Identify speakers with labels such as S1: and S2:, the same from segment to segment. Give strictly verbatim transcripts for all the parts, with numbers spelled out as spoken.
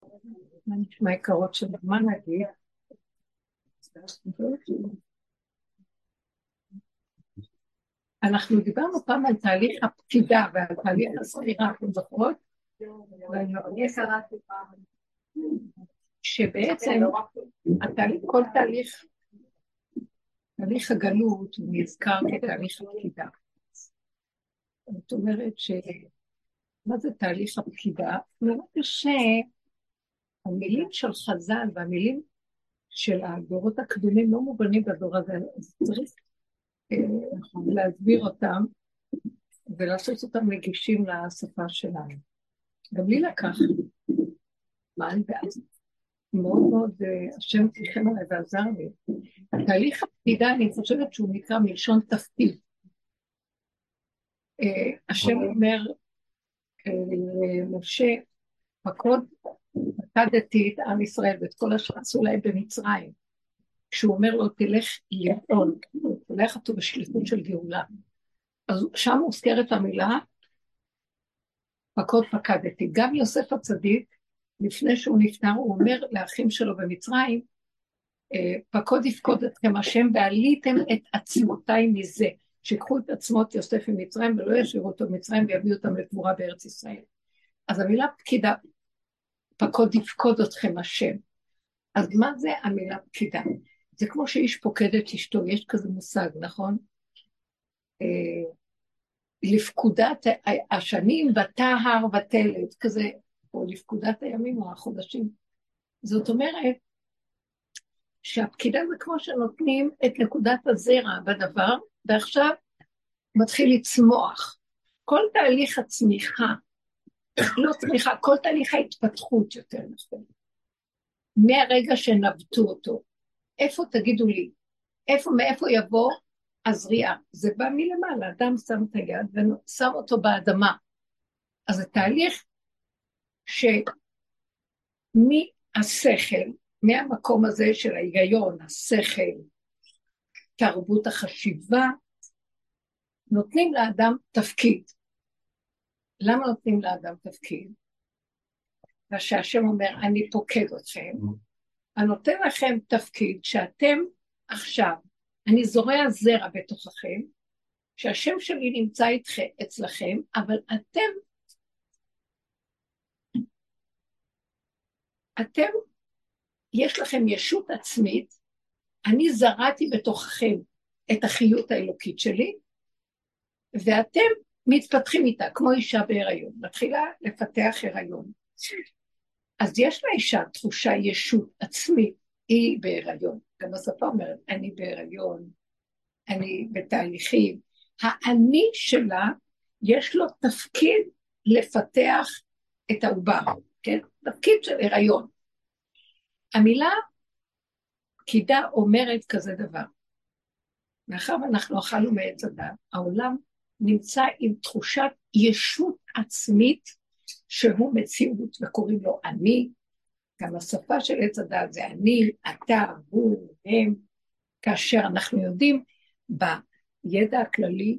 S1: מה נשמע יקרות של מה נגיד? אנחנו דיברנו פעם על תהליך הפקידה ועל תהליך הספירה, אתם זוכרות?
S2: אני קראתי פעם.
S1: שבעצם התהליך, כל תהליך, תהליך הגלות נזכר כתהליך הפקידה. זאת אומרת ש... מה זה תהליך הפקידה? מאוד קשה, המילים של חז"ל והמילים של הדורות הקדומים לא מובנים בדור הזה, אז צריך אה, להסביר אותם ולעשות אותם נגישים לשפה שלנו. גם לי לקח, מה אני בעד? מאוד מאוד, אה, השם תלחם עליי ועזר לי. התהליך הפקידה, אני חושבת שהוא נקרא מלשון תפקיד. אה, השם אומר אה, למשה, פקוד, פקדתי את עם ישראל ואת כל אשר עשו להם במצרים. כשהוא אומר לו, תלך לגאול, תלך אותו בשליחות של גאולה. אז שם מוזכרת המילה, פקוד פקדתי. גם יוסף הצדיק, לפני שהוא נפטר, הוא אומר לאחים שלו במצרים, פקוד יפקוד אתכם השם, ועליתם את עצמותיי מזה, שיקחו את עצמות יוסף ממצרים, ולא ישאירו אותו במצרים, ויביאו אותם לקבורה בארץ ישראל. אז המילה פקידה, פקוד יפקוד אתכם השם. אז מה זה המילה פקידה? זה כמו שאיש פוקד את אשתו, יש כזה מושג, נכון? לפקודת השנים בתהר ותלת, כזה, או לפקודת הימים או החודשים. זאת אומרת, שהפקידה זה כמו שנותנים את נקודת הזרע בדבר, ועכשיו מתחיל לצמוח. כל תהליך הצמיחה, לא צמיחה, כל תהליך ההתפתחות יותר נכון. מהרגע שנבטו אותו, איפה תגידו לי, איפה, מאיפה יבוא הזריעה? זה בא מלמעלה, אדם שם את היד ושם אותו באדמה. אז זה תהליך שמהשכל, מהמקום הזה של ההיגיון, השכל, תרבות החשיבה, נותנים לאדם תפקיד. למה נותנים לאדם תפקיד? ושהשם אומר, אני פוקד אתכם, אני נותן לכם תפקיד שאתם עכשיו, אני זורע זרע בתוככם, שהשם שלי נמצא איתכם, אצלכם, אבל אתם, אתם, יש לכם ישות עצמית, אני זרעתי בתוככם את החיות האלוקית שלי, ואתם מתפתחים איתה, כמו אישה בהיריון, מתחילה לפתח הריון. אז יש לאישה תחושה ישות עצמית, היא בהיריון. גם השפה אומרת, אני בהיריון, אני בתהליכים. האני שלה, יש לו תפקיד לפתח את העובר, כן? תפקיד של הריון. המילה פקידה אומרת כזה דבר. מאחר ואנחנו אכלנו מעץ הדת, העולם נמצא עם תחושת ישות עצמית, שהוא מציאות וקוראים לו אני, גם השפה של עץ הדת זה אני, אתה, הוא, הם, כאשר אנחנו יודעים בידע הכללי,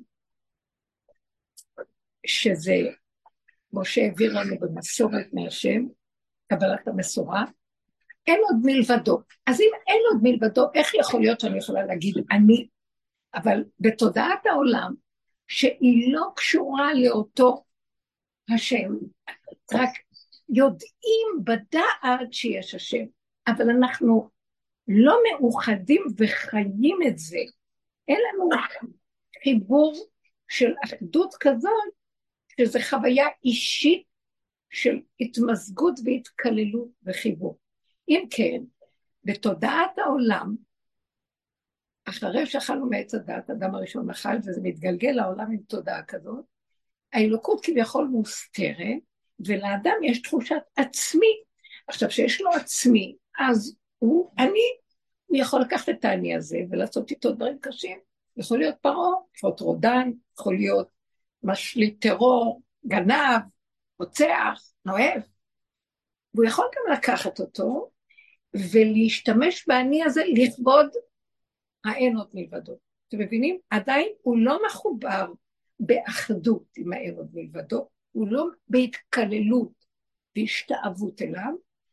S1: שזה משה העביר לנו במסורת מהשם, קבלת המסורה, אין עוד מלבדו. אז אם אין עוד מלבדו, איך יכול להיות שאני יכולה להגיד אני? אבל בתודעת העולם, שהיא לא קשורה לאותו השם, רק יודעים בדעת שיש השם, אבל אנחנו לא מאוחדים וחיים את זה, אין לנו חיבור של אחדות כזאת, שזה חוויה אישית של התמזגות והתקללות וחיבור. אם כן, בתודעת העולם, אחרי שאכלנו מעץ הדת, אדם הראשון אכל, וזה מתגלגל לעולם עם תודעה כזאת, האלוקות כביכול מוסתרת, ולאדם יש תחושת עצמי. עכשיו, שיש לו עצמי, אז הוא, אני, הוא יכול לקחת את העני הזה, ולעשות איתו דברים קשים. יכול להיות פרעה, יכול להיות רודן, יכול להיות משליט טרור, גנב, רוצח, נואב. והוא יכול גם לקחת אותו, ולהשתמש בעני הזה לכבוד האין עוד מלבדו. אתם מבינים? עדיין הוא לא מחובר באחדות עם האין עוד מלבדו, הוא לא בהתקללות והשתאבות אליו,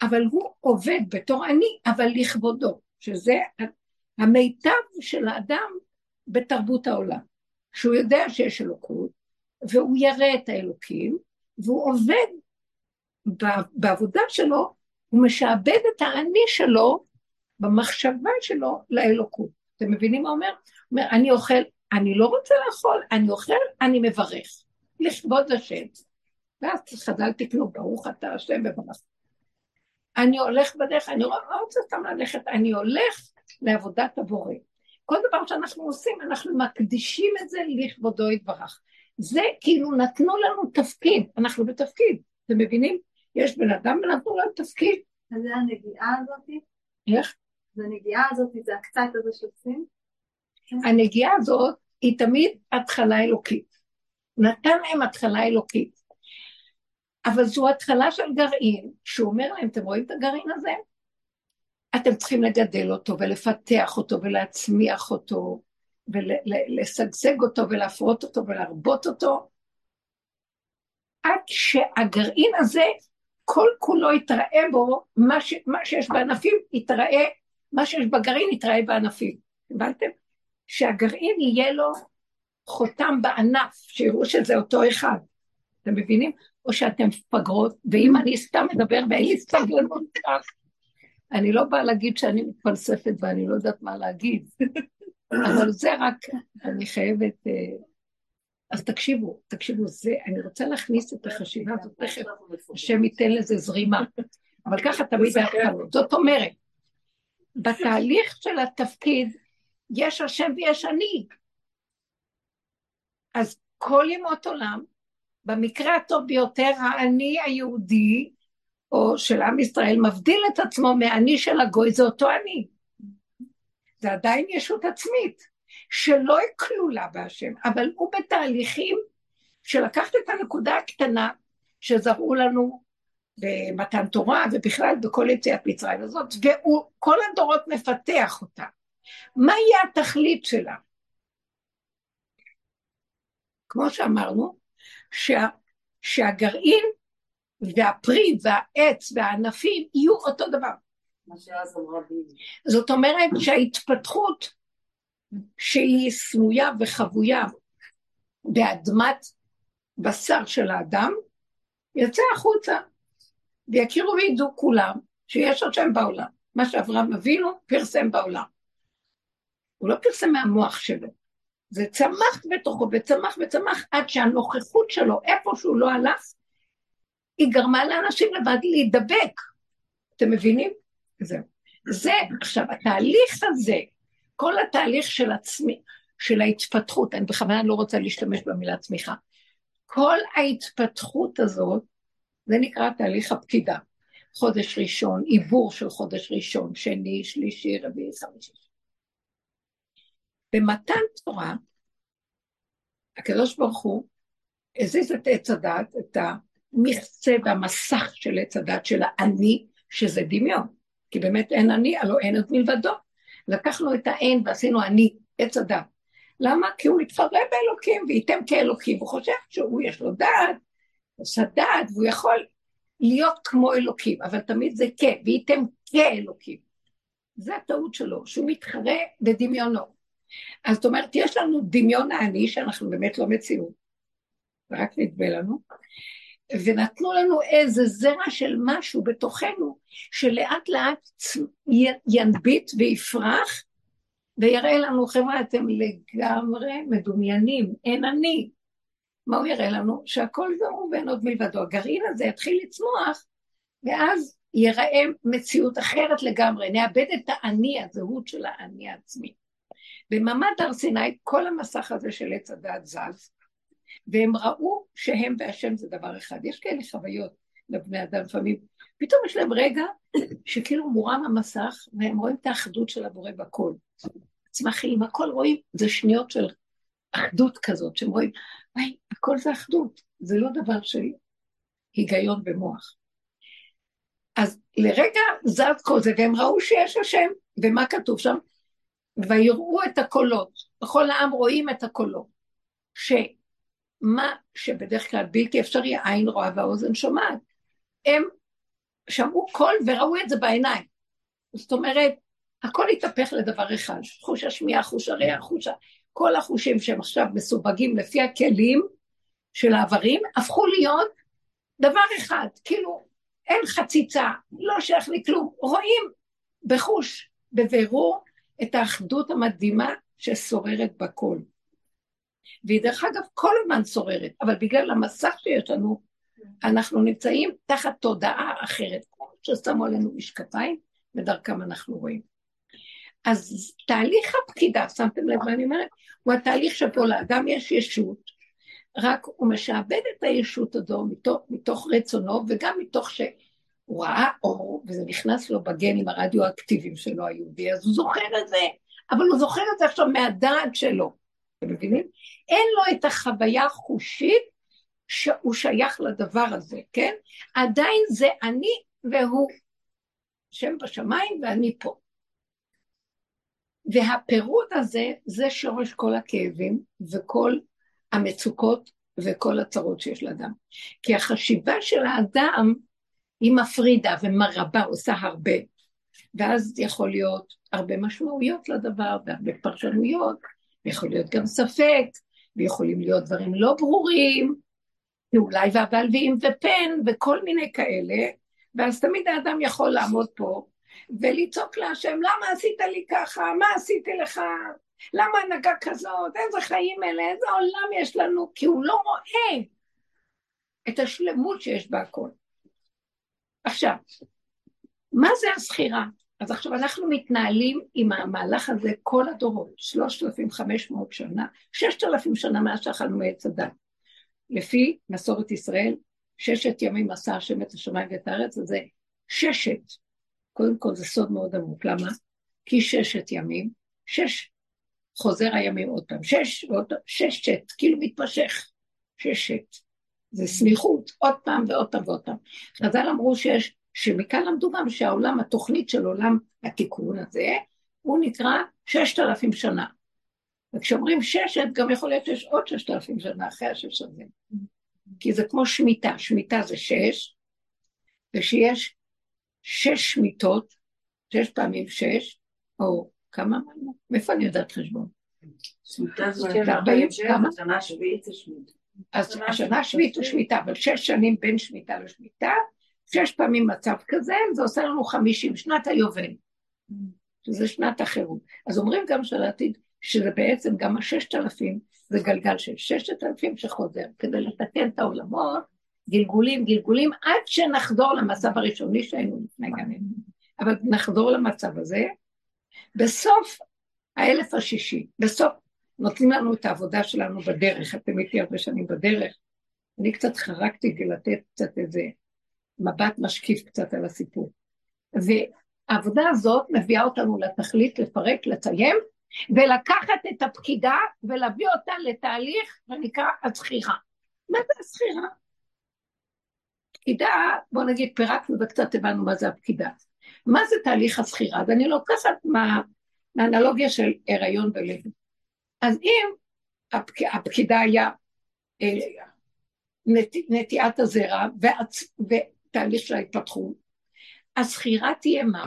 S1: אבל הוא עובד בתור אני, אבל לכבודו, שזה המיטב של האדם בתרבות העולם, שהוא יודע שיש אלוקות, והוא ירא את האלוקים, והוא עובד בעבודה שלו, הוא משעבד את האני שלו, במחשבה שלו לאלוקות. אתם מבינים מה אומר? הוא אומר, אני אוכל, אני לא רוצה לאכול, אני אוכל, אני מברך, לכבוד השם. ואז חז"ל תקנו, ברוך אתה השם וברך. אני הולך בדרך, אני לא רוצה סתם ללכת, אני הולך לעבודת הבורא. כל דבר שאנחנו עושים, אנחנו מקדישים את זה לכבודו יתברך. זה כאילו נתנו לנו תפקיד, אנחנו בתפקיד, אתם מבינים? יש בן אדם ונתנו לנו תפקיד.
S2: אז זה הנגיעה הזאת?
S1: איך?
S2: זה הנגיעה הזאת, זה הקצת הזה שעושים?
S1: הנגיעה הזאת היא תמיד התחלה אלוקית. נתן להם התחלה אלוקית. אבל זו התחלה של גרעין, שהוא אומר להם, אתם רואים את הגרעין הזה? אתם צריכים לגדל אותו ולפתח אותו ולהצמיח אותו, ולסגסג אותו ולהפרות אותו ולהרבות אותו, עד שהגרעין הזה, כל כולו יתראה בו, מה, ש, מה שיש בענפים יתראה, מה שיש בגרעין יתראה בענפים. הבנתם? שהגרעין יהיה לו חותם בענף, שיראו שזה אותו אחד. אתם מבינים? או שאתם פגרות, ואם אני סתם מדבר ואין לי סבלנות כך, אני לא באה להגיד שאני מתפלספת ואני לא יודעת מה להגיד, אבל זה רק, אני חייבת, אז תקשיבו, תקשיבו, זה, אני רוצה להכניס את החשיבה הזאת, תכף, השם ייתן לזה זרימה, אבל ככה תמיד ההתחלות. זאת אומרת, בתהליך של התפקיד, יש השם ויש אני. אז כל ימות עולם, במקרה הטוב ביותר, האני היהודי, או של עם ישראל, מבדיל את עצמו מהאני של הגוי, זה אותו אני. זה עדיין ישות עצמית, שלא יקלולה בהשם, אבל הוא בתהליכים שלקחת את הנקודה הקטנה, שזרעו לנו במתן תורה, ובכלל בכל יציאת מצרים הזאת, והוא כל הדורות מפתח אותה. מה יהיה התכלית שלה? כמו שאמרנו, שה, שהגרעין והפרי והעץ והענפים יהיו אותו דבר. זאת אומרת שההתפתחות שהיא סמויה וחבויה באדמת בשר של האדם, יצא החוצה, ויכירו וידעו כולם שיש השם בעולם. מה שאברהם אבינו פרסם בעולם. הוא לא פרסם מהמוח שלו. זה צמח בתוכו וצמח וצמח עד שהנוכחות שלו, איפה שהוא לא הלך, היא גרמה לאנשים לבד להידבק. אתם מבינים? זהו. זה, עכשיו, התהליך הזה, כל התהליך של עצמי, של ההתפתחות, אני בכוונה לא רוצה להשתמש במילה צמיחה, כל ההתפתחות הזאת, זה נקרא תהליך הפקידה. חודש ראשון, עיבור של חודש ראשון, שני, שלישי, רביעי, חמישי. במתן תורה, הקדוש ברוך הוא, הזיז את עץ הדת, את המכסה והמסך של עץ הדת של האני, שזה דמיון, כי באמת אין אני, הלא אין עוד מלבדו. לקחנו את האין ועשינו אני, עץ הדת. למה? כי הוא מתחרה באלוקים, וייתם כאלוקים, הוא חושב שהוא יש לו דעת, עושה דעת, והוא יכול להיות כמו אלוקים, אבל תמיד זה כן, וייתם כאלוקים. זה הטעות שלו, שהוא מתחרה בדמיונו. אז זאת אומרת, יש לנו דמיון העני, שאנחנו באמת לא מציאות, ורק נדמה לנו, ונתנו לנו איזה זרע של משהו בתוכנו, שלאט לאט ינביט ויפרח, ויראה לנו, חבר'ה, אתם לגמרי מדומיינים, אין אני. מה הוא יראה לנו? שהכל זהו ואין עוד מלבדו. הגרעין הזה יתחיל לצמוח, ואז יראה מציאות אחרת לגמרי, נאבד את האני, הזהות של האני העצמי. במעמד הר סיני, כל המסך הזה של עץ הדעת זז, והם ראו שהם והשם זה דבר אחד. יש כאלה חוויות לבני אדם לפעמים, פתאום יש להם רגע שכאילו מורם המסך, והם רואים את האחדות של הבורא בכל. צמחים, הכל רואים, זה שניות של אחדות כזאת, שהם רואים, וואי, הכל זה אחדות, זה לא דבר של היגיון במוח. אז לרגע זז כל זה, והם ראו שיש השם, ומה כתוב שם? ויראו את הקולות, בכל העם רואים את הקולות, שמה שבדרך כלל בלתי אפשרי, העין רואה והאוזן שומעת, הם שמעו קול וראו את זה בעיניים. זאת אומרת, הכל התהפך לדבר אחד, חוש השמיעה, חוש הריח, חוש ה... כל החושים שהם עכשיו מסווגים לפי הכלים של העברים, הפכו להיות דבר אחד, כאילו אין חציצה, לא שייך לי כלום, רואים בחוש, בבירור, את האחדות המדהימה ששוררת בכל. והיא דרך אגב כל הזמן שוררת, אבל בגלל המסך שיש לנו, אנחנו נמצאים תחת תודעה אחרת, כמו ששמו עלינו משקפיים, ודרכם אנחנו רואים. אז תהליך הפקידה, שמתם לב מה אני אומרת? הוא התהליך שבו לאדם יש ישות, רק הוא משעבד את הישות הזו מתוך, מתוך רצונו, וגם מתוך שהוא ראה אור, וזה נכנס לו בגנים הרדיואקטיביים שלו היהודי, אז הוא זוכר את זה, אבל הוא זוכר את זה עכשיו מהדעת שלו, אתם מבינים? אין לו את החוויה החושית שהוא שייך לדבר הזה, כן? עדיין זה אני והוא, שם בשמיים ואני פה. והפירוט הזה, זה שורש כל הכאבים וכל המצוקות וכל הצרות שיש לאדם. כי החשיבה של האדם היא מפרידה ומרבה, עושה הרבה. ואז יכול להיות הרבה משמעויות לדבר, והרבה פרשנויות, ויכול להיות גם ספק, ויכולים להיות דברים לא ברורים, ואולי ואבל ואם ופן, וכל מיני כאלה, ואז תמיד האדם יכול לעמוד פה, ולצעוק להשם, למה עשית לי ככה? מה עשיתי לך? למה הנהגה כזאת? איזה חיים אלה? איזה עולם יש לנו? כי הוא לא רואה את השלמות שיש בהכל. עכשיו, מה זה הסחירה? אז עכשיו אנחנו מתנהלים עם המהלך הזה כל הדורות, שלושת אלפים וחמש מאות שנה, ששת אלפים שנה מאז שאכלנו מעץ הדת. לפי מסורת ישראל, ששת ימים עשה השם את השמיים ואת הארץ, אז זה ששת. קודם כל זה סוד מאוד עמוק, למה? כי ששת ימים, שש, חוזר הימים עוד פעם, שש, ועוד פעם, ששת, כאילו מתמשך, ששת, זה סמיכות, עוד פעם ועוד פעם ועוד פעם. חז"ל אמרו שיש, שמכאן למדו גם שהעולם, התוכנית של עולם התיקון הזה, הוא נקרא ששת אלפים שנה. וכשאומרים ששת, גם יכול להיות שיש עוד ששת אלפים שנה אחרי השש הזה. כי זה כמו שמיטה, שמיטה זה שש, ושיש שש שמיטות, שש פעמים שש, או כמה, מאיפה אני יודעת חשבון?
S3: שמיטה זה
S1: השנה
S3: השביעית זה שמיטה.
S1: אז השנה השביעית הוא שמיטה, אבל שש שנים בין שמיטה לשמיטה, שש פעמים מצב כזה, זה עושה לנו חמישים, שנת היובל, שזה שנת החירות. אז אומרים גם של העתיד, שזה בעצם גם הששת אלפים, זה גלגל של ששת אלפים שחוזר, כדי לתקן את העולמות, גלגולים, גלגולים, עד שנחזור למצב הראשוני שהיינו לפני גנים. אבל נחזור למצב הזה, בסוף האלף השישי, בסוף נותנים לנו את העבודה שלנו בדרך, אתם איתי הרבה שנים בדרך, אני קצת חרקתי כדי לתת קצת איזה מבט משקיף קצת על הסיפור. והעבודה הזאת מביאה אותנו לתכלית, לפרק, לציים, ולקחת את הפקידה ולהביא אותה לתהליך ונקרא הזכירה. מה זה הזכירה? פקידה, בוא נגיד פירקנו וקצת הבנו מה זה הפקידה. מה זה תהליך הזכירה? אז אני לוקחת מה, מהאנלוגיה של הריון בלב. אז אם הפק, הפקידה היה אה, נת, נטיית הזרע והצ, ותהליך של ההתפתחות, הזכירה תהיה מה?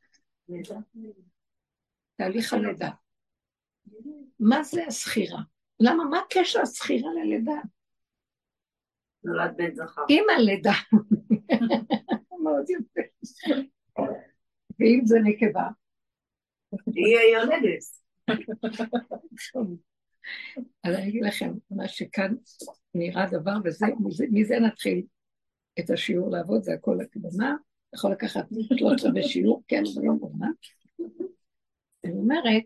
S1: תהליך הלידה. מה זה הזכירה? למה? מה קשר הזכירה ללידה?
S3: נולד בן זכר.
S1: עם הלידה. מאוד יפה. ואם זה נקבה?
S3: היא יולדת.
S1: אז אני אגיד לכם, מה שכאן נראה דבר, וזה, מזה נתחיל את השיעור לעבוד, זה הכל הקדמה, יכול לקחת שלושה בשיעור, כן, זה לא מובן. אני אומרת,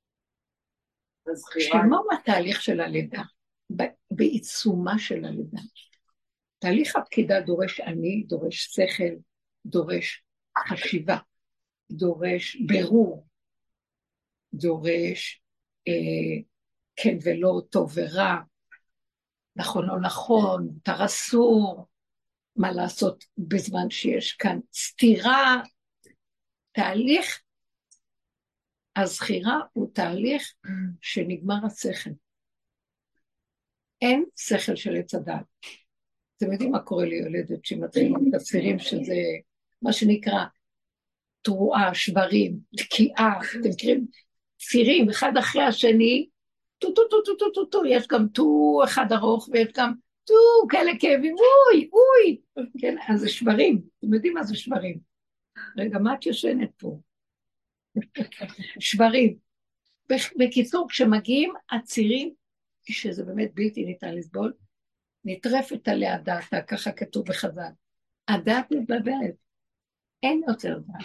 S1: שמעו התהליך של הלידה, בעיצומה של הלידה. תהליך הפקידה דורש אני, דורש שכל, דורש חשיבה, דורש ברור, דורש אה, כן ולא, טוב ורע, נכון לא נכון, מותר אסור, מה לעשות בזמן שיש כאן סתירה. תהליך הזכירה הוא תהליך שנגמר השכל. אין שכל של עץ הדעת. אתם יודעים מה קורה ליולדת שמתחילים את הספירים שזה מה שנקרא תרועה, שברים, תקיעה, אתם מכירים? צירים, אחד אחרי השני, טו טו טו טו טו טו טו, יש גם טו אחד ארוך ויש גם טו כאלה כאבים, אוי, אוי, כן, אז זה שברים, אתם יודעים מה זה שברים? רגע, מה את יושנת פה? שברים. בקיצור, כשמגיעים הצירים, שזה באמת בלתי ניתן לסבול, נטרפת עליה דעתה, ככה כתוב בחז"ל. הדעת מתבלבלת, אין יותר דעת.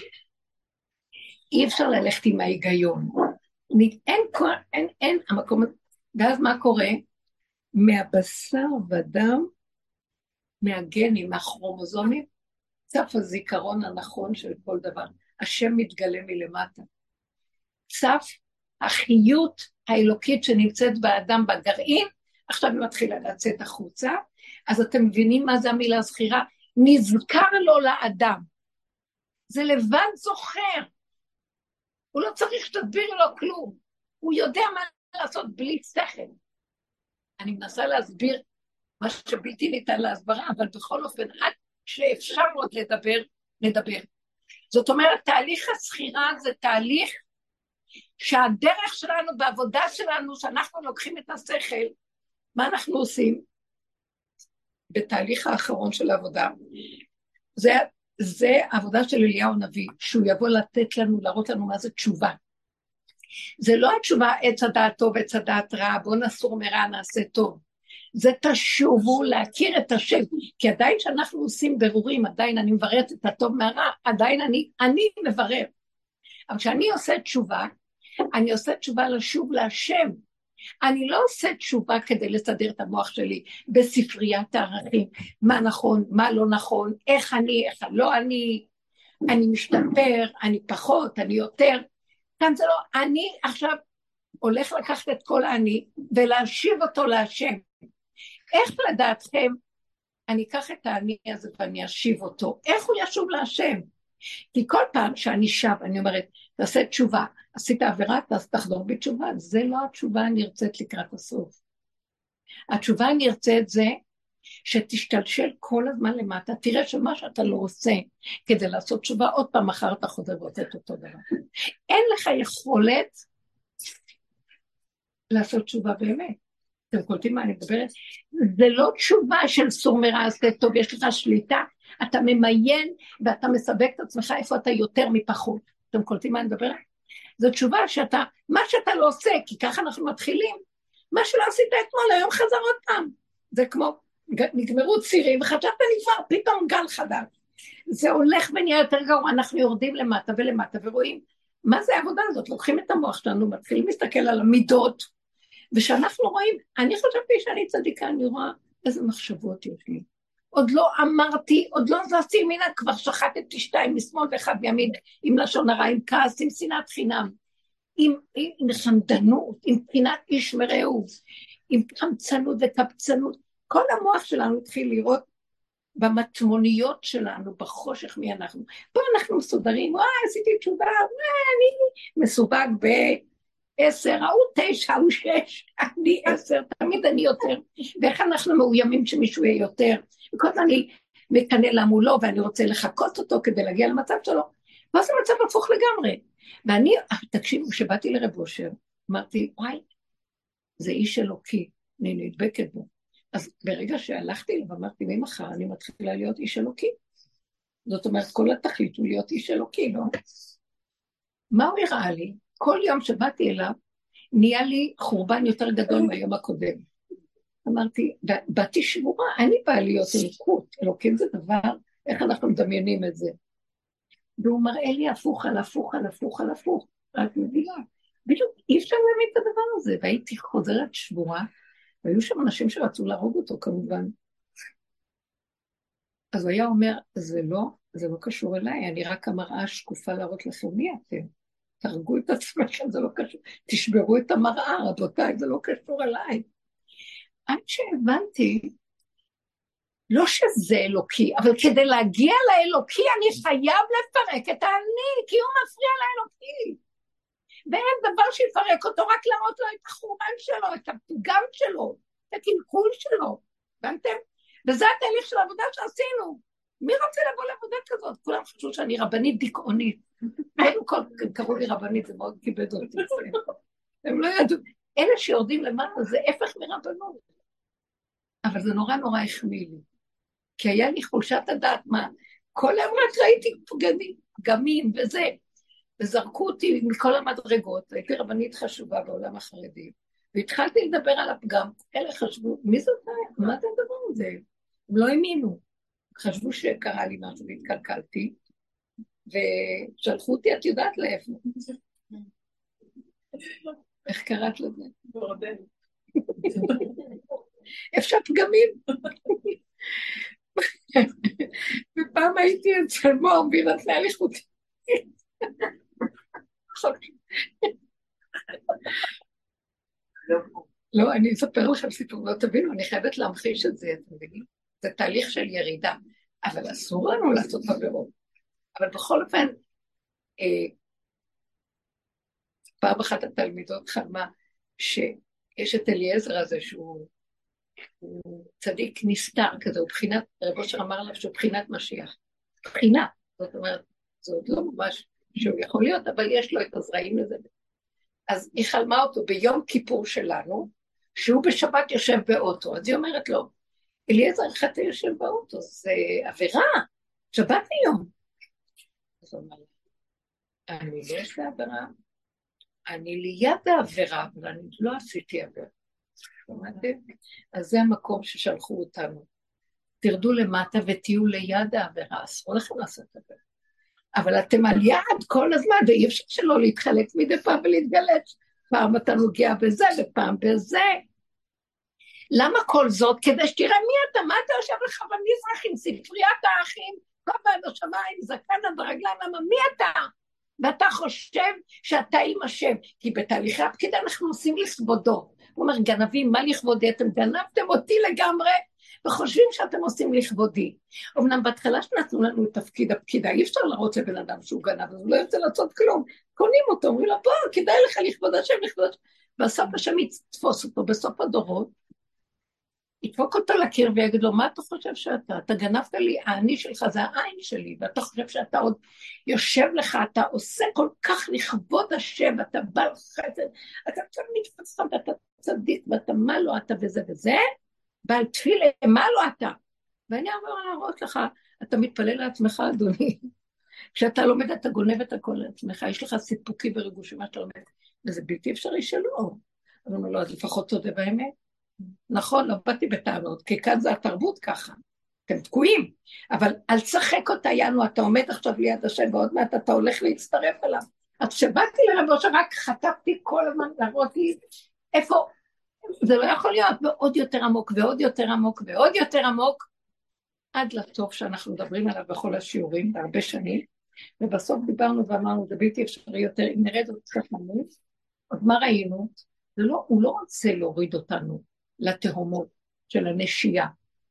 S1: אי אפשר ללכת עם ההיגיון. אין, אין, אין, המקום, ואז מה קורה? מהבשר ודם, מהגנים, מהכרומוזומים, צף הזיכרון הנכון של כל דבר. השם מתגלה מלמטה. צף החיות האלוקית שנמצאת באדם בגרעין, עכשיו היא מתחילה לצאת החוצה, אז אתם מבינים מה זה המילה זכירה? נזכר לו לאדם. זה לבד זוכר. הוא לא צריך שתסביר לו כלום. הוא יודע מה לעשות בלי שכל. אני מנסה להסביר מה שבלתי ניתן להסברה, אבל בכל אופן, עד שאפשר עוד לדבר, נדבר. זאת אומרת, תהליך הזכירה זה תהליך שהדרך שלנו בעבודה שלנו, שאנחנו לוקחים את השכל, מה אנחנו עושים? בתהליך האחרון של העבודה, זה, זה העבודה של אליהו הנביא, שהוא יבוא לתת לנו, להראות לנו מה זה תשובה. זה לא התשובה, עץ הדעת טוב, עץ הדעת רע, בוא נסור מרע, נעשה טוב. זה תשובו להכיר את השם, כי עדיין שאנחנו עושים ברורים, עדיין אני מבררת את הטוב מהרע, עדיין אני, אני מברר. אבל כשאני עושה תשובה, אני עושה תשובה לשוב להשם. אני לא עושה תשובה כדי לסדר את המוח שלי בספריית הערכים, מה נכון, מה לא נכון, איך אני, איך לא אני, אני משתפר, אני פחות, אני יותר. כאן זה לא, אני עכשיו הולך לקחת את כל האני ולהשיב אותו להשם. איך לדעתכם אני אקח את האני הזה ואני אשיב אותו? איך הוא ישוב להשם? כי כל פעם שאני שב, אני אומרת, תעשה תשובה, עשית עבירה, אז תחזור בתשובה. זה לא התשובה הנרצית לקראת הסוף. התשובה הנרצית זה שתשתלשל כל הזמן למטה, תראה שמה שאתה לא עושה כדי לעשות תשובה, עוד פעם מחר אתה חוזר ועושה את אותו דבר. אין לך יכולת לעשות תשובה באמת. אתם קולטים מה אני מדברת? זה לא תשובה של סור מרע עשה טוב, יש לך שליטה, אתה ממיין ואתה מסבק את עצמך איפה אתה יותר מפחות. אתם קולטים מה אני מדברת? זו תשובה שאתה, מה שאתה לא עושה, כי ככה אנחנו מתחילים, מה שלא עשית אתמול, היום חזר עוד פעם. זה כמו, נגמרו צירים, וחשבת נפער, פתאום גל חדש. זה הולך ונהיה יותר גרוע, אנחנו יורדים למטה ולמטה ורואים, מה זה העבודה הזאת? לוקחים את המוח שלנו, מתחילים להסתכל על המידות, ושאנחנו רואים, אני חשבתי שאני צדיקה, אני רואה איזה מחשבות יש לי. עוד לא אמרתי, עוד לא זזתי ימינה, כבר שחטתי שתיים משמאל ואחד מימין, עם לשון הרע, עם כעס, עם שנאת חינם, עם, עם, עם חמדנות, עם בחינת איש מרעהו, עם קמצנות וקבצנות. כל המוח שלנו התחיל לראות במטמוניות שלנו, בחושך מי אנחנו. פה אנחנו מסודרים, וואי, עשיתי תשובה, וואי, אני מסובג בעשר, ההוא תשע, ההוא שש, אני עשר, תמיד אני יותר. ואיך אנחנו מאוימים שמישהו יהיה יותר? וכל הזמן אני מקנה למולו, ואני רוצה לחכות אותו כדי להגיע למצב שלו. ואז המצב הפוך לגמרי. ואני, תקשיבו, כשבאתי לרב אושר, אמרתי, וואי, זה איש אלוקי, אני נדבקת בו. אז ברגע שהלכתי אליו, אמרתי, ממחר אני מתחילה להיות איש אלוקי. זאת אומרת, כל התכלית הוא להיות איש אלוקי, לא? מה הוא הראה לי? כל יום שבאתי אליו, נהיה לי חורבן יותר גדול מהיום הקודם. אמרתי, באתי שבורה, אני באה להיות אלוקות. אלוקים זה דבר, איך אנחנו מדמיינים את זה? והוא מראה לי הפוך על הפוך על הפוך על הפוך. רק מבינה. בדיוק, אי אפשר להבין את הדבר הזה. והייתי חוזרת שבורה, והיו שם אנשים שרצו להרוג אותו כמובן. אז הוא היה אומר, זה לא, זה לא קשור אליי, אני רק המראה השקופה להראות לכם מי אתם. תרגו את עצמכם, זה לא קשור. תשברו את המראה, רבותיי, זה לא קשור אליי. עד שהבנתי, לא שזה אלוקי, אבל כדי להגיע לאלוקי, אני חייב לפרק את האני, כי הוא מפריע לאלוקי. ואין דבר שיפרק אותו, רק להראות לו את החורבן שלו, את הפגם שלו, את הקלקול שלו. הבנתם? וזה התהליך של העבודה שעשינו. מי רוצה לבוא לעבודה כזאת? כולם חשבו שאני רבנית דיכאונית. קודם כל, קראו לי רבנית, זה מאוד כיבד אותי. הם לא ידעו. אלה שיורדים למטה זה הפך מרבנות. אבל זה נורא נורא החמיא לי. כי היה לי חולשת הדעת, מה? כל היום רק ראיתי פגמים, פגמים וזה. וזרקו אותי מכל המדרגות, הייתי רבנית חשובה בעולם החרדי. והתחלתי לדבר על הפגם. אלה חשבו, מי זאת? מה זה הדבר הזה? הם לא האמינו. חשבו שקרה לי משהו והתקלקלתי, ושלחו אותי, את יודעת לאיפה. איך קראת לזה? אפשר פגמים. ופעם הייתי אצל מור, והיא נתנה לי חוטי. לא, אני אספר לכם סיפור, לא תבינו, אני חייבת להמחיש את זה, אתם מבינים? זה תהליך של ירידה, אבל אסור לנו לעשות עבירות. אבל בכל אופן, אה, פעם אחת התלמידות חלמה שיש את אליעזר הזה שהוא צדיק נסתר כזה, הוא בחינת, רב אושר אמר לה שהוא בחינת משיח. בחינה, זאת אומרת, זה עוד לא ממש שהוא יכול להיות, אבל יש לו את הזרעים לזה. אז היא חלמה אותו ביום כיפור שלנו, שהוא בשבת יושב באוטו, אז היא אומרת לו, אליעזר, איך אתה יושב באוטו? זה עבירה, שבת היום. אז הוא אומר, אני לא עושה עבירה, אני ליד העבירה, אבל אני לא עשיתי עבירה. שמעתם? אז זה המקום ששלחו אותנו. תרדו למטה ותהיו ליד העבירה, אסור לכם לעשות עבירה. אבל אתם על יד כל הזמן, ואי אפשר שלא להתחלק מדי פעם ולהתגלץ. פעם אתה נוגע בזה ופעם בזה. למה כל זאת? כדי שתראה מי אתה, מה אתה יושב לך במזרח עם ספריית האחים, כובע עד השמיים, זקן עד הרגליים, למה מי אתה? ואתה חושב שאתה עם השם, כי בתהליכי הפקיד אנחנו עושים לכבודו. הוא אומר, גנבים, מה לכבודי? אתם גנבתם אותי לגמרי, וחושבים שאתם עושים לכבודי. אמנם בהתחלה שנתנו לנו את תפקיד הפקידה, אי אפשר להראות לבן אדם שהוא גנב, אז הוא לא יוצא לעשות כלום. קונים אותו, אומרים לו, בוא, כדאי לך לכבוד השם, לכבוד השם. בסוף השם יתפוס אותו, בסוף הדורות, ידפוק אותו לקיר ויגיד לו, מה אתה חושב שאתה? אתה גנבת לי, העני שלך זה העין שלי, ואתה חושב שאתה עוד יושב לך, אתה עושה כל כך לכבוד השם, אתה בא לחסד, אתה קצת מתפצת, ואתה צדיק, ואתה מה לא אתה וזה וזה, ועל תפילה, מה לא אתה? ואני אמור להראות לך, אתה מתפלל לעצמך, אדוני, כשאתה לומד, אתה גונב את הכל לעצמך, יש לך סיפוקי ורגושי מה שאתה לומד, וזה בלתי אפשרי שלא. אני אומר לו, אז לפחות תודה באמת. נכון, לא באתי בטענות, כי כאן זה התרבות ככה, אתם תקועים, אבל אל תשחק אותה, יאנו, אתה עומד עכשיו ליד השם, ועוד מעט אתה הולך להצטרף אליו. אז כשבאתי לרב אושר, רק חטפתי כל הזמן להראות לי, איפה, זה לא יכול להיות, ועוד יותר עמוק, ועוד יותר עמוק, ועוד יותר עמוק, עד לטוב שאנחנו מדברים עליו בכל השיעורים, בהרבה שנים, ובסוף דיברנו ואמרנו, זה בלתי אפשרי יותר, אם נרד עוד קצת נמות, עוד מה ראינו? לא, הוא לא רוצה להוריד אותנו, לתהומות של הנשייה.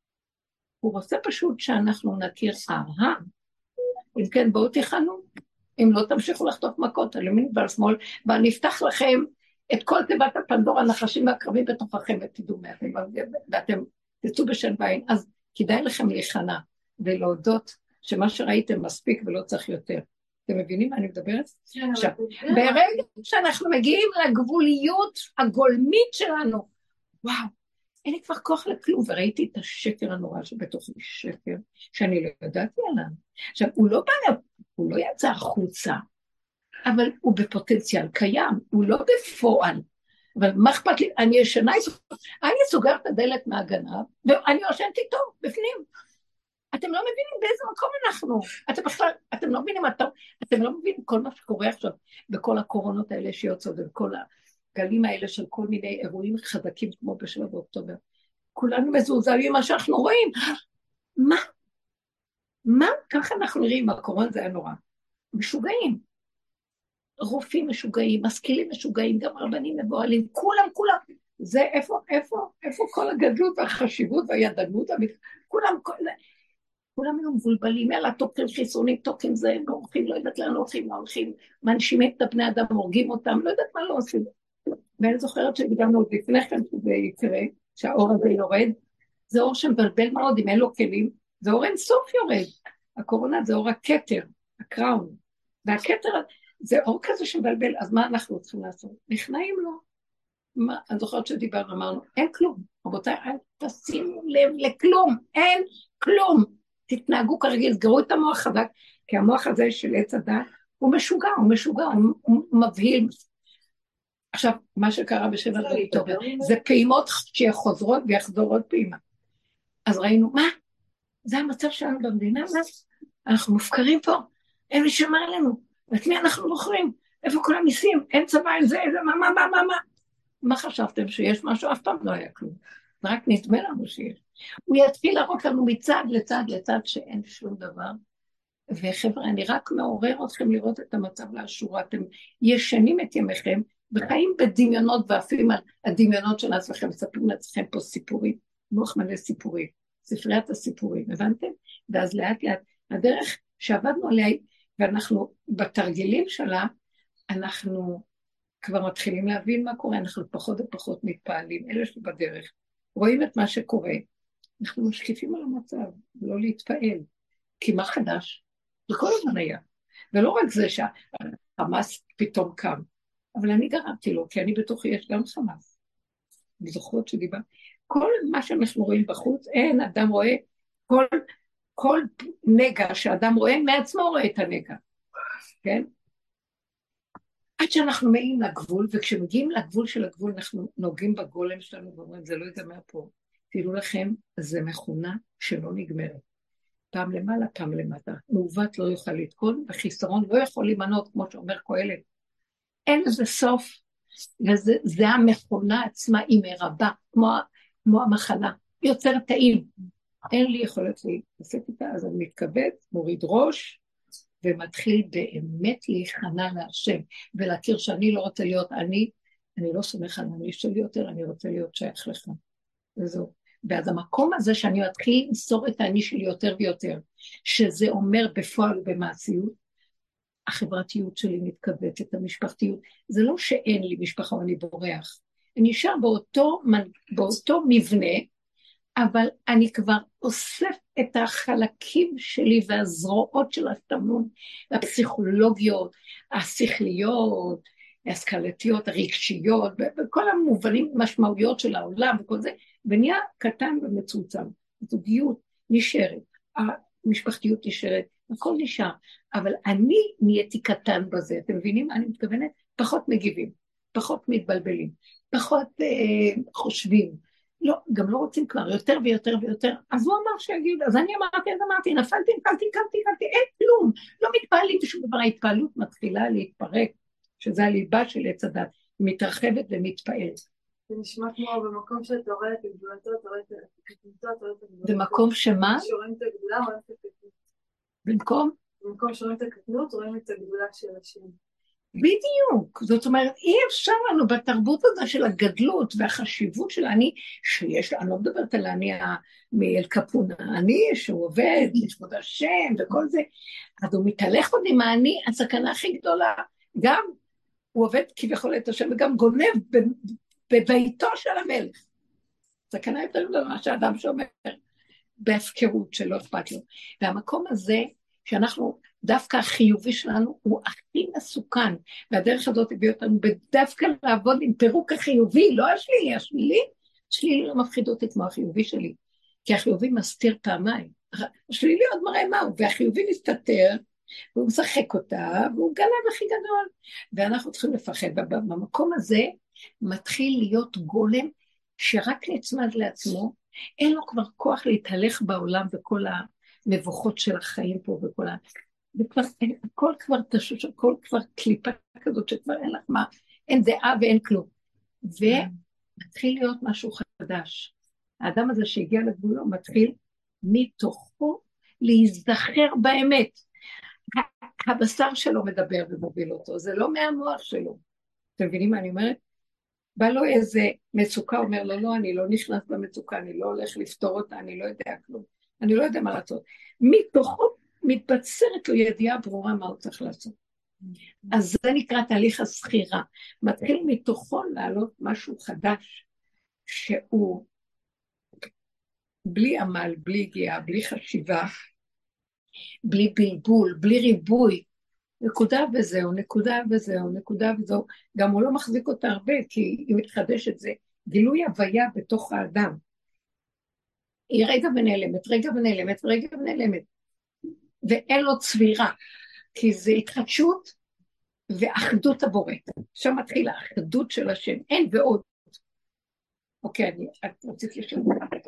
S1: הוא רוצה פשוט שאנחנו נכיר אהה. אם כן, בואו תיכנו. אם לא תמשיכו לחטוף מכות על ימין ועל שמאל, ואני אפתח לכם את כל תיבת הפנדורה, הנחשים והקרבים בתוככם, ותדעו מאתם, ואתם תצאו בשן בעין. אז כדאי לכם להיכנע, ולהודות שמה שראיתם מספיק ולא צריך יותר. אתם מבינים מה אני מדברת? עכשיו, ברגע שאנחנו מגיעים לגבוליות הגולמית שלנו, וואו, אין לי כבר כוח לכלום, וראיתי את השקר הנורא שבתוך לי שקר, שאני לא ידעתי עליו. עכשיו, הוא לא בא, הוא לא יצא החוצה, אבל הוא בפוטנציאל קיים, הוא לא בפועל. אבל מה אכפת לי? אני ישנה, אני סוגרת את הדלת מהגנב, ואני יושנת איתו, בפנים. אתם לא מבינים באיזה מקום אנחנו. אתם בכלל, אתם לא מבינים, אתם, אתם לא מבינים כל מה שקורה עכשיו, בכל הקורונות האלה שיוצאות, וכל הגלים האלה של כל מיני אירועים חזקים, כמו בשבעה באוקטובר. כולנו מזועזעים ממה שאנחנו רואים. מה? מה? ככה אנחנו נראים, הקורונה זה היה נורא. משוגעים. רופאים משוגעים, משכילים משוגעים, גם רבנים מבועלים, כולם, כולם. זה איפה, איפה, איפה כל הגדלות והחשיבות והידענות, כולם, כולם היו מבולבלים, יאללה, תוקעים חיסונים, תוקעים זה, הם הולכים, לא יודעת לאן הולכים, לא הולכים, מנשימים את הבני אדם, הורגים אותם, לא יודעת מה לא עושים. ואני זוכרת שגדלנו עוד לפני כן שזה יקרה, שהאור הזה יורד, זה אור שמבלבל מאוד, אם אין לו כלים, זה אור אין סוף יורד. הקורונה זה אור הכתר, הקראון. והכתר זה אור כזה שמבלבל, אז מה אנחנו צריכים לעשות? נכנעים לו. מה, אני זוכרת שדיברנו, אמרנו, אין כלום. רבותיי, אל תשימו לב לכלום, אין כלום. תתנהגו כרגיל, סגרו את המוח חזק, כי המוח הזה של עץ הדת, הוא משוגע, הוא משוגע, הוא, הוא מבהיל. עכשיו, מה שקרה בשבע באוקטובר, זה פעימות שחוזרות ויחזור עוד פעימה. אז ראינו, מה? זה המצב שלנו במדינה, מה? אנחנו מופקרים פה, אין מי שמע עלינו, ואת מי אנחנו בוחרים? איפה כל המיסים? אין צבא, אין זה, איזה, מה, מה, מה, מה, מה? מה חשבתם שיש משהו? אף פעם לא היה כלום. זה רק נדמה לנו שיש. הוא יתחיל להראות לנו מצד לצד לצד שאין שום דבר. וחבר'ה, אני רק מעורר אתכם לראות את המצב לאשורה. אתם ישנים את ימיכם, וחיים בדמיונות ואפים על הדמיונות של עצמכם, מספרים לעצמכם פה סיפורים, מוח מלא סיפורים, ספריית הסיפורים, הבנתם? ואז לאט לאט, הדרך שעבדנו עליה, ואנחנו בתרגילים שלה, אנחנו כבר מתחילים להבין מה קורה, אנחנו פחות ופחות מתפעלים, אלה שבדרך, רואים את מה שקורה, אנחנו משקיפים על המצב, לא להתפעל, כי מה חדש? זה כל הזמן היה, ולא רק זה שהחמאס פתאום קם, אבל אני גרמתי לו, כי אני בתוכי יש גם חמאס, אני זוכרת שדיבר, כל מה שאנחנו רואים בחוץ, אין אדם רואה, כל, כל נגע שאדם רואה, מעצמו רואה את הנגע, כן? עד שאנחנו מגיעים לגבול, וכשמגיעים לגבול של הגבול, אנחנו נוגעים בגולם שלנו, ואומרים, זה לא ייגמר פה. תראו לכם, זה מכונה שלא נגמרת. פעם למעלה, פעם למטה. מעוות לא יוכל לתקון, וחיסרון לא יכול להימנות, כמו שאומר קהלת. אין לזה סוף, וזה זה המכונה עצמה, היא מרבה, כמו, כמו המחלה. היא יוצרת תאים. אין לי יכולת להתעסק איתה, אז אני מתכבד, מוריד ראש, ומתחיל באמת להיכנע להשם, ולהכיר שאני לא רוצה להיות אני, אני לא סומך על אני שלי יותר, אני רוצה להיות שייך לך. וזהו. ואז המקום הזה שאני מתחיל למסור את האני שלי יותר ויותר, שזה אומר בפועל ובמעשיות, החברתיות שלי מתכווצת, המשפחתיות, זה לא שאין לי משפחה ואני בורח, אני נשאר באותו, באותו מבנה, אבל אני כבר אוסף את החלקים שלי והזרועות של התמנון, הפסיכולוגיות, השכליות, ההשכלתיות, הרגשיות, בכל המובנים, משמעויות של העולם וכל זה, ונהיה קטן ומצומצם. הזוגיות נשארת, המשפחתיות נשארת, הכל נשאר, אבל אני נהייתי קטן בזה, אתם מבינים מה אני מתכוונת? פחות מגיבים, פחות מתבלבלים, פחות אה, חושבים, לא, גם לא רוצים כבר יותר ויותר ויותר, אז הוא אמר שיגיד, אז אני אמרתי, אז אמרתי, נפלתי, נפלתי, קמתי, קמתי, אין כלום, לא מתפעלים בשום דבר, ההתפעלות מתחילה להתפרק, שזה הליבה של עץ הדת, היא מתרחבת ומתפעלת.
S2: זה נשמע כמו במקום שאתה רואה את הגדולתו, אתה רואה את הקטנותו, אתה רואה את הגדולתו.
S1: במקום שמה?
S2: שרואים את הגדולה, רואים את הקטנות.
S1: במקום?
S2: במקום שרואים את הקטנות, רואים את הגדולה של השם.
S1: בדיוק, זאת אומרת, אי אפשר לנו בתרבות הזו של הגדלות והחשיבות של אני, שיש, אני לא מדברת על אני מאל קפונה, אני שהוא עובד, לכבוד השם וכל זה, אז הוא מתהלך עוד עם האני, הסכנה הכי גדולה, גם הוא עובד כביכול את השם, וגם גונב בביתו של המלך. סכנה יותר גדולה מה שאדם שאומר, בהפקרות שלא אכפת לו. והמקום הזה, שאנחנו, דווקא החיובי שלנו הוא הכי מסוכן, והדרך הזאת הביא אותנו בדווקא לעבוד עם פירוק החיובי, לא השלילי, השלילי, השלילי לא מפחיד אותי כמו החיובי שלי, כי החיובי מסתיר פעמיים, השלילי עוד מראה מהו, והחיובי מסתתר, והוא משחק אותה, והוא גלב הכי גדול, ואנחנו צריכים לפחד, במקום הזה מתחיל להיות גולם, שרק נצמד לעצמו, אין לו כבר כוח להתהלך בעולם, וכל המבוכות של החיים פה, וכל ה... וכבר, הכל כבר תשוש, הכל כבר קליפה כזאת, שכבר אין לך מה, אין דעה ואין כלום. ומתחיל להיות משהו חדש. האדם הזה שהגיע לגבולו, מתחיל מתוכו להיזכר באמת. הבשר שלו מדבר ומוביל אותו, זה לא מהמוח שלו. אתם מבינים מה אני אומרת? בא לו איזה מצוקה, אומר לו, לא, אני לא נכנס במצוקה, אני לא הולך לפתור אותה, אני לא יודע כלום, אני לא יודע מה לעשות. מתוכו מתבצרת לו ידיעה ברורה מה הוא צריך לעשות. אז זה נקרא תהליך הסחירה. מתחיל מתוכו לעלות משהו חדש, שהוא בלי עמל, בלי הגיעה, בלי חשיבה, בלי בלבול, בלי ריבוי, נקודה וזהו, נקודה וזהו, נקודה וזהו. גם הוא לא מחזיק אותה הרבה, כי היא מתחדשת, זה גילוי הוויה בתוך האדם. היא רגע ונעלמת, רגע ונעלמת, רגע ונעלמת, ואין לו צבירה, כי זה התחדשות ואחדות הבורא. שם מתחילה האחדות של השם, אין ועוד. אוקיי, אני, את רצית לשאול.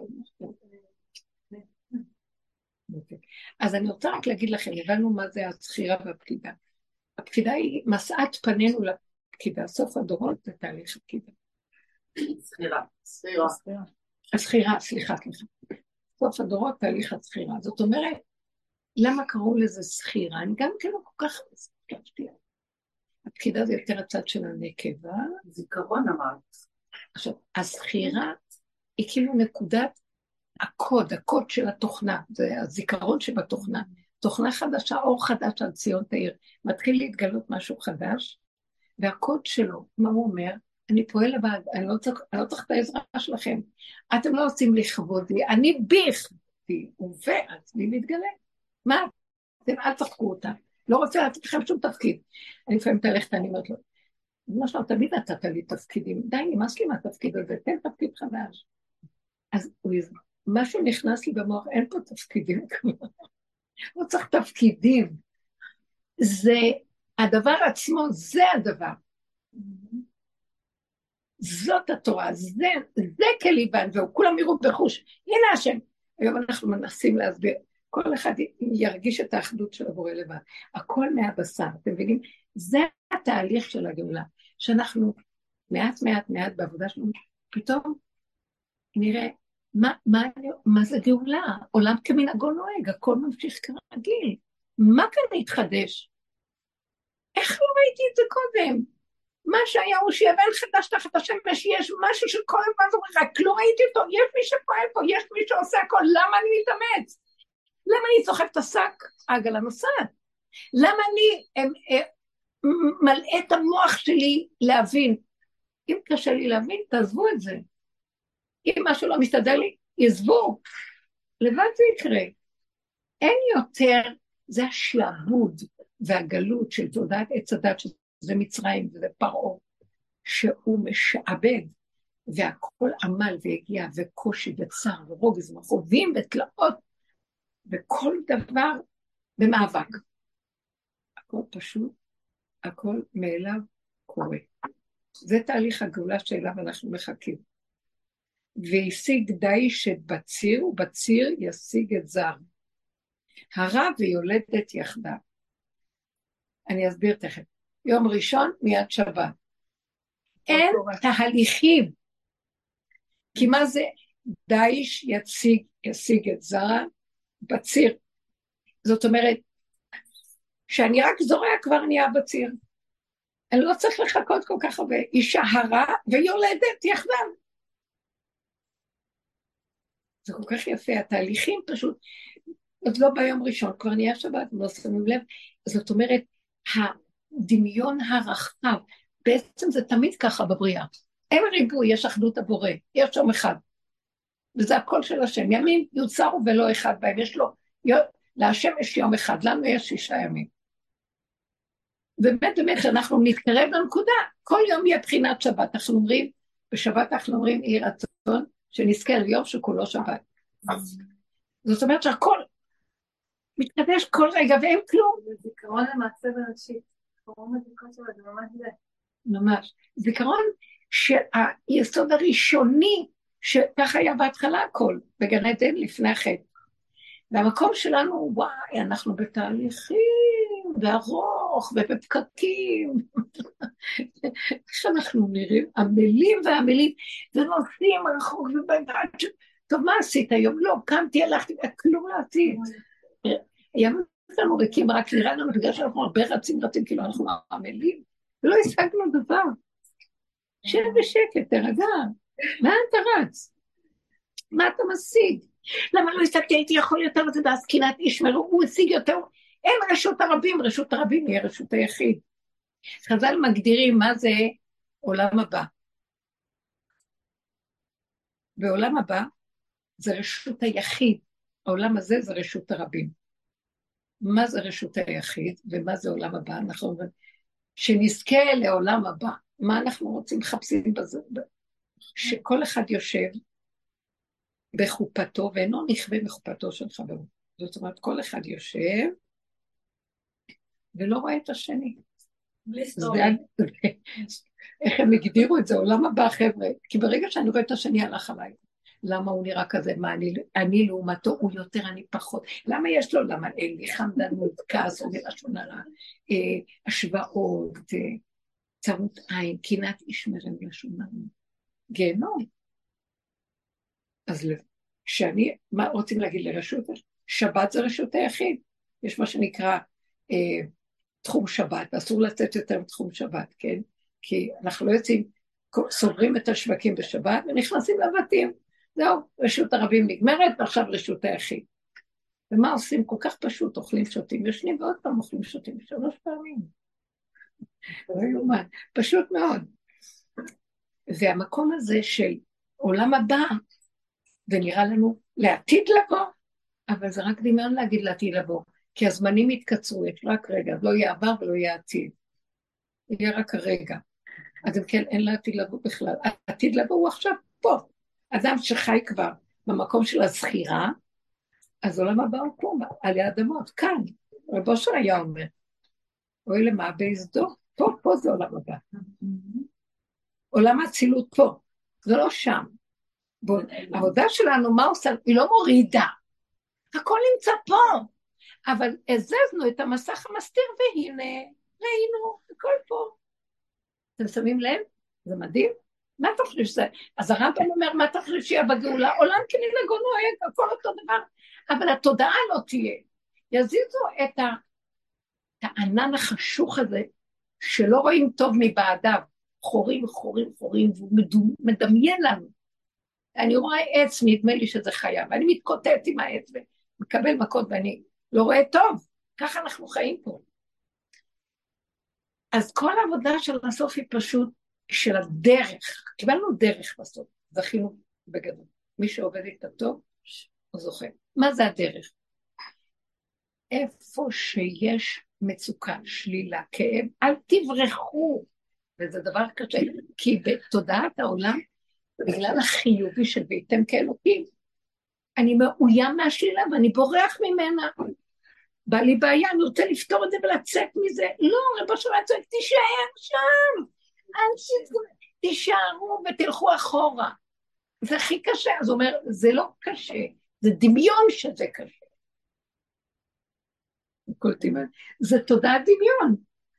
S1: אז אני רוצה רק להגיד לכם, הבנו מה זה הזכירה והפקידה. הפקידה היא מסעת פנינו לפקידה, סוף הדורות זה תהליך הפקידה.
S3: סחירה. סחירה.
S1: הסחירה, סליחה, סליחה. סוף הדורות תהליך הסחירה. זאת אומרת, למה קראו לזה סחירה? אני גם כן לא כל כך מסתכלתי. הפקידה זה יותר הצד של הנקבה.
S3: זיכרון אמרת.
S1: עכשיו, הסחירה היא כאילו נקודת הקוד, הקוד של התוכנה, זה הזיכרון שבתוכנה. תוכנה חדשה, אור חדש על ציון תאיר. מתחיל להתגלות משהו חדש, והקוד שלו, מה הוא אומר? אני פועל לבד, אני לא צריך, אני לא צריך את העזרה שלכם. אתם לא עושים לכבוד לי, אני ביכתי, ובעצמי מתגלה. מה? אתם אל תחקו אותה. לא רוצה לתת לכם שום תפקיד. אני לפעמים תלכת, אני אומרת לו, למשל, תמיד נתת לי תפקידים, די, נמאס לי מהתפקיד הזה, תן תפקיד חדש. אז משהו נכנס לי במוח, אין פה תפקידים כבר. לא צריך תפקידים. זה, הדבר עצמו, זה הדבר. זאת התורה, זה, זה כליבן, והוא כולם יראו בחוש. הנה השם. היום אנחנו מנסים להסביר, כל אחד ירגיש את האחדות של הבורא לבד. הכל מהבשר, אתם מבינים? זה התהליך של הגאולה, שאנחנו מעט מעט מעט בעבודה שלנו, פתאום נראה, מה, מה, מה זה גאולה? עולם כמנהגו נוהג, הכל ממשיך כרגיל. מה כאן התחדש? איך לא ראיתי את זה קודם? מה שהיה הוא שיבל חדש תחת השמש, יש משהו שכל הזמן זוכר, רק לא ראיתי אותו, יש מי שפועל פה, יש מי שעושה הכל, למה אני מתאמץ? למה אני סוחב את השק העגלה נוסעת? למה אני הם, הם, מלא את המוח שלי להבין? אם קשה לי להבין, תעזבו את זה. אם משהו לא מסתדר לי, יעזבו. לבד זה יקרה. אין יותר, זה השעבוד והגלות של תודעת עץ הדת, שזה מצרים וזה פרעה, שהוא משעבד, והכל עמל והגיע, וקושי וצער ורוגז ומכאובים ותלאות, וכל דבר במאבק. הכל פשוט, הכל מאליו קורה. זה תהליך הגאולה שאליו אנחנו מחכים. וישיג דיש את בציר, ובציר ישיג את זר. הרע ויולדת יחדיו. אני אסביר תכף. יום ראשון מיד שבת. אין תהליכים. כי מה זה דיש יציג, ישיג את זר, בציר. זאת אומרת, שאני רק זורע כבר נהיה בציר. אני לא צריך לחכות כל כך הרבה. אישה הרה ויולדת יחדיו. זה כל כך יפה, התהליכים פשוט, עוד לא ביום ראשון, כבר נהיה שבת, לא שמים לב, זאת אומרת, הדמיון הרחב, בעצם זה תמיד ככה בבריאה, אין ריבוי, יש אחדות הבורא, יש יום אחד, וזה הכל של השם, ימים יוצרו ולא אחד בהם, יש לו, להשם יש יום אחד, לנו יש שישה ימים, ובאמת באמת אנחנו נתקרב לנקודה, כל יום יהיה בחינת שבת, אנחנו אומרים, בשבת אנחנו אומרים, יהי רצון, שנזכר ליום שכולו שבת. זאת אומרת שהכל מתקדש כל רגע ואין כלום.
S2: זה זיכרון למעשה בראשית. זיכרון הזיכרון שלו, זה ממש זה.
S1: ממש. זיכרון שהיסוד הראשוני, שככה היה בהתחלה הכל, בגן עדן לפני החטא. והמקום שלנו, וואי, אנחנו בתהליכים, וארוך, ובפקקים. איך אנחנו נראים, עמלים ועמלים, ונוסעים רחוק ובגעת, טוב, מה עשית היום? לא, קמתי, הלכתי, כלום לא עשית. הימים שלנו ריקים, רק נראה לנו, בגלל שאנחנו הרבה רצים רצים, כאילו אנחנו עמלים, ולא השגנו דבר. שב בשקט, תרגע, מה אתה רץ? מה אתה משיג? למה לא השגתי, הייתי יכול יותר לזה בהסכינת ישמרו, הוא השיג יותר, אין רשות הרבים, רשות הרבים היא רשות היחיד. חז"ל מגדירים מה זה עולם הבא. בעולם הבא, זה רשות היחיד. העולם הזה זה רשות הרבים. מה זה רשות היחיד ומה זה עולם הבא? אנחנו אומרים, שנזכה לעולם הבא. מה אנחנו רוצים מחפשים בזה? שכל אחד יושב בחופתו, ואינו נכווה מחופתו של חברו. זאת אומרת, כל אחד יושב ולא רואה את השני.
S3: בלי סטורי.
S1: איך הם הגדירו את זה, עולם הבא, חבר'ה. כי ברגע שאני רואה את השני הלך עליי, למה הוא נראה כזה? מה אני, אני לעומתו, הוא יותר, אני פחות. למה יש לו? למה אין לי חמדנות, כעס, או מלשון הרע, אה, השוואות, אה, צרות עין, קנאת איש מרם לשון הרע. גיהנום. אז כשאני, מה רוצים להגיד לרשות? שבת זה רשות היחיד. יש מה שנקרא אה, תחום שבת, אסור לצאת יותר מתחום שבת, כן? כי אנחנו לא יוצאים, סוגרים את השווקים בשבת ונכנסים לבתים. זהו, רשות הרבים נגמרת, ועכשיו רשות היחיד. ומה עושים? כל כך פשוט, אוכלים, שותים, ישנים, ועוד פעם אוכלים, שותים, שלוש פעמים. לא יאומן, פשוט מאוד. והמקום הזה של עולם הבא, זה נראה לנו לעתיד לבוא, אבל זה רק דמיון להגיד לעתיד לבוא, כי הזמנים יתקצרו, יש רק רגע, לא יהיה עבר ולא יהיה עתיד. יהיה רק הרגע. אז אם כן, אין לעתיד לבוא בכלל. העתיד לבוא הוא עכשיו פה. אדם שחי כבר במקום של הזכירה, אז עולם הבא הוא פה, על האדמות, כאן. רב אושר היה אומר, אוי למה בהסדו, פה, פה זה עולם הבא. עולם האצילות פה, זה לא שם. העבודה שלנו, מה עושה? היא לא מורידה. הכל נמצא פה. אבל הזזנו את המסך המסתיר, והנה, ראינו, הכל פה. אתם שמים לב? זה מדהים. מה אתה חושב שזה? אז הרמב"ם אומר, מה אתה חושב שיהיה בגאולה? עולם כמנהגו נוהג, הכל אותו דבר. אבל התודעה לא תהיה. יזיזו את הענן החשוך הזה, שלא רואים טוב מבעדיו. חורים, חורים, חורים, והוא מדמיין לנו. אני רואה עץ, נדמה לי שזה חיה, ואני מתקוטט עם העץ, ומקבל מכות, ואני לא רואה טוב. ככה אנחנו חיים פה. אז כל העבודה של הסוף היא פשוט של הדרך. קיבלנו דרך בסוף, זכינו בגדול. מי שעובד איתה טוב, הוא זוכה. מה זה הדרך? איפה שיש מצוקה, שלילה, כאב, אל תברחו. וזה דבר קשה, כי בתודעת העולם, בגלל החיובי של ביתם כאלוקים, אני מאוים מהשלילה ואני בורח ממנה. בא לי בעיה, אני רוצה לפתור את זה ולצאת מזה. לא, רבו שלא יצא, תישאר שם. אל תישארו ותלכו אחורה. זה הכי קשה. אז הוא אומר, זה לא קשה, זה דמיון שזה קשה. זה תודעת דמיון.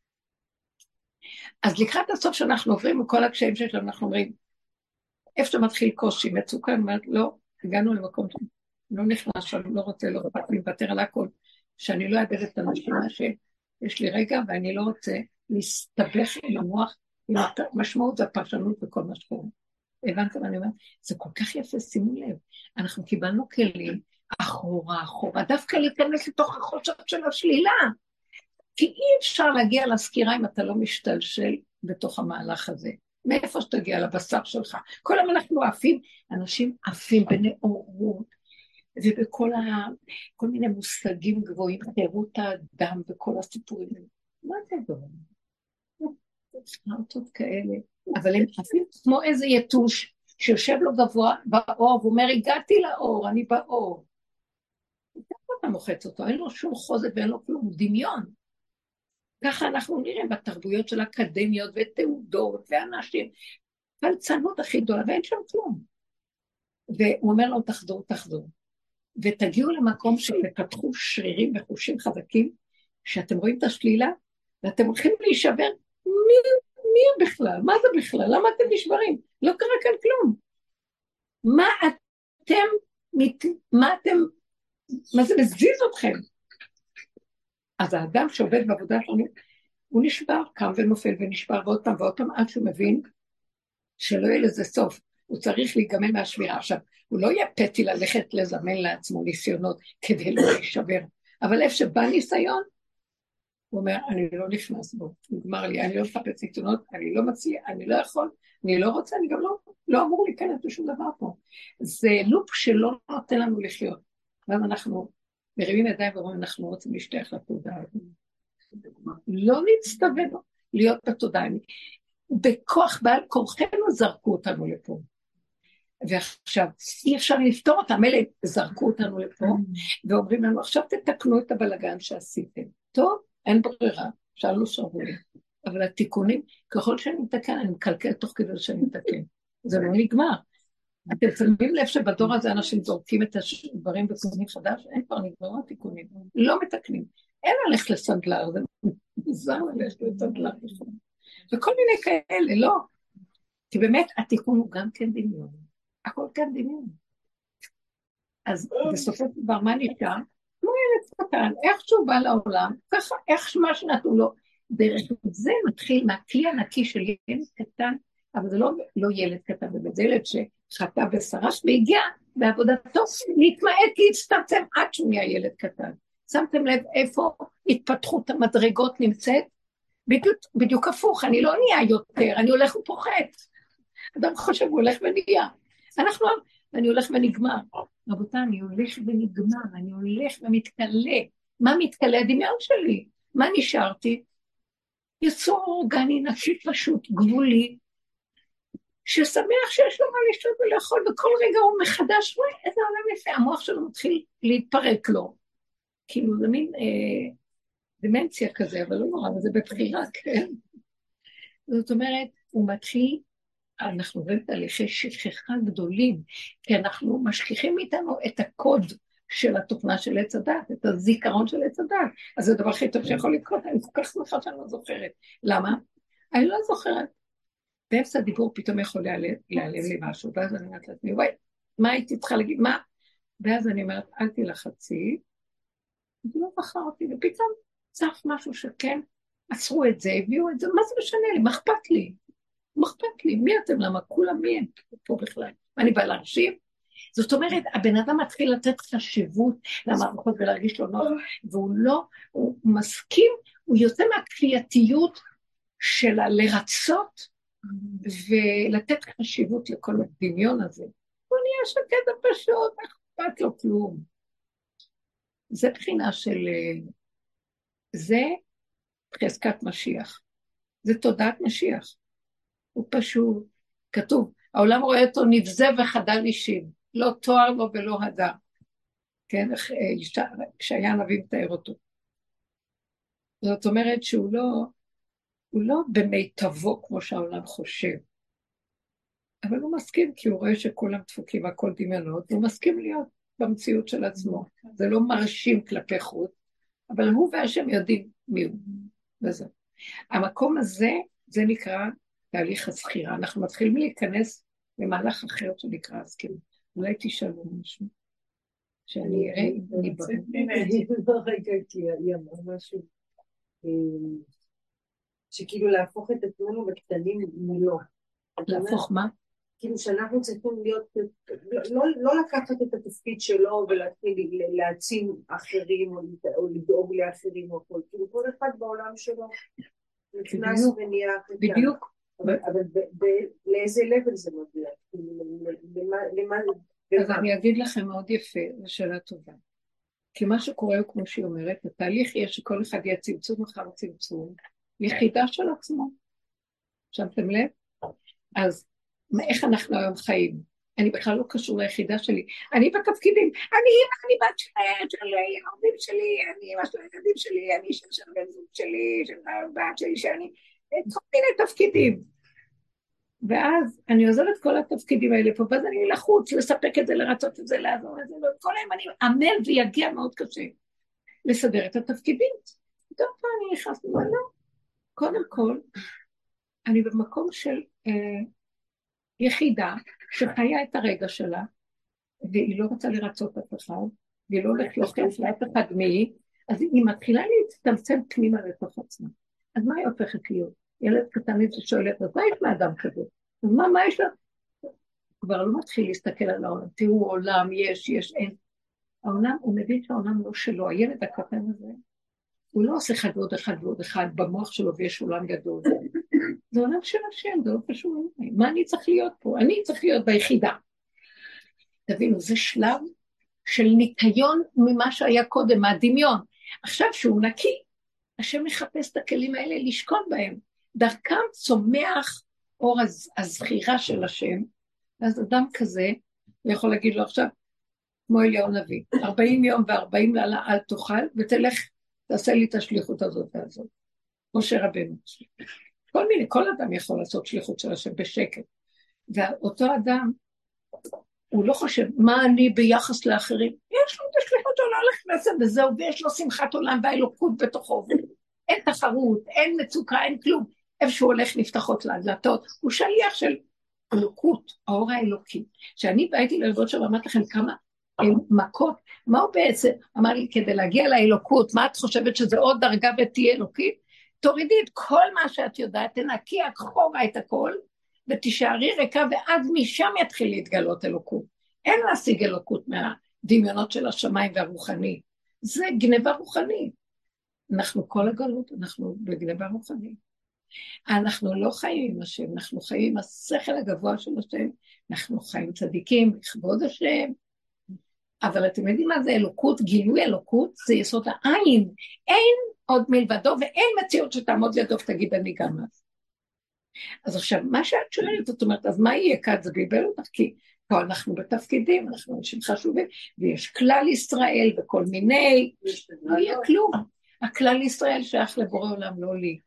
S1: אז לקראת הסוף שאנחנו עוברים, וכל הקשיים שיש לנו, אנחנו אומרים, איפה שמתחיל קושי, מצוקה, אני אומרת, לא, הגענו למקום, לא נכנס שאני לא רוצה, לא רוצה, אני מוותר על הכל, שאני לא אאבד את הנשימה שיש לי רגע, ואני לא רוצה להסתבך עם המוח, עם המשמעות והפרשנות וכל מה שקורה. הבנתם, אני אומרת, זה כל כך יפה, שימו לב, אנחנו קיבלנו כלים, אחורה, אחורה, דווקא להיכנס לתוך החושת של השלילה, כי אי אפשר להגיע לסקירה אם אתה לא משתלשל בתוך המהלך הזה. מאיפה שתגיע לבשר שלך? כל הזמן אנחנו עפים, אנשים עפים בנאורות, ובכל ה... כל מיני מושגים גבוהים, חירות האדם וכל הסיפורים. מה זה גבוה? סמרטות כאלה. אבל הם עפים כמו איזה יתוש, שיושב לו גבוה באור, ואומר, הגעתי לאור, אני באור. איפה אתה מוחץ אותו? אין לו שום חוזק ואין לו כלום, דמיון. ככה אנחנו נראים בתרבויות של אקדמיות ותעודות ואנשים, פלצנות הכי גדולה, ואין שם כלום. והוא אומר לו, תחזור, תחזור. ותגיעו למקום שתפתחו שרירים וחושים חזקים, שאתם רואים את השלילה, ואתם הולכים להישבר, מי, מי בכלל? מה זה בכלל? למה אתם נשברים? לא קרה כאן כלום. מה אתם, מה אתם, מה זה מזיז אתכם? אז האדם שעובד בעבודה שלנו, הוא נשבר, קם ונופל ונשבר ועוד פעם ועוד פעם, עד שהוא מבין שלא יהיה לזה סוף, הוא צריך להיגמל מהשבירה. עכשיו, הוא לא יהיה פתי ללכת לזמן לעצמו ניסיונות כדי לא להישבר, אבל איפה שבא ניסיון, הוא אומר, אני לא נכנס בו, נגמר לי, אני לא מחפש ניסיונות, אני לא מצליח, אני לא יכול, אני לא רוצה, אני גם לא לא אמור להיכנס לשום דבר פה. זה לופ שלא נותן לנו לחיות. ואז אנחנו מרימים ידיים ואומרים, אנחנו רוצים להשתייך לתודעה. לא נצטווינו להיות בתודעה. בכוח בעל כורחנו זרקו אותנו לפה. ועכשיו אי אפשר לפתור אותם, אלה זרקו אותנו לפה, ואומרים לנו, עכשיו תתקנו את הבלגן שעשיתם. טוב, אין ברירה, שאלו שרואים. אבל התיקונים, ככל שאני מתקן, אני מקלקל תוך כדי שאני מתקן. זה לא נגמר. אתם שמים לב שבדור הזה אנשים זורקים את הדברים בקונים חדש, אין כבר נגמרו התיקונים. לא מתקנים. אין ללכת לסנדלר, זה מוזר ללכת לסנדלר. וכל מיני כאלה, לא. כי באמת התיקון הוא גם כן דמיון. הכל כן דמיון. אז בסופו של דבר מה נשאר? כמו ילד קטן, איך שהוא בא לעולם, ככה איך מה שנתנו לו, דרך זה מתחיל מהכלי הנקי של ילד קטן, אבל זה לא, לא ילד קטן, זה ילד שחטא ושרש והגיע בעבודתו, להתמעט להצטמצם עד שהוא נהיה ילד קטן. שמתם לב איפה התפתחות המדרגות נמצאת? בדיוק, בדיוק הפוך, אני לא נהיה יותר, אני הולך ופוחת. אדם חושב, הוא הולך ונהיה. אנחנו, אני הולך ונגמר. רבותיי, אני הולך ונגמר, אני הולך ומתקלה. מה מתקלה? הדמיון שלי. מה נשארתי? יצור אורגני, נפשי פשוט, גבולי, ששמח שיש לו מה לשתות ולאכול, וכל רגע הוא מחדש, וואי, איזה עולם יפה, המוח שלו מתחיל להתפרק לו. כאילו, זה מין אה, דמנציה כזה, אבל לא נורא, זה בבחירה, כן? זאת אומרת, הוא מתחיל, אנחנו רואים תהליכי שכחה גדולים, כי אנחנו משכיחים מאיתנו את הקוד של התוכנה של עץ הדת, את הזיכרון של עץ הדת. אז זה הדבר הכי טוב שיכול לקרות, אני כל כך שמחה שאני לא זוכרת. למה? אני לא זוכרת. באמצע הדיבור פתאום יכול להיעלם לי משהו, ואז אני אומרת לעצמי, וואי, מה הייתי צריכה להגיד? מה? ואז אני אומרת, אל תלחצי, אני לא זכרתי, ופתאום צף משהו שכן, עצרו את זה, הביאו את זה, מה זה משנה לי? מה אכפת לי? מה אכפת לי? מי אתם? למה? כולם מי הם פה בכלל? אני באה להרשים? זאת אומרת, הבן אדם מתחיל לתת חשיבות למערכות ולהרגיש לו נוח, והוא לא, הוא מסכים, הוא יוצא מהכפייתיות של לרצות, ולתת חשיבות לכל הדמיון הזה. הוא נהיה שקט הפשוט, אכפת לו כלום. זה בחינה של, זה חזקת משיח. זה תודעת משיח. הוא פשוט, כתוב, העולם רואה אותו נבזה וחדל אישים, לא תואר לו ולא הדר. כן, כשהיה הנביא מתאר אותו. זאת אומרת שהוא לא, הוא לא במיטבו כמו שהעולם חושב, אבל הוא מסכים כי הוא רואה שכולם דפוקים והכל דמיונות, והוא מסכים להיות במציאות של עצמו. זה לא מרשים כלפי חוץ, אבל הוא והשם יודעים מי הוא. וזה. המקום הזה, זה נקרא תהליך הסחירה. אנחנו מתחילים להיכנס למהלך אחר שנקרא הסקירה. אולי תשאלו משהו, שאני אראה אם אני ברור.
S2: רגע, כי היא אמרה משהו, שכאילו להפוך את עצמנו בקטנים מולו.
S1: להפוך מה?
S2: כאילו שאנחנו צריכים להיות, לא, לא לקחת את התפקיד שלו ולהתחיל להעצים אחרים או לדאוג לאחרים או כל, כאילו כל אחד בעולם שלו נכנס ונהיה אחרי.
S1: בדיוק.
S2: אבל לאיזה לבל זה מגיע? למה?
S1: אז אני אגיד לכם מאוד יפה, זו שאלה טובה. כי מה שקורה הוא כמו שהיא אומרת, התהליך יהיה שכל אחד יהיה צמצום אחר צמצום, יחידה של עצמו. שמתם לב? אז איך אנחנו היום חיים? אני בכלל לא קשור ליחידה שלי. אני בתפקידים, אני אמא, אני בת שלי, העובדים שלי, אני אמא של הילדים שלי, אני של בן זוג שלי, של הבת שלי, שאני... כל מיני תפקידים. ואז אני עוזרת כל התפקידים האלה פה, ואז אני לחוץ, לספק את זה, לרצות את זה, לעזור את זה, וכל היום אני עמל ויגיע מאוד קשה לסדר את התפקידים. טוב, אני נכנס למעלה. קודם כל, אני במקום של אה, יחידה שחיה את הרגע שלה, והיא לא רוצה לרצות את אחד, והיא לא הולכת להוכיח לה את אחד מי, אז היא מתחילה להצטמצם פנימה לתוך עצמה. אז מה היא הופכת להיות? ילד קטן לי שואלת, אז מה יש לאדם כזה? אז מה, מה יש לה? כבר לא מתחיל להסתכל על העולם, תראו עולם, יש, יש, אין. העולם, הוא מבין שהעולם לא שלו, הילד הקטן הזה, הוא לא עושה אחד ועוד אחד ועוד אחד במוח שלו ויש עולם גדול. זה עולם של השם, זה לא קשור אליי. מה אני צריך להיות פה? אני צריך להיות ביחידה. תבינו, זה שלב של ניקיון ממה שהיה קודם, מהדמיון. עכשיו שהוא נקי, השם מחפש את הכלים האלה לשכון בהם. דרכם צומח אור הז, הזכירה של השם, ואז אדם כזה, הוא יכול להגיד לו עכשיו, כמו אליהו נביא, ארבעים יום וארבעים לילה אל תאכל, ותלך, תעשה לי את השליחות הזאת והזאת. משה רבנו. כל מיני, כל אדם יכול לעשות שליחות של השם בשקט. ואותו אדם, הוא לא חושב, מה אני ביחס לאחרים? יש לו את השליחות שלו לכנסת וזהו, ויש לו שמחת עולם והאלוקות בתוכו. אין תחרות, אין מצוקה, אין כלום. איפה שהוא הולך נפתחות לדלתות, הוא שליח של אלוקות, האור האלוקי. שאני הייתי ללבוד שם, אמרת לכם כמה מכות, מה הוא בעצם? אמר לי, כדי להגיע לאלוקות, מה את חושבת שזה עוד דרגה ותהיה אלוקית? תורידי את כל מה שאת יודעת, תנקי אחורה את הכל, ותישארי ריקה, ואז משם יתחיל להתגלות אלוקות. אין להשיג אלוקות מהדמיונות של השמיים והרוחני. זה גניבה רוחנית. אנחנו כל הגלות, אנחנו בגניבה רוחנית. אנחנו לא חיים עם השם, אנחנו חיים עם השכל הגבוה של השם, אנחנו חיים צדיקים, לכבוד השם, אבל אתם יודעים מה זה אלוקות, גילוי אלוקות, זה יסוד העין, אין עוד מלבדו, ואין מציאות שתעמוד לידו ותגיד אני גם אז. אז עכשיו, מה שאת שואלת, זאת אומרת, אז מה יהיה כאן? זה ביבל אותך, כי פה אנחנו בתפקידים, אנחנו אנשים חשובים, ויש כלל ישראל וכל מיני, לא יהיה כלום. הכלל ישראל שייך לבורא עולם, לא לי.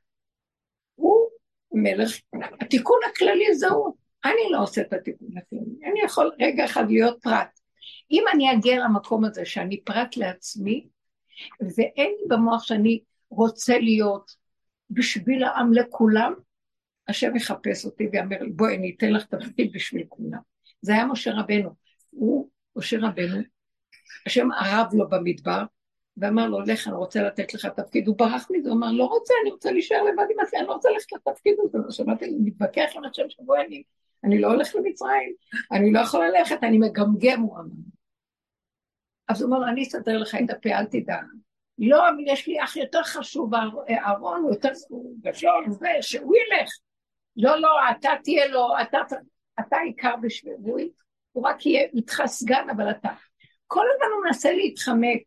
S1: הוא מלך, התיקון הכללי זהו, אני לא עושה את התיקון הכללי, אני יכול רגע אחד להיות פרט. אם אני אגיע למקום הזה שאני פרט לעצמי, ואין לי במוח שאני רוצה להיות בשביל העם לכולם, השם יחפש אותי ואומר לי, בואי אני אתן לך תפקיד בשביל כולם. זה היה משה רבנו, הוא, משה רבנו, השם ערב לו במדבר, ואמר לו, לך, אני רוצה לתת לך תפקיד, הוא ברח מזה, הוא אמר, לא רוצה, אני רוצה להישאר לבד עם עצמי, אני לא רוצה ללכת לתפקיד הזה, שמעתי, אני מתווכח עם השם שבוע, אני, אני לא הולך למצרים, אני לא יכול ללכת, אני מגמגם, הוא אמר. אז הוא אמר, אני אסתדר לך את הפה, אל תדע. לא, אבל יש לי אח יותר חשוב, אהרון, הוא יותר גשון, זה, שהוא ילך. לא, לא, אתה תהיה לו, אתה, אתה עיקר בשביל, הוא רק יהיה איתך סגן, אבל אתה. כל הזמן הוא מנסה להתחמק,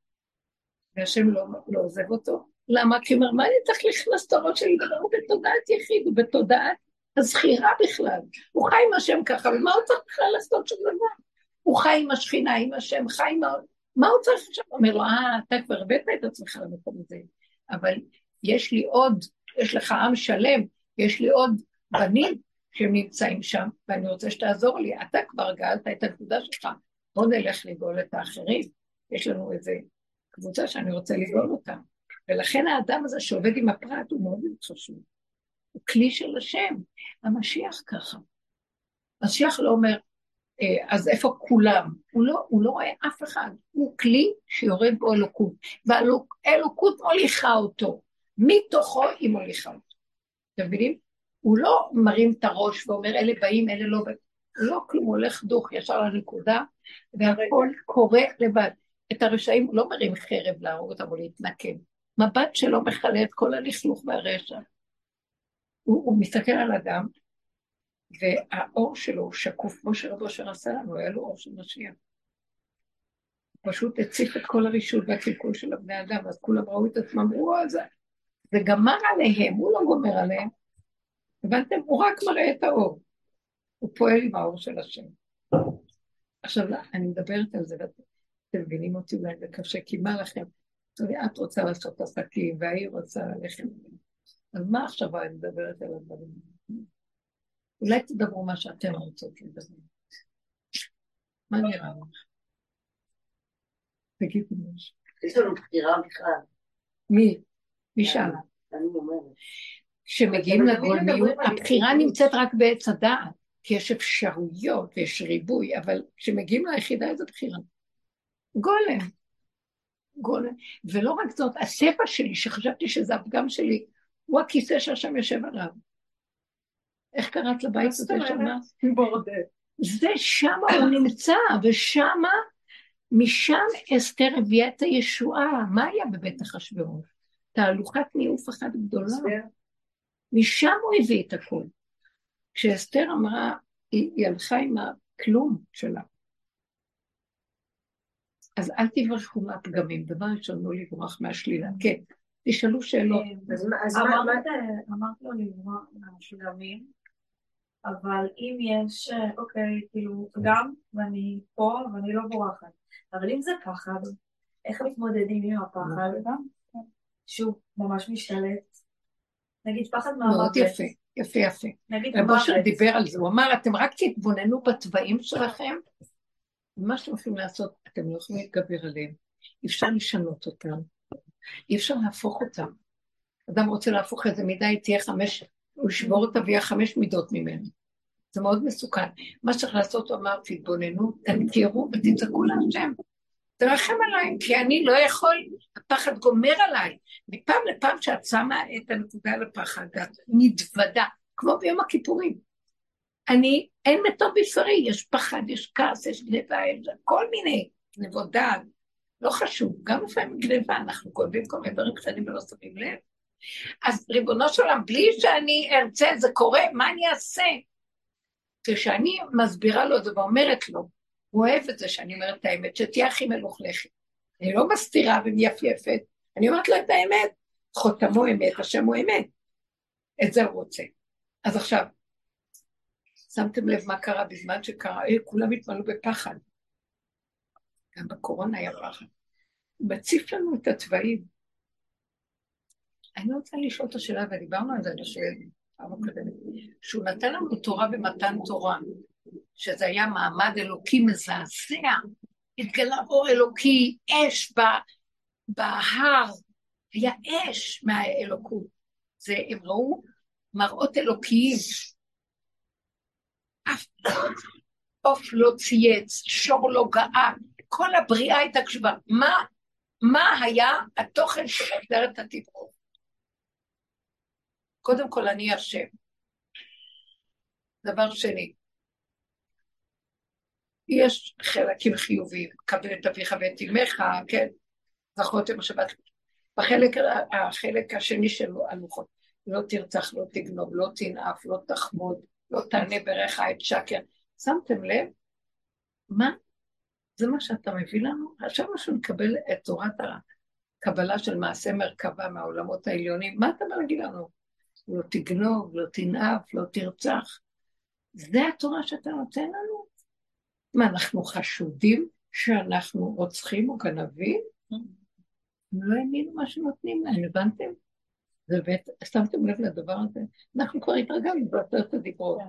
S1: והשם לא, לא עוזב אותו. למה? כי הוא אומר, מה אני צריך לכנס את הראש שלי? הוא בתודעת יחיד, הוא בתודעת הזכירה בכלל. הוא חי עם השם ככה, ומה הוא צריך בכלל לעשות שום דבר? הוא חי עם השכינה, עם השם, חי עם... מה הוא צריך עכשיו? הוא אומר לו, אה, אתה כבר הבאת את עצמך למקום הזה, אבל יש לי עוד, יש לך עם שלם, יש לי עוד בנים שהם נמצאים שם, ואני רוצה שתעזור לי, אתה כבר גאלת את הנקודה שלך, בוא נלך לגאול את האחרים, יש לנו איזה קבוצה שאני רוצה לגאול אותם, ולכן האדם הזה שעובד עם הפרט הוא מאוד חשוב, הוא כלי של השם, המשיח ככה, המשיח לא אומר, אז איפה כולם? הוא לא, הוא לא רואה אף אחד, הוא כלי שיורד בו אלוקות, והאלוקות מוליכה אותו, מתוכו היא מוליכה אותו. אתם מבינים? הוא לא מרים את הראש ואומר אלה באים, אלה לא באים, לא כלום, הוא הולך דוך ישר לנקודה, והכל קורה לבד. את הרשעים הוא לא מרים חרב להרוג אותם או להתנקם, מבט שלו מכלה את כל הלכלוך והרשע. הוא, הוא מסתכל על אדם, והאור שלו הוא שקוף, כמו שרבו אשר עשה לנו, היה לו אור של משיח. הוא פשוט הציף את כל הרישות והקלקול של הבני אדם, אז כולם ראו את עצמם, אמרו על זה. זה גמר עליהם, הוא לא גומר עליהם. הבנתם? הוא רק מראה את האור. הוא פועל עם האור של השם. עכשיו, אני מדברת על זה, ואתם מבינים אותי אולי בקשה, כי מה לכם? את רוצה לעשות עסקים, והיא רוצה ללכת. אז מה עכשיו אני מדברת על הדברים? אולי תדברו מה שאתם רוצות לדבר. מה נראה לך? תגידו משהו.
S3: יש לנו בחירה בכלל.
S1: מי? מי שם?
S3: אני אומרת.
S1: כשמגיעים לגולמיות, הבחירה נמצאת רק בעץ הדעת, כי יש אפשרויות ויש ריבוי, אבל כשמגיעים ליחידה איזו בחירה? גולם. גולם. ולא רק זאת, הספר שלי, שחשבתי שזה הפגם שלי, הוא הכיסא שהשם יושב עליו. איך קראת לבית הזה שמה?
S2: בורדל.
S1: זה שם הוא נמצא, ושם, משם אסתר הביאה את הישועה. מה היה בבית אחשוורוש? תהלוכת ניאוף אחת גדולה. משם הוא הביא את הכל. כשאסתר אמרה, היא, היא הלכה עם הכלום שלה. אז אל תברחו מהפגמים, דבר ראשון לא לברוח מהשלילה. כן, תשאלו שאלות.
S4: אמרת לו לברוח מהשלבים, אבל אם יש, אוקיי, כאילו, גם, ואני פה, ואני לא בורחת. אבל אם זה פחד, איך מתמודדים עם הפחד? שהוא ממש משתלט. נגיד פחד מהמוות.
S1: מאוד יפה, יפה, יפה. רב אושר דיבר על זה, הוא אמר, אתם רק תתבוננו בטבעים שלכם, ומה שאתם יכולים לעשות, אתם לא יכולים להתגבר עליהם. אפשר לשנות אותם, אי אפשר להפוך אותם. אדם רוצה להפוך איזה מידה, היא תהיה חמש, הוא ישבור אותה ויהיה חמש מידות ממנו. זה מאוד מסוכן. מה שצריך לעשות, הוא אמר, תתבוננו, תנקירו ותצעקו להשם. תרחם עליי, כי אני לא יכול, הפחד גומר עליי. מפעם לפעם שאת שמה את הנקודה לפחד, את מתוודה, כמו ביום הכיפורים. אני, אין מתום בשרי, יש פחד, יש כעס, יש גניבה, יש כל מיני גניבות דעת. לא חשוב, גם לפעמים גניבה, אנחנו כותבים כל מיני דברים קטנים ולא שמים לב. אז ריבונו של עולם, בלי שאני ארצה, זה קורה, מה אני אעשה? כשאני מסבירה לו את זה ואומרת לו, הוא אוהב את זה שאני אומרת את האמת, שתהיה הכי מלוכלכת. אני לא מסתירה ומייפייפת, אני אומרת לו את האמת, חותמו אמת, השם הוא אמת. את זה הוא רוצה. אז עכשיו, שמתם לב מה קרה בזמן שקרה, אה, כולם התמלאו בפחד. גם בקורונה היה פחד. הוא מציף לנו את הצבעים. אני רוצה לשאול את השאלה, ודיברנו על זה, אני חושבת, שהוא נתן לנו תורה במתן תורה, שזה היה מעמד אלוקי מזעזע, התגלה אור אלוקי, אש בהר, היה אש מהאלוקות. זה, הם ראו מראות אלוקיים. אף אוף לא צייץ, שור לא גאה, כל הבריאה הייתה קשובה. מה, מה היה התוכן של הגדרת התיאור? קודם כל אני השם. דבר שני, יש חלקים חיוביים, קבל את אביך ואת אמך, כן, זכרותם השבת. בחלק, החלק השני שלו, הלוחות, לא תרצח, לא תגנוב, לא תנאף, לא תחמוד, לא תענה ברך את שקר. שמתם לב? מה? זה מה שאתה מביא לנו? עכשיו משהו נקבל את תורת הקבלה של מעשה מרכבה מהעולמות העליונים. מה אתה מרגיל לנו? לא תגנוב, לא תנאף, לא תרצח. זה התורה שאתה נותן לנו? מה, אנחנו חשודים שאנחנו רוצחים או גנבים? הם לא האמינו מה שנותנים להם, הבנתם? זה בית, שמתם לב לדבר הזה? אנחנו כבר התרגלנו בעצרת הדיברות.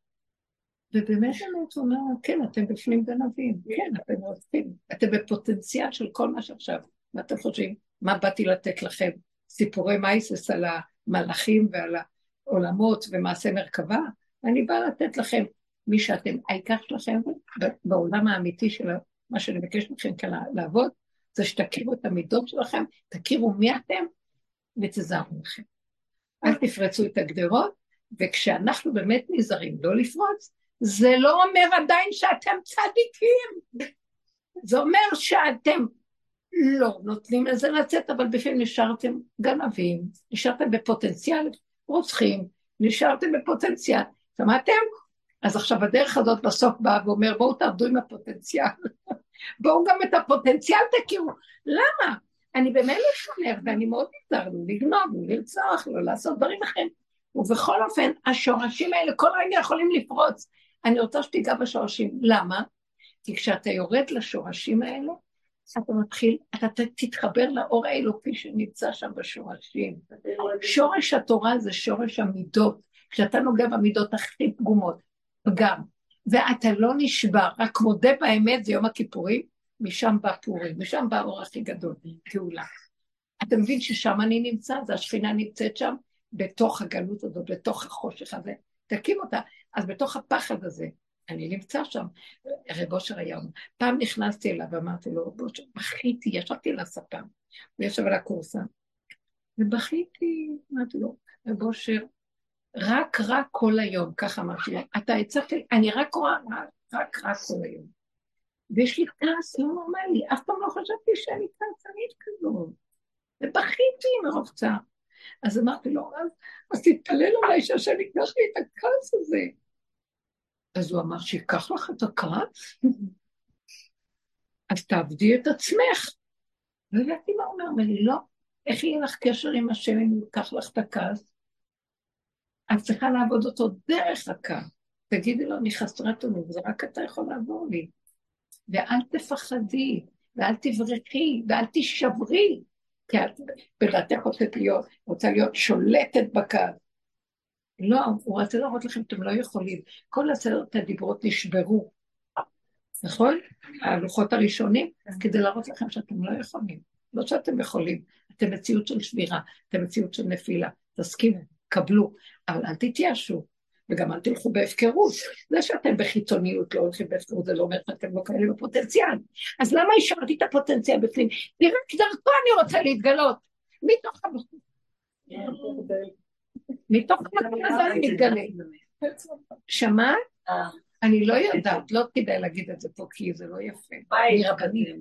S1: ובאמת באמת הוא אומר, כן, אתם בפנים גנבים, כן, אתם רוצים, אתם בפוטנציאל של כל מה שעכשיו. מה אתם חושבים? מה באתי לתת לכם? סיפורי מייסס על המלאכים ועל העולמות ומעשה מרכבה? אני באה לתת לכם מי שאתם, העיקר שלכם בעולם האמיתי של מה שאני מבקש מכם כאן לעבוד, זה שתכירו את המידות שלכם, תכירו מי אתם ותזהרו לכם. אל תפרצו את הגדרות, וכשאנחנו באמת נזהרים לא לפרוץ, זה לא אומר עדיין שאתם צדיקים. זה אומר שאתם לא נותנים לזה לצאת, אבל בפנים נשארתם גנבים, נשארתם בפוטנציאל רוצחים, נשארתם בפוטנציאל. שמעתם? אז עכשיו הדרך הזאת בסוף באה ואומר, בואו תעבדו עם הפוטנציאל. בואו גם את הפוטנציאל תכירו. למה? אני באמת לא שומר, ואני מאוד נזהר לו, לגנוב, לרצוח, לא לעשות דברים אחרים. ובכל אופן, השורשים האלה כל רגע יכולים לפרוץ. אני רוצה שתיגע בשורשים. למה? כי כשאתה יורד לשורשים האלה, אתה מתחיל, אתה תתחבר לאור האלוקי שנמצא שם בשורשים. שורש התורה זה שורש המידות. כשאתה נוגע במידות הכי פגומות, פגם, ואתה לא נשבר, רק מודה באמת, זה יום הכיפורים, משם בא פורים, משם בא האור הכי גדול, גאולה. אתה מבין ששם אני נמצא, זה השכינה נמצאת שם, בתוך הגלות הזאת, בתוך החושך הזה, תקים אותה, אז בתוך הפחד הזה, אני נמצא שם, רב אושר היה, פעם נכנסתי אליו ואמרתי לו, רב אושר, בכיתי, ישבתי לספה, הוא ישב על הקורסה, ובכיתי, אמרתי לו, רב אושר, רק רק כל היום, ככה אמרתי לו, אתה הצעת לי, אני רק רואה, רק רק כל היום, ויש לי כעס לא נורמלי, אף פעם לא חשבתי שאני כעסנית כזו, ובכיתי מרוב צער, אז אמרתי לו, אז, אז תתפלל אולי שהשם ייקח לי את הכעס הזה. אז הוא אמר שיקח לך את הכעס, אז תעבדי את עצמך. לא ידעתי מה הוא אומר, אמר לי, לא, איך יהיה לך קשר עם השם אם ייקח לך את הכעס? את צריכה לעבוד אותו דרך הכעס. תגידי לו, אני חסרת אונים, זה רק אתה יכול לעבור לי. ואל תפחדי, ואל תברחי, ואל תשברי, כי את בדעתך רוצה להיות, רוצה להיות שולטת בכעס. לא, הוא רוצה להראות לכם, אתם לא יכולים. כל עשרת הדיברות נשברו, נכון? הלוחות הראשונים, כדי להראות לכם שאתם לא יכולים. לא שאתם יכולים, אתם מציאות של שבירה, אתם מציאות של נפילה. תסכימו, קבלו, אבל אל תתייאשו, וגם אל תלכו בהפקרות. זה שאתם בחיצוניות לא הולכים בהפקרות, זה לא אומר שאתם לא כאלה בפוטנציאל. אז למה השארתי את הפוטנציאל בפנים? תראה, דרכו אני רוצה להתגלות. מתוך המקום. מתוך המקום הזה אני מתגלה. שמעת? אני לא יודעת, לא כדאי להגיד את זה פה, כי זה לא יפה. אני רבנית.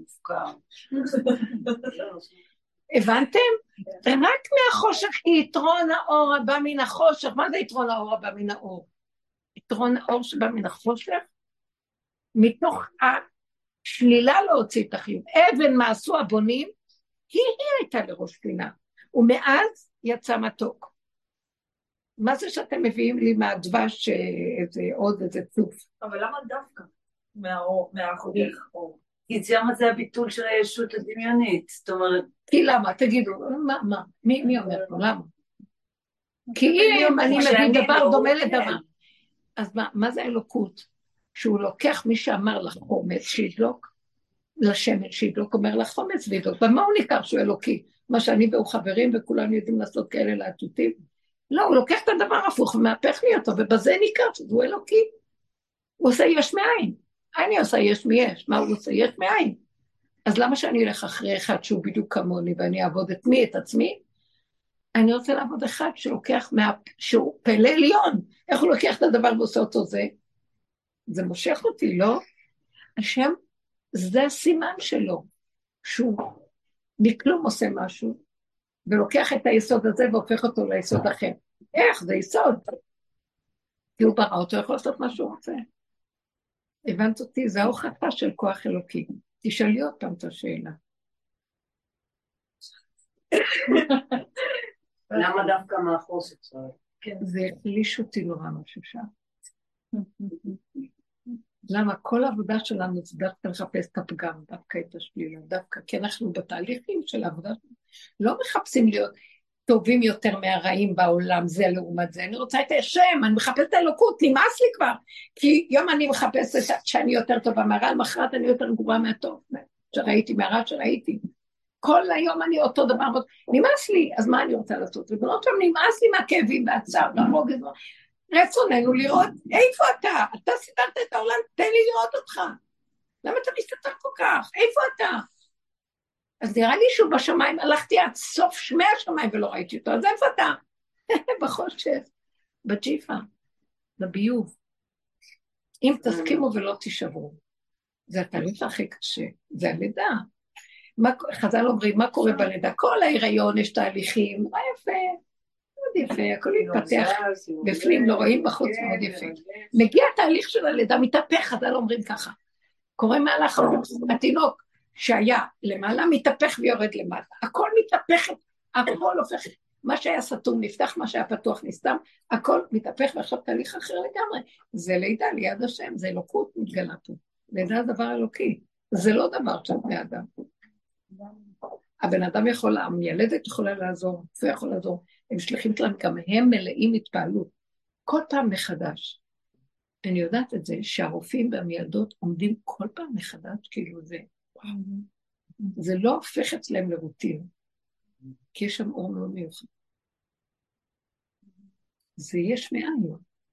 S1: הבנתם? רק מהחושך יתרון האור הבא מן החושך. מה זה יתרון האור הבא מן האור? יתרון האור שבא מן החושך? מתוך השלילה להוציא את החיוב. אבן מה עשו הבונים, היא היא הייתה לראש פינה. ומאז יצא מתוק. מה זה שאתם מביאים לי מהדבש איזה עוד איזה צוף?
S4: אבל למה דווקא מהחודך אור?
S3: כי שם זה הביטול של הישות הדמיונית, זאת אומרת...
S1: כי למה? תגידו, מה, מה? מי, מי אומר פה? למה? כי אם אני מביא דבר דומה לדבר. אז מה, מה זה אלוקות? שהוא לוקח מי שאמר לך חומץ שידלוק, לשמן שידלוק, אומר לך חומץ וידלוק. ומה הוא ניכר שהוא אלוקי? מה שאני והוא חברים וכולנו יודעים לעשות כאלה להטוטים? לא, הוא לוקח את הדבר הפוך ומהפך לי אותו, ובזה ניכר שהוא אלוקי. הוא עושה יש מאין. אני עושה יש מיש, מה הוא עושה? יש מאין. אז למה שאני אלך אחרי אחד שהוא בדיוק כמוני, ואני אעבוד את מי? את עצמי? אני רוצה לעבוד אחד שלוקח, מה... שהוא פלא עליון. איך הוא לוקח את הדבר ועושה אותו זה? זה מושך אותי, לא? השם, זה הסימן שלו, שהוא מכלום עושה משהו, ולוקח את היסוד הזה והופך אותו ליסוד אחר. איך? זה יסוד. כי הוא ברא אותו, יכול לעשות מה שהוא רוצה. הבנת אותי? זה ההוכחה של כוח אלוקי. תשאלי אותם את השאלה.
S3: למה דווקא מהחושך?
S1: זה החליש אותי נורא מה ששם. למה? כל העבודה שלנו זה דווקא לחפש את הפגם, דווקא את השלילה, דווקא, כי אנחנו בתהליכים של העבודה שלנו, לא מחפשים להיות טובים יותר מהרעים בעולם, זה לעומת זה, אני רוצה את השם, אני מחפש את האלוקות, נמאס לי כבר, כי יום אני מחפשת שאני יותר טובה מהרע, למחרת אני יותר גרועה מהטוב, שראיתי, מהרע שראיתי, כל היום אני אותו דבר, נמאס לי, אז מה אני רוצה לעשות? ובנות שם נמאס לי מהכאבים והצער, והרוגז, רצוננו לראות, איפה אתה? אתה סידרת את העולם, תן לי לראות אותך. למה אתה מסתתר כל כך? איפה אתה? אז נראה לי שהוא בשמיים, הלכתי עד סוף שמי השמיים ולא ראיתי אותו, אז איפה אתה? בחושך, בג'יפה, בביוב. אם תסכימו ולא תשברו, זה התהליך הכי קשה, זה הלידה. מה, חז"ל אומרים, מה קורה בלידה? כל ההיריון יש תהליכים, מה יפה. מאוד יפה, הכל מתפתח, בפנים לא רואים בחוץ מאוד יפה. מגיע התהליך של הלידה, מתהפך, אז לא אומרים ככה. קורה מהלך התינוק שהיה למעלה, מתהפך ויורד למטה. הכל מתהפך, הכל הופך, מה שהיה סתום נפתח, מה שהיה פתוח נסתם, הכל מתהפך, ועכשיו תהליך אחר לגמרי. זה לידה ליד השם, זה אלוקות מתגלה פה. לידה זה דבר אלוקי, זה לא דבר של בני אדם. הבן אדם יכול, המילדת יכולה לעזור, הוא יכול לעזור, הם שליחים שלהם, גם הם מלאים התפעלות. כל פעם מחדש. אני יודעת את זה, שהרופאים והמילדות עומדים כל פעם מחדש, כאילו זה, זה לא הופך אצלם לרוטין, כי יש שם אור מאוד מיוחד. זה יש מאין.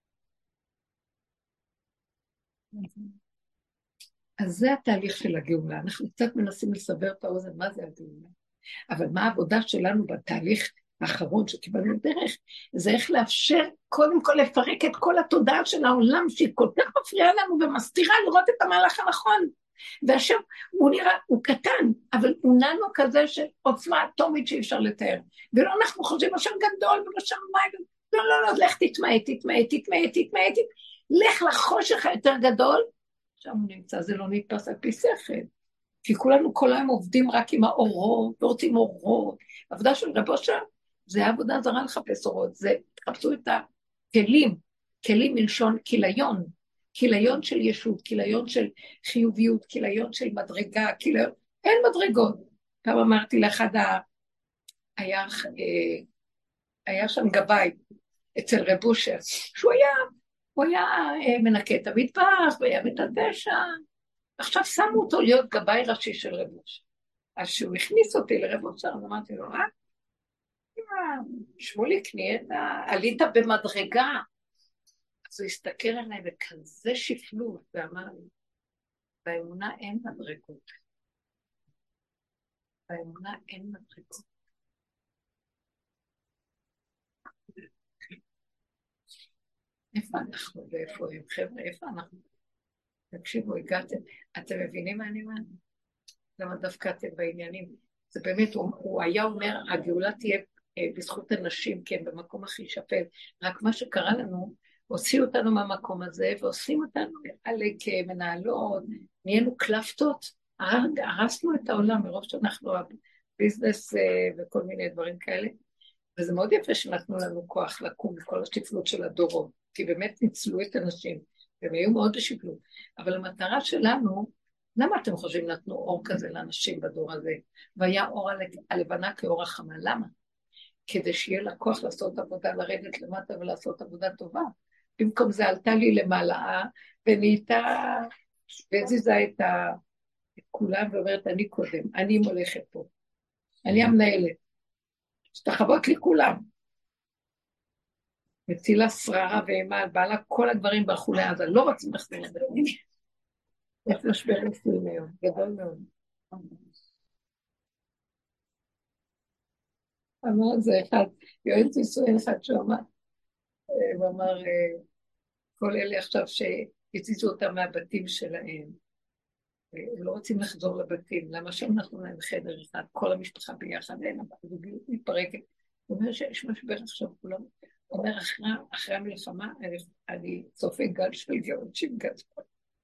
S1: אז זה התהליך של הגאולה. אנחנו קצת מנסים לסבר את האוזן, מה זה הגאולה? אבל מה העבודה שלנו בתהליך האחרון שקיבלנו דרך? זה איך לאפשר, קודם כל לפרק את כל התודעה של העולם, שהיא כל כך מפריעה לנו ומסתירה לראות את המהלך הנכון. והשם, הוא נראה, הוא קטן, אבל הוא ננו כזה של עוצמה אטומית שאי אפשר לתאר. ולא אנחנו חושבים, השם גדול ובשמיים, לא, לא, לא, לך תתמעט, תתמעט, תתמעט, תתמעט, לך לחושך היותר גדול, שם הוא נמצא, זה לא נתפס על פי שכל. כי כולנו כל היום עובדים רק עם האורות, ורוצים אורות. העבודה של רב אושר, זה עבודה זרה לחפש אורות, זה, תחפשו את הכלים, כלים מלשון כיליון, כיליון של ישות, כיליון של חיוביות, כיליון של מדרגה, כיליון, אין מדרגות. פעם אמרתי לאחד ה... היה, אה, היה שם גבאי אצל רב אושר, שהוא היה, הוא היה אה, מנקה את המטבח, והיה מתעדש שם, עכשיו שמו אותו להיות גבאי ראשי של רב אושר. אז שהוא הכניס אותי לרב אושר, אז אמרתי לו, אה? שמוליק, נהיית, עלית במדרגה. אז הוא הסתכל עליי בכזה שפלות, ואמר לי, באמונה אין מדרגות. באמונה אין מדרגות. איפה אנחנו ואיפה הם? חבר'ה, איפה אנחנו? תקשיבו, הגעתם, אתם מבינים מה אני אומר? למה דווקא אתם בעניינים? זה באמת, הוא, הוא היה אומר, הגאולה תהיה אה, בזכות הנשים, כן, במקום הכי שפל. רק מה שקרה לנו, הוציאו אותנו מהמקום הזה, ועושים אותנו עלי כמנהלות, נהיינו קלפטות, הרסנו את העולם, מרוב שאנחנו הביזנס אה, וכל מיני דברים כאלה, וזה מאוד יפה שנתנו לנו כוח לקום בכל השפלות של הדורות, כי באמת ניצלו את הנשים, והם היו מאוד בשפלות, אבל המטרה שלנו, למה אתם חושבים נתנו אור כזה לאנשים בדור הזה? והיה אור הלבנה כאור החמה, למה? כדי שיהיה לה כוח לעשות עבודה, לרדת למטה ולעשות עבודה טובה. במקום זה עלתה לי למעלה, ונהייתה, והזיזה את ה... את כולם, ואומרת, אני קודם, אני מולכת פה, אני המנהלת, שתחוות לי כולם. מצילה שררה ואימה על בעלה, כל הדברים ברחו לעזה, לא רוצים לחזור לזה. יש משבר נישואים היום, גדול מאוד. אמר זה אחד, יועץ נישואין אחד שאומר, הוא אמר, כל אלה עכשיו שהציזו אותם מהבתים שלהם, הם לא רוצים לחזור לבתים, למה שם אנחנו להם חדר אחד, כל המשפחה ביחד, אין, הזוגיות מתפרקת. הוא אומר שיש משבר עכשיו, הוא אומר, אחרי, אחרי המלחמה, אני, אני צופה גל של גירושים גדול.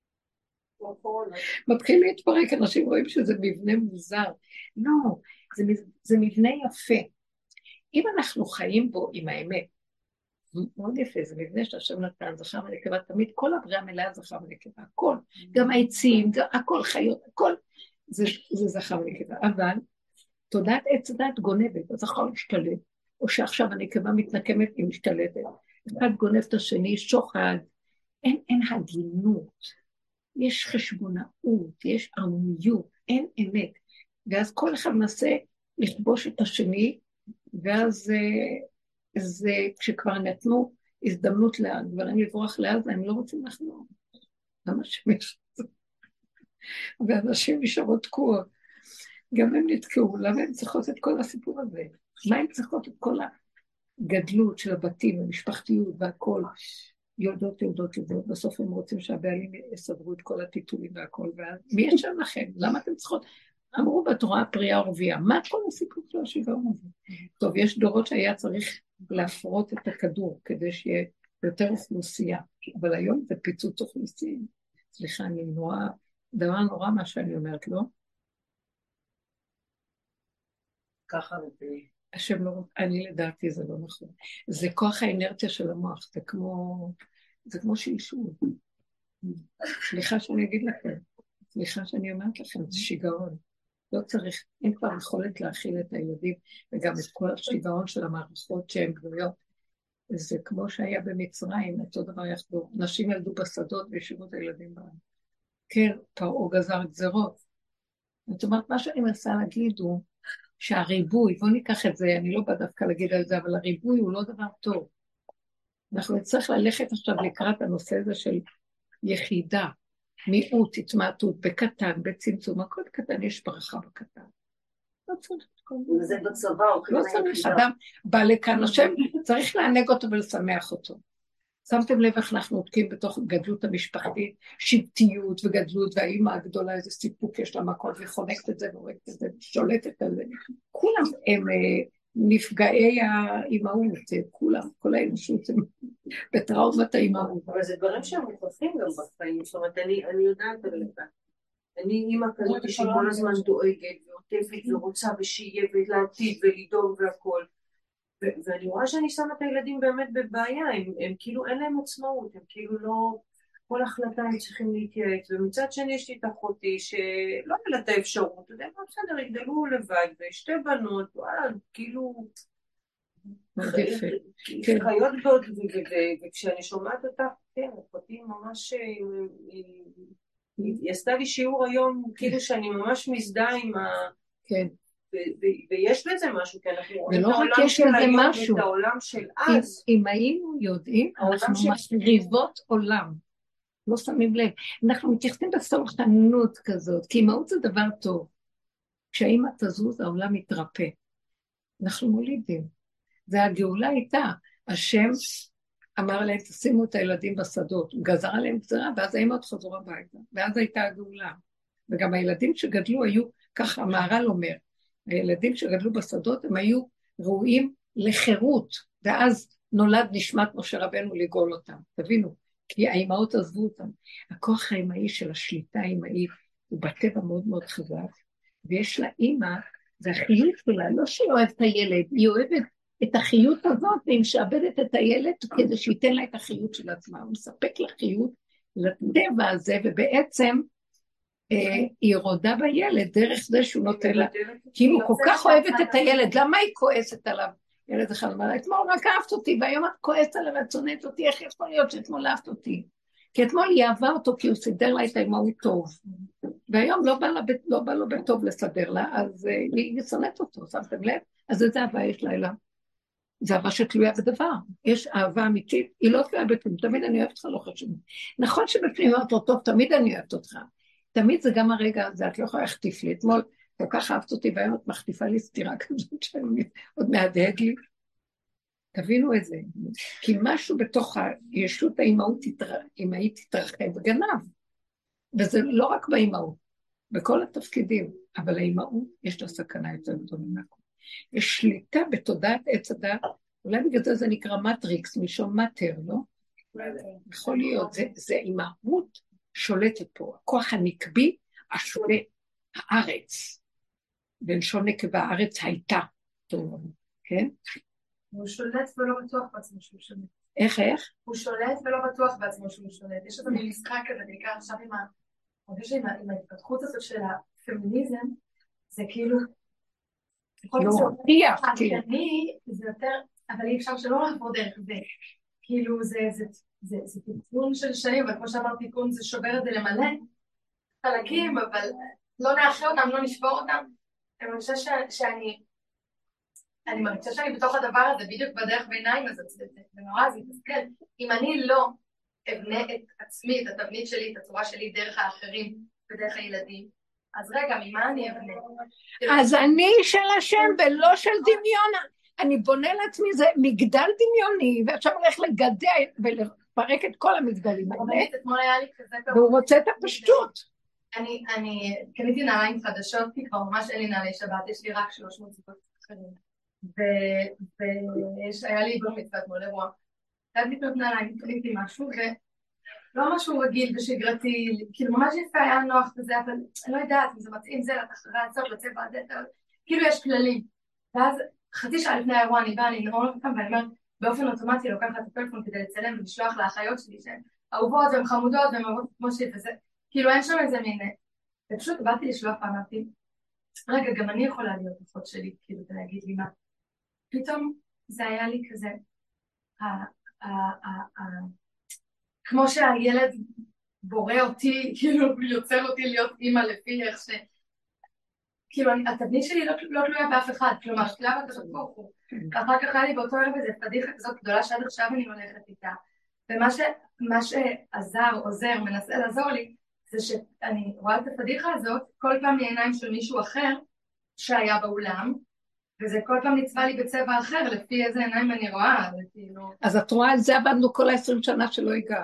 S1: מתחיל להתפרק, אנשים רואים שזה מבנה מוזר. לא, זה, זה מבנה יפה. אם אנחנו חיים בו עם האמת, מאוד יפה, זה מבנה שהשם נתן, זכר ונקבה, תמיד כל הבריאה מלאה זכר ונקבה, הכל, גם העצים, גם, הכל חיות, הכל, זה, זה זכר ונקבה, אבל תודעת עץ הדת גונבת, אז יכול להשתלט, או שעכשיו הנקבה מתנקמת, היא משתלטת, אחד גונב את השני, שוחד, אין, אין הגינות, יש חשבונאות, יש ערמיות, אין אמת, ואז כל אחד מנסה לכבוש את השני, ואז זה, כשכבר נתנו הזדמנות לגברים לברוח לעזה, הם לא רוצים לחזור. למה שמש? ואנשים נשארו תקועות. גם הם נתקעו, למה הם צריכות את כל הסיפור הזה? מה הם צריכות את כל הגדלות של הבתים, המשפחתיות והכל? יולדות, יולדות, יולדות. בסוף הם רוצים שהבעלים יסדרו את כל הטיטולים והכל. מי ישב לכם? למה אתם צריכות? אמרו בתורה הפריאה ורבייה. מה כל הסיפור של השיגעון הזה? טוב, יש דורות שהיה צריך להפרות את הכדור, כדי שיהיה יותר אוכלוסייה, אבל היום זה פיצוץ אוכלוסיים. סליחה, אני נורא, דבר נורא מה שאני אומרת, לא?
S3: ככה לפי.
S1: השם לא, אני לדעתי זה לא נכון. זה כוח האנרציה של המוח, זה כמו, זה כמו שלשול. סליחה שאני אגיד לכם, סליחה שאני אומרת לכם, זה שיגעון. לא צריך, אין כבר יכולת להכיל את הילדים, וגם את כל השיגעון של המערכות שהן גדולות. זה כמו שהיה במצרים, אותו דבר יחדור. נשים ילדו בשדות וישיבו את הילדים בהם. כן, פרעה גזר גזרות. זאת אומרת, מה שאני מנסה להגיד הוא, שהריבוי, בואו ניקח את זה, אני לא בא דווקא להגיד על זה, אבל הריבוי הוא לא דבר טוב. אנחנו נצטרך ללכת עכשיו לקראת הנושא הזה של יחידה, מיעוט, התמעטות, בקטן, בצמצום, הכל קטן, יש ברכה בקטן. לא צריך את כל זה.
S3: וזה בצבא,
S1: לא צריך, אדם בא לכאן, השם, צריך לענג אותו ולשמח אותו. שמתם לב איך אנחנו עודקים בתוך גדלות המשפחתית, שבטיות וגדלות, והאימא הגדולה, איזה סיפוק יש לה מכות, וחונקת את זה והורגת את זה, ושולטת על זה. כולם הם נפגעי האימהות, כולם, כל האנושות הם בטראומת האימהות.
S2: אבל זה דברים שהם מוכרחים גם בחיים, זאת אומרת, אני יודעת על זה. אני אימא כזאת שכל הזמן דואגת ועוטפת ורוצה ושיהיה ולעתיד ולדאוג והכל. ואני רואה שאני שמה את הילדים באמת בבעיה, הם, הם כאילו אין להם עצמאות, הם כאילו לא, כל החלטה הם צריכים להתייעץ, ומצד שני יש לי את אחותי שלא היה לה את האפשרות, אתה יודע מה, בסדר, יגדלו לבד, ושתי בנות, וואלה, כאילו, חיות בעוד, וכשאני שומעת אותך, כן, אחותי ממש, היא עשתה לי שיעור היום, כאילו שאני ממש מזדהה עם ה...
S1: כן.
S2: ויש בזה משהו, כי אנחנו רואים
S1: את העולם של היום ואת
S2: העולם של אז.
S1: אם היינו יודעים, אנחנו מחריבות עולם. לא שמים לב. אנחנו מתייחסים בסלחנות כזאת, כי אימהות זה דבר טוב. כשהאימא תזוז, העולם מתרפא. אנחנו מולידים. והגאולה הייתה, השם אמר להם, תשימו את הילדים בשדות, הוא גזר עליהם גזרה, ואז האימהות חזרו הביתה. ואז הייתה הגאולה. וגם הילדים שגדלו היו, ככה המהר"ל אומר, הילדים שגדלו בשדות הם היו ראויים לחירות, ואז נולד נשמת משה רבנו לגאול אותם. תבינו, כי האימהות עזבו אותם. הכוח האימהי של השליטה האימהית הוא בטבע מאוד מאוד חזק, ויש לה אימא, זה החיות שלה, לא שהיא אוהבת את הילד, היא אוהבת את החיות הזאת, והיא משעבדת את הילד כדי שייתן לה את החיות של עצמה, הוא מספק לה חיות לטבע הזה, ובעצם היא רודה בילד דרך זה שהוא נותן לה, כי הוא כל כך אוהבת את הילד, למה היא כועסת עליו? ילד אחד אמר לה, אתמול רק אהבת אותי, והיום את כועסת עליו ואת שונאת אותי, איך יכול להיות שאתמול אהבת אותי? כי אתמול היא אהבה אותו כי הוא סידר לה את האימהות טוב, והיום לא בא, לה, לא בא לו בטוב לסדר לה, אז היא שונאת אותו, שמתם לב? אז איזה אהבה יש לה אליו? זה אהבה שתלויה בדבר, יש אהבה אמיתית, היא לא תלויה בפנים, תמיד אני אוהבת אותך, לא חשוב. נכון שבפנים אותו טוב, תמיד אני אוהבת אותך. תמיד זה גם הרגע הזה, את לא יכולה להחטיף לי. אתמול כל כך אהבת אותי, והיום את מחטיפה לי סתירה כזאת, שאני עוד מהדהד לי. תבינו את זה. כי משהו בתוך הישות האימהית תתרחב וגנב. וזה לא רק באימהות, בכל התפקידים. אבל האימהות יש לה סכנה יותר גדולה מהכל. יש שליטה בתודעת עץ הדת, אולי בגלל זה זה נקרא מטריקס, משום מטר, לא? יכול להיות, זה, זה אימהות, שולטת פה, הכוח הנקבי, השולט, הארץ, בלשון נקבה, הארץ הייתה, טוב, כן?
S4: הוא שולט ולא בטוח בעצמו שהוא שולט.
S1: איך, איך?
S4: הוא שולט ולא בטוח בעצמו שהוא שולט. יש איזה משחק כזה, בעיקר עכשיו עם, ה... עם ההתפתחות הזאת של הפמיניזם, זה כאילו...
S1: להוכיח,
S4: כאילו. זה יותר, אבל אי אפשר שלא לעבור דרך זה. כאילו זה... זה זה, זה תיקון של שנים, וכמו שאמרתי, תיקון זה שובר את זה למלא חלקים, אבל לא נאחר אותם, לא נשבור אותם. אני חושב שאני, אני מרגישה שאני בתוך הדבר הזה, בדיוק בדרך ביניים הזאת, זה נורא, זה מתסכל. אם אני לא אבנה את עצמי, את התבנית שלי, את הצורה שלי, דרך האחרים ודרך הילדים, אז רגע, ממה אני אבנה?
S1: אז אני של השם ולא של דמיון. אני בונה לעצמי, זה מגדל דמיוני, ועכשיו הולך לגדל ולפרק את כל המגדלים האלה, והוא רוצה את הפשטות.
S4: אני קניתי נעליים חדשות, כי כבר ממש אין לי נעלי שבת, יש לי רק שלוש מאות זוגות אחרים. והיה לי בר מצוות מול אירוע. הייתי לקנות נעליים, קניתי משהו, ולא משהו רגיל ושגרתי, כאילו ממש יפה, היה נוח וזה, אבל אני לא יודעת אם זה מתאים זה לתחרה הזאת, לצבע הזה, כאילו יש כללים. ואז חצי שעה לפני האירוע אני באה, אני נורא אותם, ואני אומרת, באופן אוטומטי לוקחת את הפלאפון כדי לצלם ולשלוח לאחיות שלי, שהן אהובות והן חמודות והן אהובות כמו שהיא, וזה, כאילו אין שם איזה מין, ופשוט באתי לשלוח ואמרתי, רגע, גם אני יכולה להיות אחות שלי, כאילו, ולהגיד לי מה. פתאום זה היה לי כזה, כמו שהילד בורא אותי, כאילו, יוצר אותי להיות אימא לפי איך ש... כאילו, התבנית שלי לא תלויה באף אחד, כלומר, שתלויה בכזאת כוחו. ואחר כך היה לי באותו ערב איזה פדיחה כזאת גדולה שעד עכשיו אני הולכת איתה. ומה שעזר, עוזר, מנסה לעזור לי, זה שאני רואה את הפדיחה הזאת כל פעם מעיניים של מישהו אחר שהיה באולם,
S5: וזה כל פעם נצבע לי בצבע אחר, לפי איזה עיניים אני רואה, זה כאילו...
S1: אז את רואה, על זה עבדנו כל ה-עשרים שנה שלא הגעת.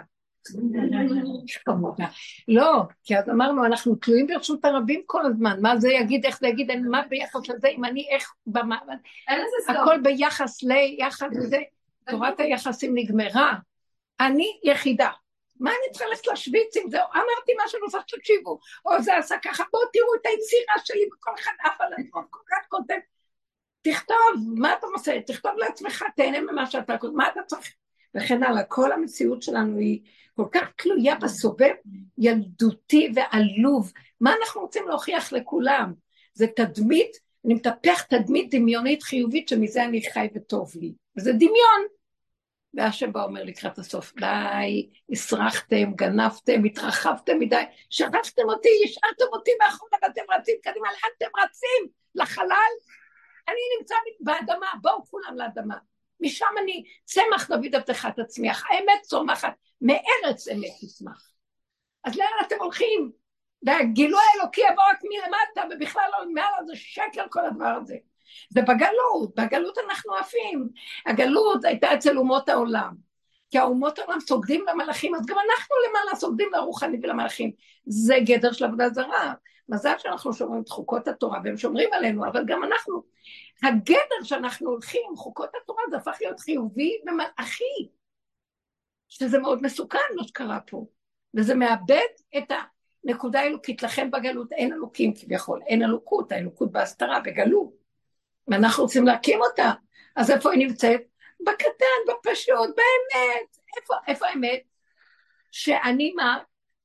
S1: לא, כי אז אמרנו, אנחנו תלויים ברשות הרבים כל הזמן, מה זה יגיד, איך זה יגיד, מה ביחס לזה, אם אני איך במעמד, הכל ביחס ליחס לזה, תורת היחסים נגמרה, אני יחידה, מה אני צריכה ללכת להשוויץ עם זה, אמרתי מה שאני רוצה שתקשיבו, או זה עשה ככה, בואו תראו את היצירה שלי, וכל אחד אף על עצמו, כל אחד כותב, תכתוב, מה אתה עושה, תכתוב לעצמך, תהנה ממה שאתה כותב, מה אתה צריך, וכן הלאה, כל המציאות שלנו היא כל כך תלויה בסובב, ילדותי ועלוב, מה אנחנו רוצים להוכיח לכולם? זה תדמית, אני מטפח תדמית דמיונית חיובית, שמזה אני חי וטוב לי, וזה דמיון, והשם בא אומר לקראת הסוף, די, הסרחתם, גנבתם, התרחבתם מדי, שכחתם אותי, השארתם אותי מאחור, ואתם רצים קדימה, לאן אתם רצים? לחלל? אני נמצא באדמה, בואו כולם לאדמה, משם אני צמח דוד הבטחת תצמיח, האמת צומחת, מארץ אמת תצמח. אז לאן אתם הולכים? והגילוי האלוקי יבוא רק מלמטה, ובכלל לא מעלה, זה שקר כל הדבר הזה. זה בגלות, בגלות אנחנו עפים. הגלות הייתה אצל אומות העולם, כי האומות העולם סוגדים למלאכים, אז גם אנחנו למעלה סוגדים לרוחני ולמלאכים. זה גדר של עבודה זרה. מזל שאנחנו שומרים את חוקות התורה, והם שומרים עלינו, אבל גם אנחנו, הגדר שאנחנו הולכים עם חוקות התורה, זה הפך להיות חיובי ומלאכי, שזה מאוד מסוכן מה שקרה פה, וזה מאבד את הנקודה האלוקית, לכן בגלות אין אלוקים כביכול, אין אלוקות, האלוקות בהסתרה, בגלות, ואנחנו רוצים להקים אותה, אז איפה היא נמצאת? בקטן, בפשוט, באמת, איפה, איפה האמת? שאני מה?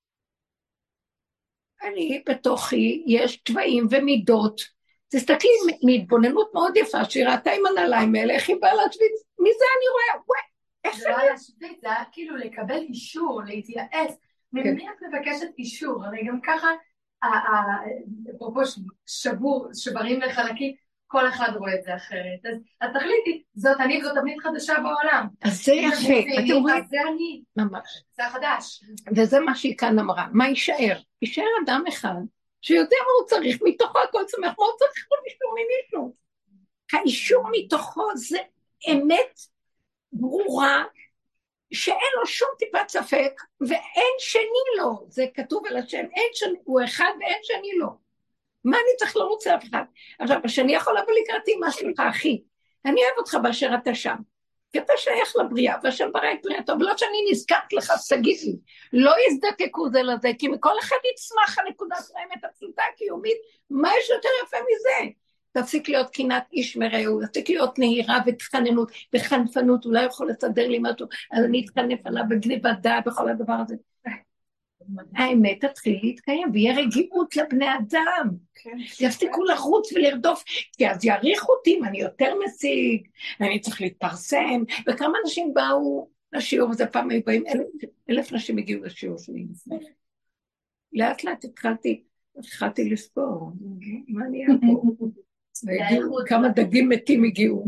S1: אני בתוכי, יש טבעים ומידות, תסתכלי, מהתבוננות מאוד יפה, שהיא ראתה עם הנעליים האלה, איך היא באה להשוויץ, מזה אני רואה, וואי, איך
S5: זה לא היה להשוויץ, זה היה כאילו לקבל אישור, להתייעץ, ממי את מבקשת אישור, הרי גם ככה, אפרופו שבור, שברים לחלקים, כל אחד רואה את זה אחרת, אז, אז תחליטי, זאת אני וזאת תבנית חדשה בעולם.
S1: אז זה יפה, אתם רואים?
S5: זה אני.
S1: ממש.
S5: זה החדש.
S1: וזה מה שהיא כאן אמרה, מה יישאר? יישאר אדם אחד, שיודע מה הוא צריך, מתוכו הכל צומח, מה הוא צריך אישור ממישהו? האישור מתוכו זה אמת ברורה, שאין לו שום טיפת ספק, ואין שני לו, זה כתוב על השם, אין שני, הוא אחד ואין שני לו. מה אני צריך לרוץ לאף אחד? עכשיו, השני יכול לבוא לקראתי, מה שלך, אחי? אני אוהב אותך באשר אתה שם, כי אתה שייך לבריאה, והשם ברא את בריאתו, ולא שאני נזכרת לך, תגיד לי, לא יזדקקו זה לזה, כי מכל אחד יצמח הנקודת האמת הפשוטה הקיומית, מה יש יותר יפה מזה? תפסיק להיות קנאת איש מרעהו, תפסיק להיות נהירה ותחננות, וחנפנות, אולי יכול לסדר לי משהו, אז אני אתחנף עליו בגניבת דעת, בכל הדבר הזה. האמת תתחיל להתקיים, ויהיה רגיעות לבני אדם, יפסיקו לרוץ ולרדוף, כי אז יעריך אותי, אני יותר משיג, אני צריך להתפרסם, וכמה אנשים באו לשיעור, וזה פעם היו באים, אלף, אלף נשים הגיעו לשיעור שלי לפני. לאט לאט התחלתי, התחלתי לספור, מה נהיה פה? והגיעו, כמה דגים מתים הגיעו.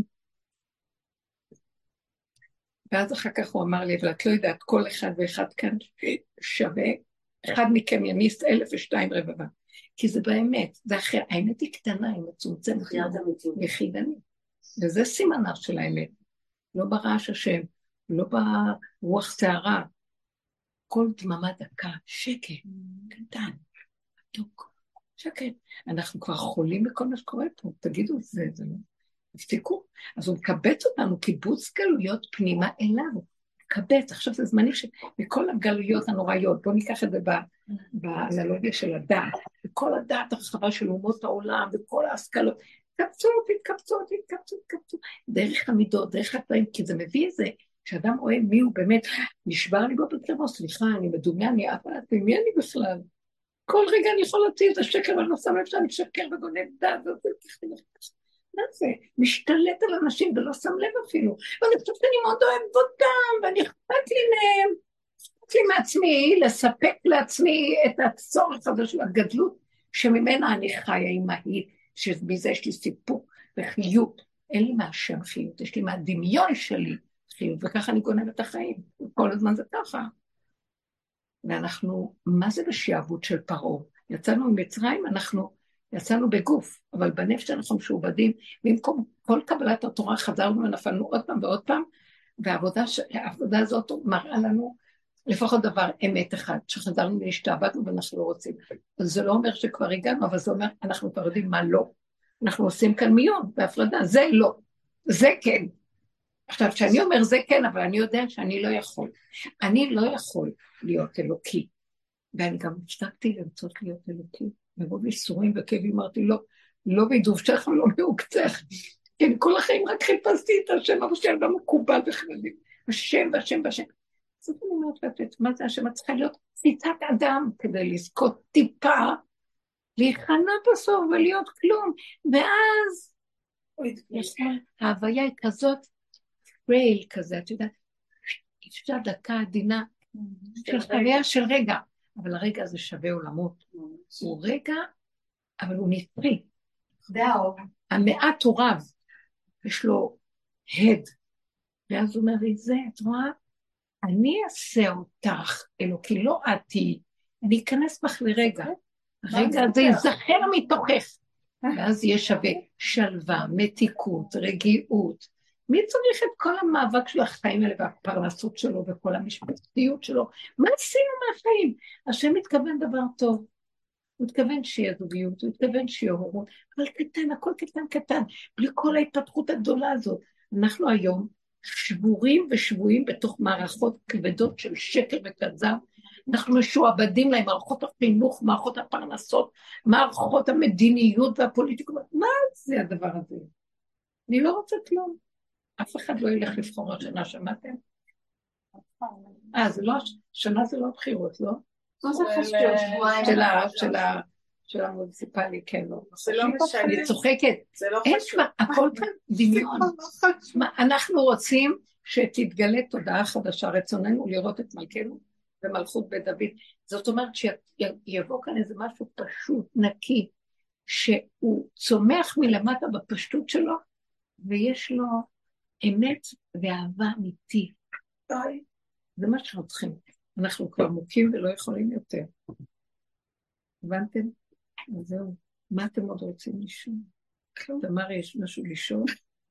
S1: ואז אחר כך הוא אמר לי, אבל את לא יודעת, כל אחד ואחד כאן שווה, אחד מכם יניס אלף ושתיים רבבה. כי זה באמת, זה אחר, האמת היא קטנה, היא מצומצמת, יחידנית. וזה סימנה של האמת. לא ברעש השם, לא ברוח שערה. כל דממה דקה, שקט, קטן, מתוק, שקט. אנחנו כבר חולים בכל מה שקורה פה, תגידו, זה, זה לא. תפסיקו, אז הוא מקבץ אותנו, קיבוץ גלויות פנימה אליו, מקבץ, עכשיו זה זמני שמכל הגלויות הנוראיות, בואו ניקח את זה באנלוגיה של הדעת, וכל הדעת הרחבה של אומות העולם, וכל ההשכלות, תקבצו, תתקבצו, תתקבצו, תתקבצו, דרך המידות, דרך הטעים, כי זה מביא איזה, כשאדם רואה מי הוא באמת, נשבר לי בו בקרבו, סליחה, אני מדומיה, אני אף פעם, מי אני בכלל? כל רגע אני יכול להוציא את השקר, ואני לא שם לב שאני משקר וגונב דעת, וזה ככתי לך. מה זה? משתלט על אנשים ולא שם לב אפילו, ואני חושבת שאני מאוד אוהב אותם, ואני אכפת לי מהם, אכפת לי מעצמי, לספק לעצמי את הצורך הזה של הגדלות, שממנה אני חיה עם ההיא, שמזה יש לי סיפוק וחיות, אין לי מהשם חיות, יש לי מהדמיון שלי חיות, וככה אני גונב את החיים, כל הזמן זה ככה. ואנחנו, מה זה בשעבוד של פרעה? יצאנו ממצרים, אנחנו, יצאנו בגוף, אבל בנפש אנחנו משועבדים, במקום כל קבלת התורה חזרנו ונפלנו עוד פעם ועוד פעם, והעבודה ש... העבודה הזאת מראה לנו לפחות דבר אמת אחד, שחזרנו והשתעבדנו ואנחנו לא רוצים. אז זה לא אומר שכבר הגענו, אבל זה אומר, אנחנו כבר יודעים מה לא. אנחנו עושים כאן מיון בהפרדה, זה לא, זה כן. עכשיו, כשאני אומר זה כן, אבל אני יודע שאני לא יכול. אני לא יכול להיות אלוקי. ואני גם הפסקתי לרצות להיות אלוקי. מרוב איסורים וכאבים אמרתי, לא, לא בדובשך ולא בעוקצך. כן, כל החיים רק חיפשתי את השם, אבל שם גם מקובל בכללים. השם והשם והשם. זאת אומרת לתת, מה זה השם? את צריכה להיות ציצת אדם כדי לזכות טיפה, להיכנע בסוף ולהיות כלום. ואז ההוויה היא כזאת, רייל כזה, את יודעת, אפשר דקה עדינה של חוויה של רגע, אבל הרגע הזה שווה עולמות. הוא רגע, אבל הוא נפרי. המעט הוא רב, יש לו הד, ואז הוא אומר לי, זה, את רואה? אני אעשה אותך, אלוקי, לא עתי, אני אכנס בך לרגע. הרגע הזה יזכר מתוכך, ואז יהיה שווה שלווה, מתיקות, רגיעות. מי צריך את כל המאבק של החיים האלה והפרנסות שלו וכל המשפטיות שלו? מה עשינו מהחיים? השם מתכוון דבר טוב. הוא מתכוון שיהיה זוגיות, הוא מתכוון שיהיה הורות, אבל קטן, הכל קטן קטן, בלי כל ההתפתחות הגדולה הזאת. אנחנו היום שבורים ושבויים בתוך מערכות כבדות של שקר וכזב, אנחנו משועבדים להם, מערכות החינוך, מערכות הפרנסות, מערכות המדיניות והפוליטיקה, מה זה הדבר הזה? אני לא רוצה כלום. אף אחד לא ילך לבחור השנה, שמעתם? אה, זה לא, שנה זה לא בחירות, לא?
S2: מה זה חשוב?
S1: של המוניציפלי, כן, לא.
S2: זה לא משנה.
S1: אני צוחקת.
S2: זה לא
S1: אין
S2: חשוב.
S1: כבר, הכל כאן דמיון. אנחנו רוצים שתתגלה תודעה חדשה, רצוננו לראות את מלכנו ומלכות בית דוד. זאת אומרת שיבוא כאן איזה משהו פשוט, נקי, שהוא צומח מלמטה בפשטות שלו, ויש לו אמת ואהבה אמיתית. זה מה שאנחנו צריכים. אנחנו כבר מוכים ולא יכולים יותר. הבנתם? אז זהו. מה אתם עוד רוצים לשאול? תמר, יש משהו לשאול?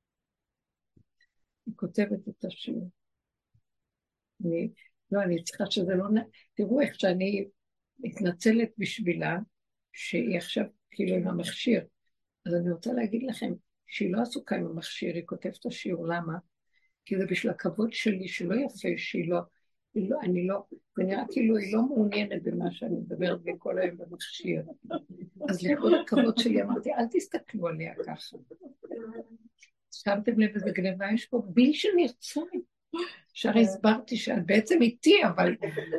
S1: היא כותבת את השיר. אני, לא, אני צריכה שזה לא... תראו איך שאני מתנצלת בשבילה, שהיא עכשיו כאילו עם המכשיר. אז אני רוצה להגיד לכם, שהיא לא עסוקה עם המכשיר, היא כותבת את השיר, למה? כי זה בשביל הכבוד שלי, שלא יפה, שהיא לא... לא, אני לא, זה נראה כאילו היא לא מעוניינת במה שאני מדברת בכל היום במכשיר. אז לכבוד הכבוד שלי אמרתי, אל תסתכלו עליה ככה. שמתם לב איזה גניבה יש פה, בי שנרצה. אפשר הסברתי שאת בעצם איתי, אבל...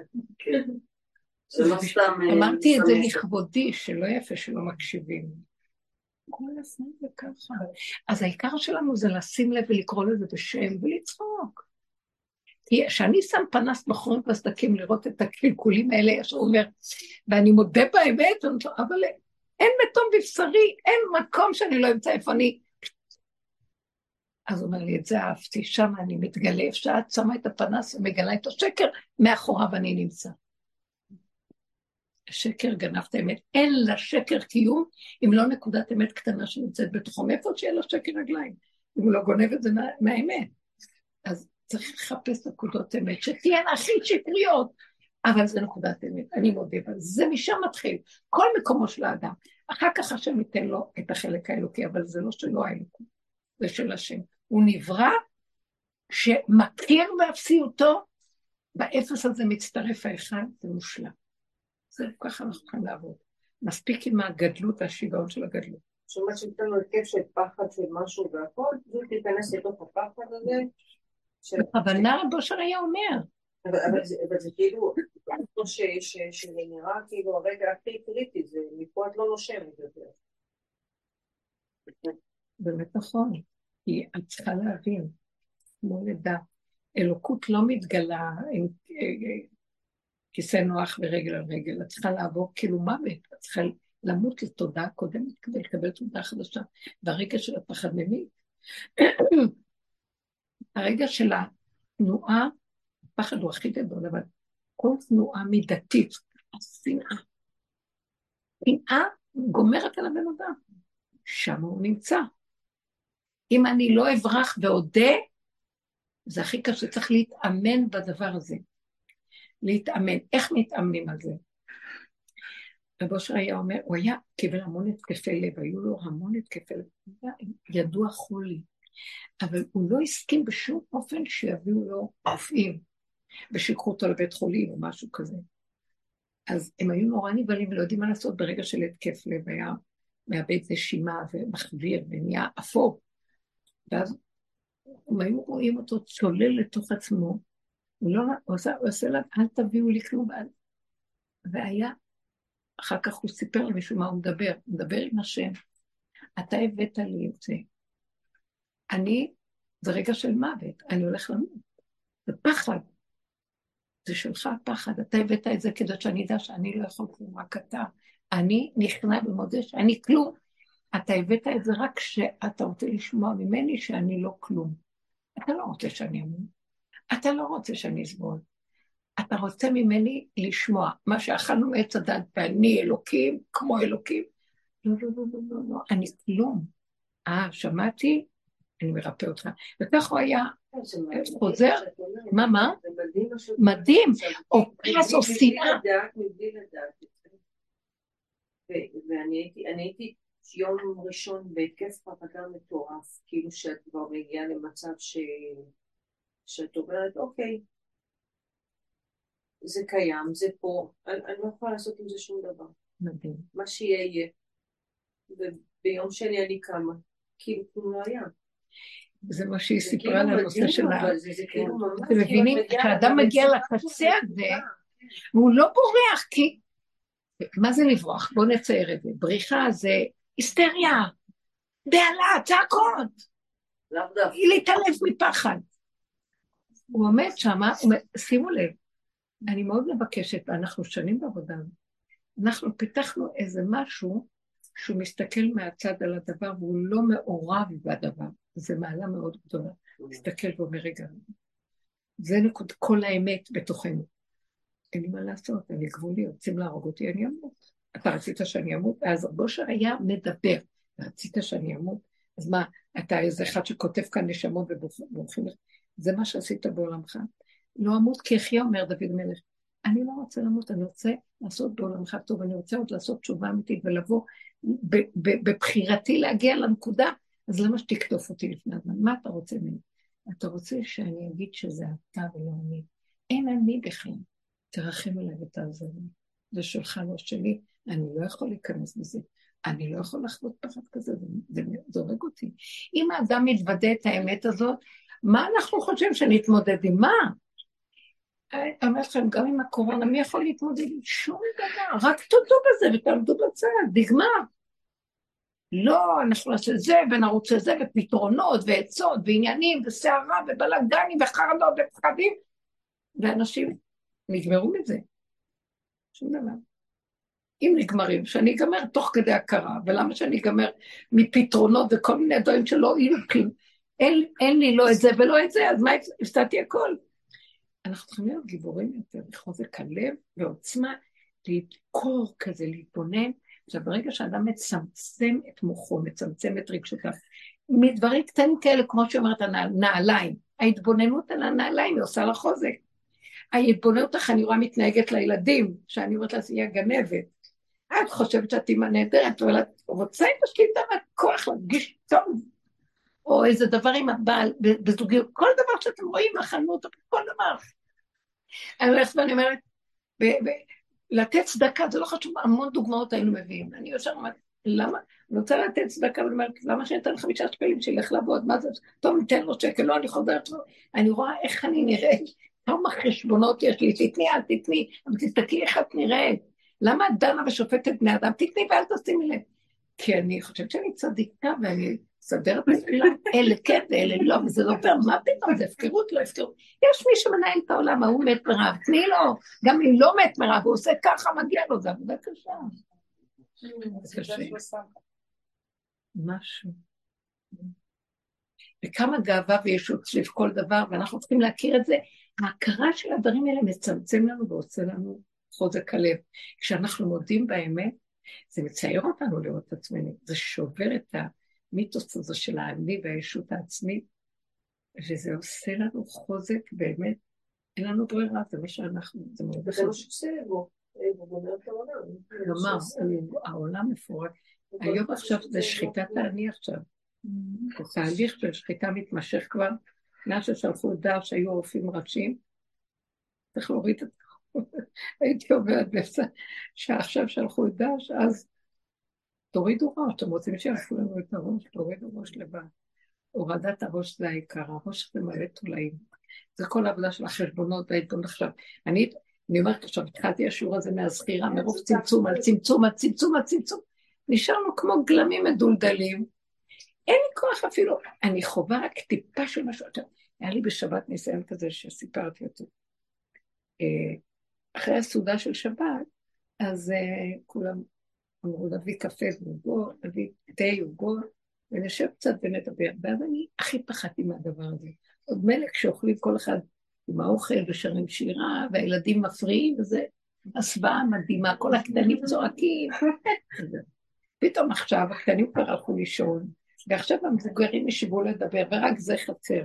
S1: אמרתי את זה לכבודי, שלא יפה שלא מקשיבים. כל הזמן זה ככה. אז העיקר שלנו זה לשים לב ולקרוא לזה בשם ולצחוק. כי כשאני שם פנס בחורים בסדקים לראות את הקלקולים האלה, יש הוא אומר, ואני מודה באמת, אבל אין מתום בבשרי, אין מקום שאני לא אמצא איפה אני. אז הוא אומר לי, את זה אהבתי, שם אני מתגלה, שאת שמה את הפנס ומגלה את השקר, מאחוריו אני נמצא. השקר גנבת אמת, אין לשקר קיום, אם לא נקודת אמת קטנה שנמצאת בתוכו, מאיפה שיהיה לו שקר רגליים, אם הוא לא גונב את זה מה, מהאמת. אז צריך לחפש נקודות אמת, שתהיינה הכי שקריות, אבל זה נקודת אמת, אני מודה, זה משם מתחיל, כל מקומו של האדם, אחר כך השם ייתן לו את החלק האלוקי, אבל זה לא שלו האלוקי, זה של השם, הוא נברא, שמכיר באפסיותו, באפס הזה מצטרף האחד, זה מושלם, זה ככה אנחנו יכולים לעבוד, מספיק עם הגדלות והשיגעון של הגדלות.
S2: שומעת שתנו הרכב של פחד של משהו והכל, זה תיכנס לתוך הפחד הזה,
S1: בכוונה בושר היה אומר.
S2: אבל זה כאילו, שזה נראה כאילו הרגע הכי קריטי, זה מפה את לא נושמת יותר.
S1: באמת נכון, כי את צריכה להבין, כמו לדע, אלוקות לא מתגלה עם כיסא נוח ורגל על רגל, את צריכה לעבור כאילו מוות, את צריכה למות לתודעה קודמת כדי לקבל תודעה חדשה, והרגע של הפחד ממית. הרגע של התנועה, הפחד הוא הכי גדול, אבל כל תנועה מידתית, השנאה, שנאה גומרת על הבן אדם. שם הוא נמצא. אם אני לא אברח ועודה, זה הכי קשה, צריך להתאמן בדבר הזה. להתאמן. איך מתאמנים על זה? רב אושר היה אומר, הוא היה קיבל המון התקפי לב, היו לו המון התקפי לב, ידוע חולי, אבל הוא לא הסכים בשום אופן שיביאו לו רופאים, ושיקחו אותו לבית חולים או משהו כזה. אז הם היו נורא נבהלים ולא יודעים מה לעשות ברגע של התקף לב, היה מאבד נשימה ומחביר ונהיה אפור, ואז הם היו רואים אותו צולל לתוך עצמו, הוא לא, הוא עושה, הוא עושה לה, אל תביאו לי כלום, והיה, אחר כך הוא סיפר למישהו מה הוא מדבר, הוא מדבר עם השם, אתה הבאת לי את זה, אני, זה רגע של מוות, אני הולך למות, זה פחד, זה שלך פחד, אתה הבאת את זה כדי שאני אדע שאני לא יכול כלום, רק אתה, אני נכנע ומודה שאני כלום, אתה הבאת את זה רק שאתה רוצה לשמוע ממני שאני לא כלום, אתה לא רוצה שאני אמור, אתה לא רוצה שאני אסבול, אתה רוצה ממני לשמוע מה שאכלנו מעץ הדת ואני אלוקים, כמו אלוקים, לא, לא, לא, לא, לא, לא, אני כלום, אה, שמעתי, אני מרפא אותך, וכך הוא היה חוזר, מה, מה? מדהים, או פרס או שנאה.
S2: ואני הייתי יום ראשון בהתקף חרדה מטורף, כאילו שאת כבר מגיעה למצב שאת אומרת, אוקיי, זה קיים, זה פה, אני לא יכולה לעשות עם זה שום דבר.
S1: מדהים.
S2: מה שיהיה יהיה. וביום שני אני קמה, כאילו כלום לא היה.
S1: זה מה שהיא סיפרה על הנושא של ה...
S2: אתם
S1: מבינים, כשאדם מגיע לקצה הזה, והוא לא בורח, כי... מה זה לברוח? בואו נצייר את זה. בריחה זה היסטריה, בעלה, צעקות. היא להתעלף מפחד. הוא עומד שם, שימו לב, אני מאוד מבקשת, ואנחנו שנים בעבודה, אנחנו פיתחנו איזה משהו שהוא מסתכל מהצד על הדבר, והוא לא מעורב בדבר. זה מעלה מאוד גדולה. מסתכל ואומר, רגע, זה נקוד כל האמת בתוכנו. אין לי מה לעשות, אני גבולי, רוצים להרוג אותי, אני אמות. אתה רצית שאני אמות? אז רב אושר היה מדבר, רצית שאני אמות? אז מה, אתה איזה אחד שכותב כאן נשמות ובורחים לך? זה מה שעשית בעולמך? לא אמות כי אחיה, אומר דוד מלך. אני לא רוצה למות, אני רוצה לעשות בעולמך טוב, אני רוצה עוד לעשות תשובה אמיתית ולבוא בבחירתי להגיע לנקודה, אז למה שתקטוף אותי לפני הזמן? מה אתה רוצה ממני? אתה רוצה שאני אגיד שזה אתה ולא אני. אין אני בכלל. תרחם עליי ותעזור לי. זה שלך לא שלי, אני לא יכול להיכנס בזה. אני לא יכול לחוות פחד כזה, זה זורק אותי. אם האדם מתוודא את האמת הזאת, מה אנחנו חושבים שנתמודד עם מה? אני אומרת לכם, גם עם הקורונה, מי יכול להתמודד עם שום דבר? רק תודו בזה ותעמדו בצד, נגמר. לא, אנחנו נעשה זה ונרוץ לזה ופתרונות ועצות ועניינים וסערה ובלגנים וחרדות ופחדים, ואנשים נגמרו מזה. שום דבר. אם נגמרים, שאני אגמר תוך כדי הכרה, ולמה שאני אגמר מפתרונות וכל מיני דברים שלא יהיו כלום, אין, אין לי לא את זה ולא את זה, אז מה הפסדתי הכל? אנחנו צריכים להיות גיבורים יותר, לחוזק הלב ועוצמה, להתקור כזה, להתבונן, עכשיו ברגע שאדם מצמצם את מוחו, מצמצם את רגשותיו, מדברים קטנים כאלה, כמו שאומרת הנעליים, ההתבוננות על הנעליים היא עושה לה חוזק, ההתבוננות איך אני רואה מתנהגת לילדים, שאני אומרת לה, היא הגנבת, את חושבת שאת אימא נהדרת, אבל את רוצה את השליטה מהכוח להרגיש טוב, או איזה דבר עם הבעל, בזוגיות, כל דבר שאתם רואים בחנות, כל דבר. אני הולכת ואני אומרת, לתת צדקה, זה לא חשוב, המון דוגמאות היינו מביאים. אני ישר אומרת, למה? אני רוצה לתת צדקה, ואני אומרת, למה שאני אתן חמישה שקלים שילך לעבוד? מה זה? טוב, ניתן לו שקל, לא, אני חוזרת לו. אני רואה איך אני נראית, כמה חשבונות יש לי, תתני, אל תתני, אבל תסתכלי איך את נראית. למה את דנה ושופטת בני אדם? תתני ואל תשימי לב. כי אני חושבת שאני צדיקה, ואני סדרת בסבילה, אלה כן ואלה לא, וזה לא עובר, מה פתאום? זה הפקרות, לא הפקרות. יש מי שמנהל את העולם, הוא מת מרב, תני לו, גם אם לא מת מרב, הוא עושה ככה, מגיע לו, זה עבודה קשה. זה קשה. משהו. וכמה גאווה וישות סביב כל דבר, ואנחנו צריכים להכיר את זה, ההכרה של הדברים האלה מצמצם לנו ועושה לנו חוזק הלב. כשאנחנו מודים באמת, זה מצייר אותנו לראות את עצמנו, זה שובר את המיתוס הזה של האני והישות העצמית, וזה עושה לנו חוזק באמת, אין לנו ברירה, זה מה שאנחנו, זה מאוד
S2: זה מה שעושה אגו, אגו גומר את העולם.
S1: כלומר, העולם מפורק, היום עכשיו זה שחיטת האני עכשיו, תהליך של שחיטה מתמשך כבר, מאז ששלחו את דעת שהיו רופאים ראשיים, צריך להוריד את זה, הייתי אומרת באמצע, שעכשיו שלחו את דעת, אז תורידו ראש, אתם רוצים שיעשו לנו את הראש, תורידו ראש לבד. הורדת הראש זה העיקר, הראש זה מלא תולעים. זה כל העבודה של החשבונות והעיתון עכשיו. אני, אני אומרת עכשיו, התחלתי השיעור הזה מהזכירה, מרוב צמצום על צמצום על צמצום על צמצום, נשארנו כמו גלמים מדולדלים, אין לי כוח אפילו, אני חובה רק טיפה של משהו. היה לי בשבת ניסיון כזה שסיפרתי אותו. אחרי הסעודה של שבת, אז כולם אמרו, נביא קפה ועוגות, נביא תה ועוגות, ונשב קצת ונדבר. ואז אני הכי פחדתי מהדבר הזה. עוד מלך שאוכלים כל אחד עם האוכל ושרים שירה, והילדים מפריעים, וזה הסוואה מדהימה, כל הקטנים צועקים. פתאום עכשיו הקטנים כבר הלכו לישון, ועכשיו המבוגרים ישבו לדבר, ורק זה חצר.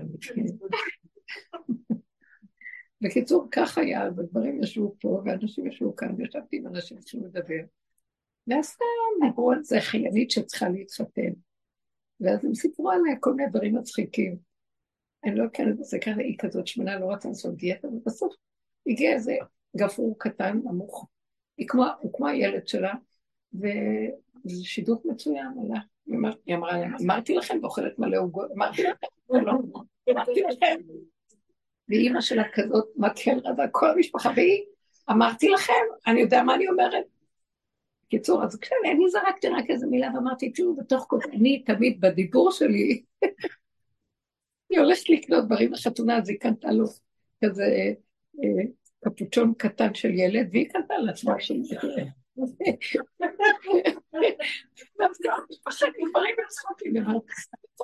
S1: בקיצור, כך היה, ודברים ישבו פה, ואנשים ישבו כאן, וישבתי עם אנשים שצריכים לדבר. ואז דיברו על זה חיינית שצריכה להתחתן. ואז הם סיפרו עליה כל מיני דברים מצחיקים. אני לא אכנס בזה ככה, היא כזאת שמנה, לא רצה לעשות דיאטה, ובסוף הגיע איזה גפרור קטן, נמוך. היא כמו, הוא כמו הילד שלה, וזה שידוך מצוין, הלך. היא אמרה להם, אמרתי לכם, ואוכלת מלא עוגות, אמרתי לכם, לא, אמרתי לכם. ואימא שלה כזאת, מקל רבה, כל המשפחה, והיא, אמרתי לכם, אני יודע מה אני אומרת. קיצור, אז כשאני, אני זרקתי רק איזה מילה, ואמרתי, תראו, בתוך כל, אני תמיד בדיבור שלי, אני הולכת לקנות דברים לחתונה, אז היא קנתה לו כזה אה, קפוצ'ון קטן של ילד, והיא קנתה לעצמה של ילד. ואז גם משפחה דברים מצחוקים, ואמרתי,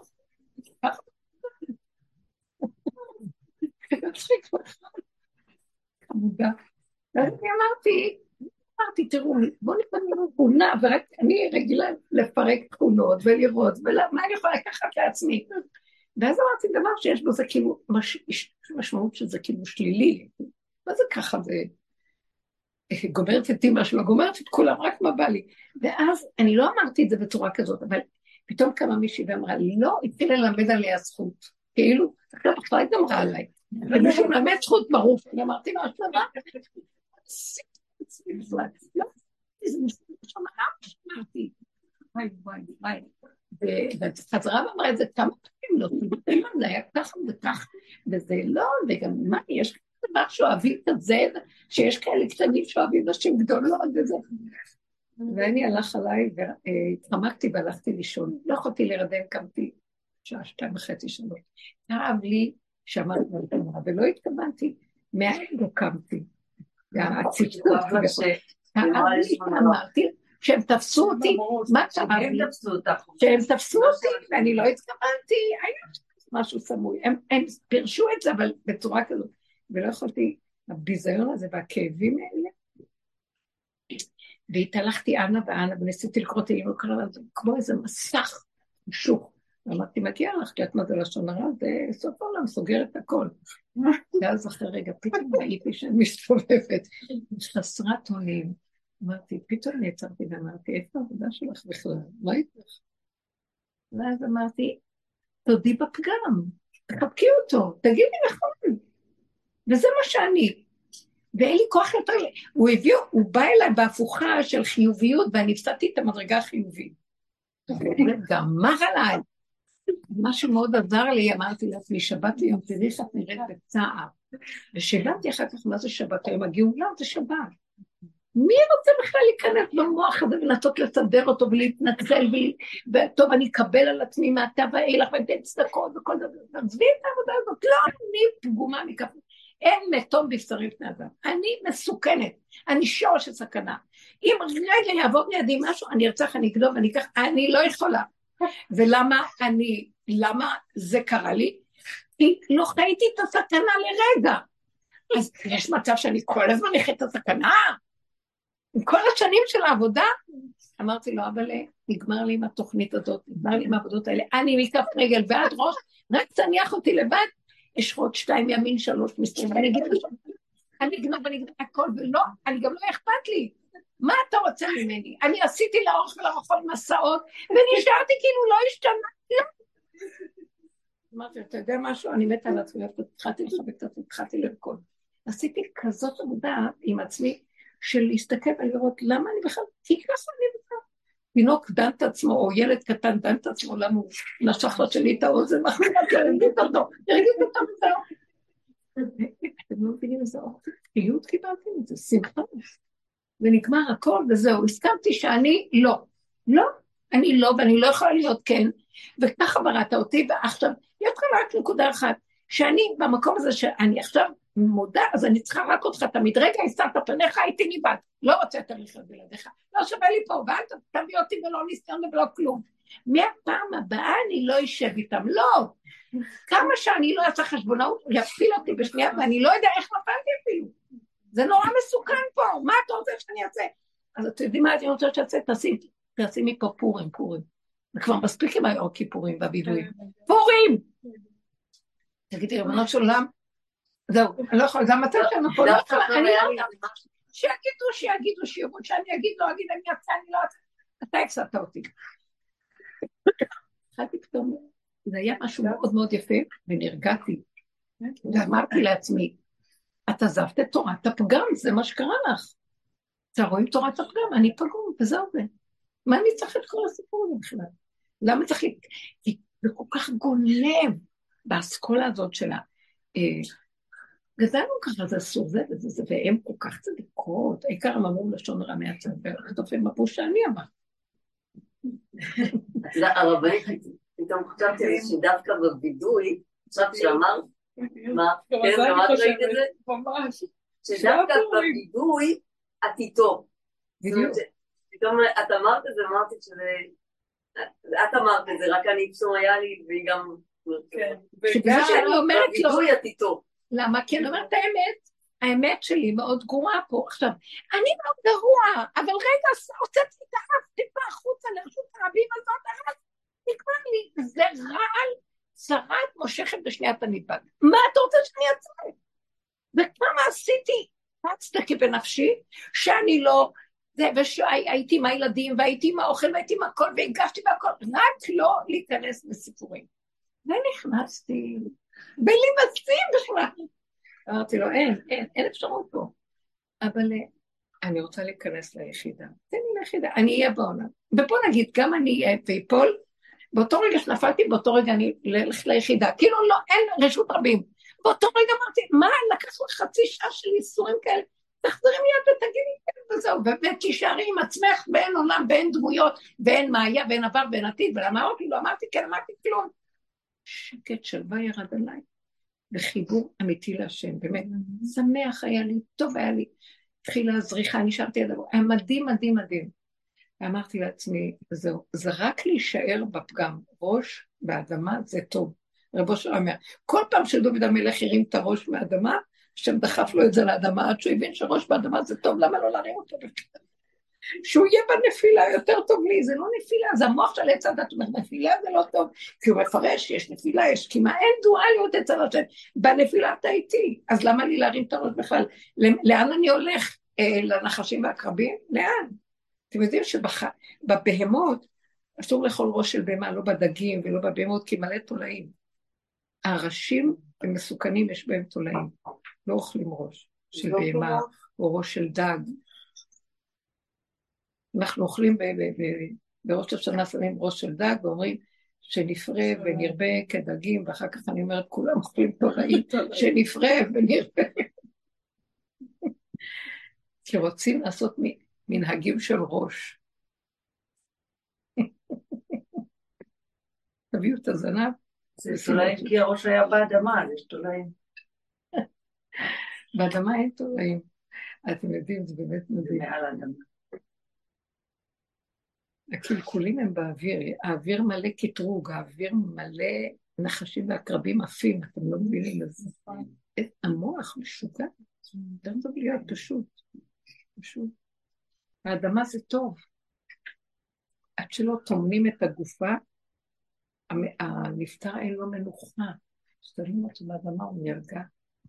S1: מצחיק חמודה. ואז אני אמרתי, אמרתי, תראו, בואו נקבל תכונה, ורק אני רגילה לפרק תכונות ולראות, ומה אני יכולה לקחת לעצמי? ואז אמרתי דבר שיש בו זה כאילו, משמעות שזה כאילו שלילי. מה זה ככה? זה גומרת את אימא שלו, גומרת את כולם, רק מה בא לי. ואז אני לא אמרתי את זה בצורה כזאת, אבל פתאום קמה מישהי ואמרה לי, לא, התחילה ללמד עליה הזכות. כאילו, אחרי בכלל היא אמרה עליי. ומישהו מלמד זכות ברוך. אני אמרתי לו, את למה? זה משהו אמרתי. וואי, וואי, וואי. וחזרה ואמרה את זה כמה פעמים, לא, זה היה ככה וכך, וזה לא, וגם מה, יש דבר שאוהבים את זה, שיש כאלה קטנים שאוהבים נשים גדולות וזה. ואני הלך עליי והתחמקתי והלכתי לישון, לא יכולתי להירדם, קמתי שעה, שתיים וחצי שלוש. כאב לי שאמרתי מה, ולא התכוונתי, מהאגו קמתי, והציטקות, אמרתי, שהם תפסו אותי, מה קרה לי? שהם תפסו אותי, ואני לא התכוונתי, היה משהו סמוי, הם פרשו את זה, אבל בצורה כזאת, ולא יכולתי, הביזיון הזה והכאבים האלה, והתהלכתי אנה ואנה, וניסיתי לקרוא תהילים, כמו איזה מסך, שוך, ואמרתי, מגיע לך, כי את מה זה לשון הרע, זה סוף העולם, סוגר את הכל. ואז אחרי רגע, פתאום ראיתי שאני מסתובבת, חסרת אונים, אמרתי, פתאום נעצרתי ואמרתי, איפה העבודה שלך בכלל? מה איתך? ואז אמרתי, תודי בפגם, תחבקי אותו, תגידי נכון. וזה מה שאני. ואין לי כוח יותר, הוא הביא, הוא בא אליי בהפוכה של חיוביות, ואני הפסדתי את המדרגה החיובית. וגמר עליי. משהו מאוד עזר לי, אמרתי לעצמי, שבת ליום, תראי איך את נראית בצער. ושאלתי אחר כך, מה זה שבת? היום הגאולה זה שבת. מי רוצה בכלל להיכנס במוח הזה ולנסות לסדר אותו ולהתנצל וטוב אני אקבל על עצמי מעתה ואילך ואתן צדקות וכל דבר, עזבי את העבודה הזאת, לא, אני פגומה מכך, אין מתום בבשרי פני אדם, אני מסוכנת, אני שורש של סכנה, אם רגע יעבור לידי משהו, אני ארצח, אני אגנוב, אני אקח, אני לא יכולה, ולמה אני, למה זה קרה לי? כי לא חייתי את הסכנה לרגע, אז יש מצב שאני כל הזמן נחית את הסכנה, עם כל השנים של העבודה, אמרתי לו, אבל נגמר לי עם התוכנית הזאת, נגמר לי עם העבודות האלה, אני מכף רגל ועד ראש, רק תניח אותי לבד, יש עוד שתיים ימין, שלוש מסתרים, ואני אגיד לך, אני אגנוב ואני אגנוב הכל, ולא, אני גם לא אכפת לי. מה אתה רוצה ממני? אני עשיתי לאורך ולרחוב מסעות, ונשארתי כאילו לא השתנה, לא. אמרתי, אתה יודע משהו? אני מתה על עצמי, התחלתי לחבק את עצמי, התחלתי לרקוד. עשיתי כזאת עבודה עם עצמי, של להסתכל ולראות למה אני בכלל, כי ככה אני בכלל. תינוק דן את עצמו, או ילד קטן דן את עצמו, למה הוא נשך לו שלי את האוזן, הרגיט אותו, הרגיט אותו וזהו. אתם לא מבינים איזה אופיות קיבלתי מזה, שמחה. ונגמר הכל וזהו, הסכמתי שאני לא, לא, אני לא, ואני לא יכולה להיות כן, וככה בראת אותי, ועכשיו, יש לך רק נקודה אחת, שאני במקום הזה שאני עכשיו מודע, אז אני צריכה רק אותך תמיד, רגע, הסתרת פניך, הייתי לבד, לא רוצה יותר לחיות בלעדיך, לא שווה לי פה, ואל תביא אותי ולא ניסיון ולא כלום. מהפעם הבאה אני לא אשב איתם, לא. כמה שאני לא אעשה חשבונאות, הוא יפיל אותי בשנייה, ואני לא יודע איך נפלתי אפילו. זה נורא מסוכן פה, מה אתה רוצה שאני אעשה? אז אתם יודעים מה אני רוצה שתעשה? תעשי מפה פורים, פורים. זה כבר מספיק עם היור כיפורים והבידויים. פורים! תגידי, רבנות של עולם, זהו, אני לא יכולה, זה המצב שלנו פה, לא יכולה, אני לא יודעת, שיגידו, שיגידו, שיראו, שאני אגיד, לא אגיד, אני אעשה, אני לא אעשה, אתה הפסדת אותי. התחלתי פתאום, זה היה משהו מאוד מאוד יפה, ונרגעתי, ואמרתי לעצמי, את עזבת את תורת הפגם, זה מה שקרה לך. אתה רואים תורת הפגם, אני פגום, וזהו זה. מה אני צריך את כל הסיפור הזה בכלל? למה צריך... כי זה כל כך גונב באסכולה הזאת שלה. גזלנו ככה, זה אסור זה וזה זה, והם כל כך צדיקות, העיקר הם אמרו לשון רע מהצד, ובסוף הם אמרו שאני אמר.
S3: הרבנית, פתאום חשבתי על זה שדווקא בבידוי, חשבתי שאמר, מה? כן, אמרת ראית את זה?
S5: ממש.
S3: שדווקא בבידוי, את איתו. פתאום את אמרת את זה, אמרתי שזה, את אמרת את זה, רק אני פתאום היה לי, והיא גם...
S1: שבזה שאני אומרת לו...
S3: בבידוי את איתו.
S1: למה? כי אני אומרת האמת, האמת שלי מאוד גרועה פה. עכשיו, אני מאוד גרוע, אבל רגע, הוצאתי את האף טיפה החוצה לרשות הרבים הזאת, אבל נגמר לי, זה רעל, צרת מושכת בשניית הנדבק. מה אתה רוצה שאני אצא? וכמה עשיתי, פצתי בנפשי, שאני לא, והייתי עם הילדים, והייתי עם האוכל, והייתי עם הכל, והגשתי והכל, רק לא להיכנס לסיפורים. ונכנסתי, בלי מצים בכלל. אמרתי לו, אין, אין, אין אפשרות פה. אבל אני רוצה להיכנס ליחידה. תן לי ליחידה, אני אהיה בעולם. ובוא נגיד, גם אני אהיה ויפול, באותו רגע שנפלתי, באותו רגע אני אלך ליחידה. כאילו לא, אין רשות רבים. באותו רגע אמרתי, מה, לקח לך חצי שעה של איסורים כאלה? תחזרי מיד ותגידי כן וזהו, ותישארי עם עצמך באין עולם, באין דמויות, באין מאיה, באין עבר, באין עתיד, ולמה אמרתי, לא אמרתי, כן, אמרתי כלום. שקט שלווה ירד עליי, וחיבור אמיתי להשם, באמת, שמח היה לי, טוב היה לי, התחילה הזריחה, נשארתי עד הדבר, היה מדהים, מדהים, מדהים. ואמרתי לעצמי, זהו, זה רק להישאר בפגם, ראש באדמה זה טוב. רבו שלו אומר, כל פעם שדוד המלך הרים את הראש מהאדמה, השם דחף לו את זה לאדמה, עד שהוא הבין שראש באדמה זה טוב, למה לא להרים אותו בכלל? שהוא יהיה בנפילה יותר טוב לי, זה לא נפילה, זה המוח של עץ הדת, אומר, נפילה זה לא טוב, כי הוא מפרש, יש נפילה, יש, כי מה אין דואליות אצל השם, בנפילה אתה איתי, אז למה לי להרים את הראש בכלל? לאן אני הולך? אה, לנחשים והקרבים? לאן? אתם יודעים שבבהמות, אסור לאכול ראש של בהמה, לא בדגים ולא בבהמות, כי מלא תולעים. הראשים הם מסוכנים, יש בהם תולעים. לא אוכלים ראש של בהמה או ראש של דג. אנחנו אוכלים בראש השנה שמים ראש של דג, ואומרים שנפרה ונרבה כדגים, ואחר כך אני אומרת, כולם אוכלים תולעים, שנפרה ונרבה. כי רוצים לעשות מנהגים של ראש. תביאו את הזנב.
S3: זה תולעים כי הראש היה באדמה, אז יש תולעים.
S1: באדמה אין תולעים. אתם יודעים, זה באמת מדהים.
S3: מעל האדמה.
S1: הקלקולים הם באוויר, האוויר מלא קטרוג, האוויר מלא נחשים והקרבים עפים, אתם לא מבינים לזה. המוח משוגע, יותר טוב להיות פשוט. פשוט. האדמה זה טוב. עד שלא טומנים את הגופה, הנפטר אין לו מנוחה. שתולים אותו באדמה, הוא נרגע.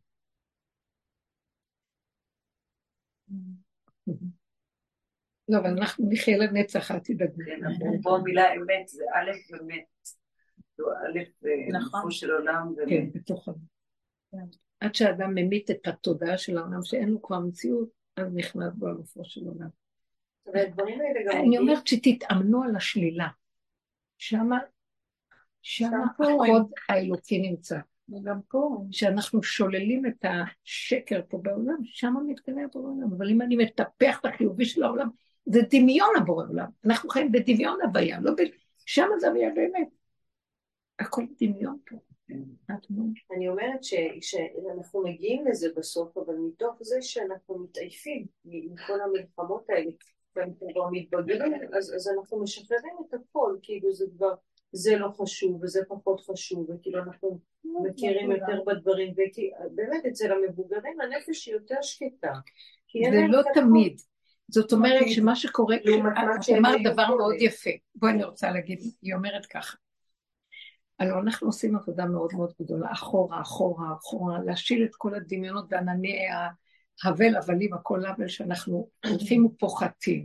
S1: לא, אבל אנחנו נחיה לנצח, אל תדאגו.
S3: פה המילה אמת, זה א' אמת. א' נפו של עולם.
S1: כן, בתוך העולם. עד שהאדם ממית את התודעה של העולם, שאין לו כבר מציאות, אז נכנס בו הנפו של עולם. אני אומרת שתתאמנו על השלילה. שמה, שמה הקוד האלוקי נמצא. וגם פה, שאנחנו שוללים את השקר פה בעולם, שמה מתגלה הבורא עולם. אבל אם אני מטפח את החיובי של העולם, זה דמיון הבורא עולם. אנחנו חיים בדמיון הוויה, לא ב... שמה זה הוויה באמת. הכל דמיון פה.
S2: אני אומרת שאנחנו מגיעים לזה בסוף, אבל מתוך זה שאנחנו מתעייפים עם כל המלחמות האלה, ואנחנו כבר מתבגרים, אז אנחנו משחררים את הכל, כאילו זה כבר, זה לא חשוב וזה פחות חשוב, וכאילו אנחנו מכירים יותר בדברים, ובאמת אצל המבוגרים הנפש היא יותר שקטה.
S1: זה לא תמיד. זאת אומרת שמה שקורה, את אומרת דבר מאוד יפה. בואי אני רוצה להגיד, היא אומרת ככה. הלוא אנחנו עושים עבודה מאוד מאוד גדולה, אחורה, אחורה, אחורה, להשיל את כל הדמיונות וענני ההבל, הבלים, הכל הבל שאנחנו הולכים ופוחתים.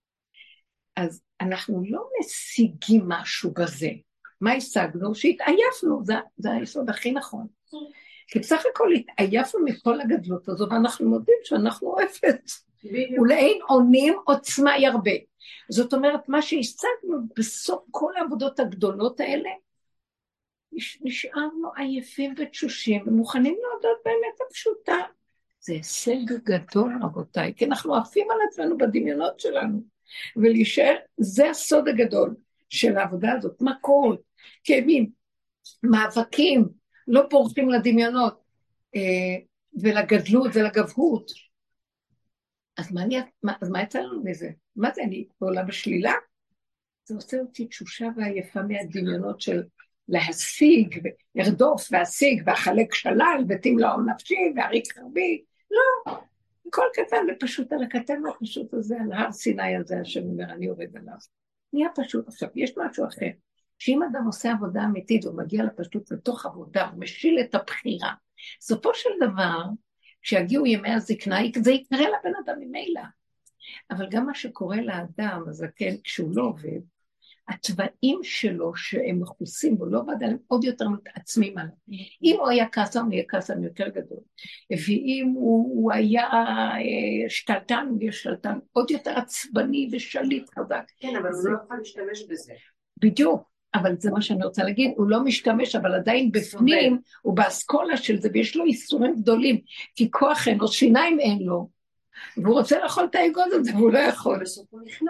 S1: אז אנחנו לא משיגים משהו בזה. מה השגנו? שהתעייפנו, זה, זה היסוד הכי נכון. כי בסך הכל התעייפנו מכל הגדלות הזו, ואנחנו יודעים שאנחנו אפס. ולאין עונים עוצמה ירבה. זאת אומרת, מה שהשגנו בסוף כל העבודות הגדולות האלה, נשארנו עייפים ותשושים, ומוכנים להודות באמת הפשוטה. זה הישג גדול, רבותיי, כי אנחנו עפים על עצמנו בדמיונות שלנו, ולהישאר, זה הסוד הגדול של העבודה הזאת, מכות, כאבים, מאבקים, לא פורחים לדמיונות, ולגדלות ולגבהות. אז מה, אני, מה, אז מה יצא לנו מזה? מה זה, אני בעולם בשלילה? זה עושה אותי תשושה ועייפה מהדמיונות של להשיג, לרדוף והשיג, והחלק שלל, ותמלאו נפשי, והריק חרבי. לא, הכל קטן ופשוט על הקטן והפשוט הזה, על הר סיני הזה, השם אומר, אני יורד עליו. נהיה פשוט. עכשיו, יש משהו אחר, שאם אדם עושה עבודה אמיתית, הוא מגיע לפשוט לתוך עבודה, הוא משיל את הבחירה. סופו של דבר, כשיגיעו ימי הזקנה, זה יקרה לבן אדם ממילא. אבל גם מה שקורה לאדם, הזקן, כשהוא לא עובד, הצבעים שלו שהם מכוסים בו, לא עבד עליהם, עוד יותר מתעצמים עליו. אם הוא היה כעסן, הוא יהיה כעסן יותר גדול. ואם הוא, הוא היה שתלטן, הוא יהיה שתלטן עוד יותר עצבני ושליט חזק.
S2: כן, אבל הוא לא יכול להשתמש בזה.
S1: בדיוק, אבל זה מה שאני רוצה להגיד, הוא לא משתמש, אבל עדיין בפנים, הוא באסכולה של זה, ויש לו איסורים גדולים, כי כוח אין לו, שיניים אין לו, והוא רוצה לאכול את האגוז הזה, והוא לא יכול.
S2: בסוף הוא נכנע.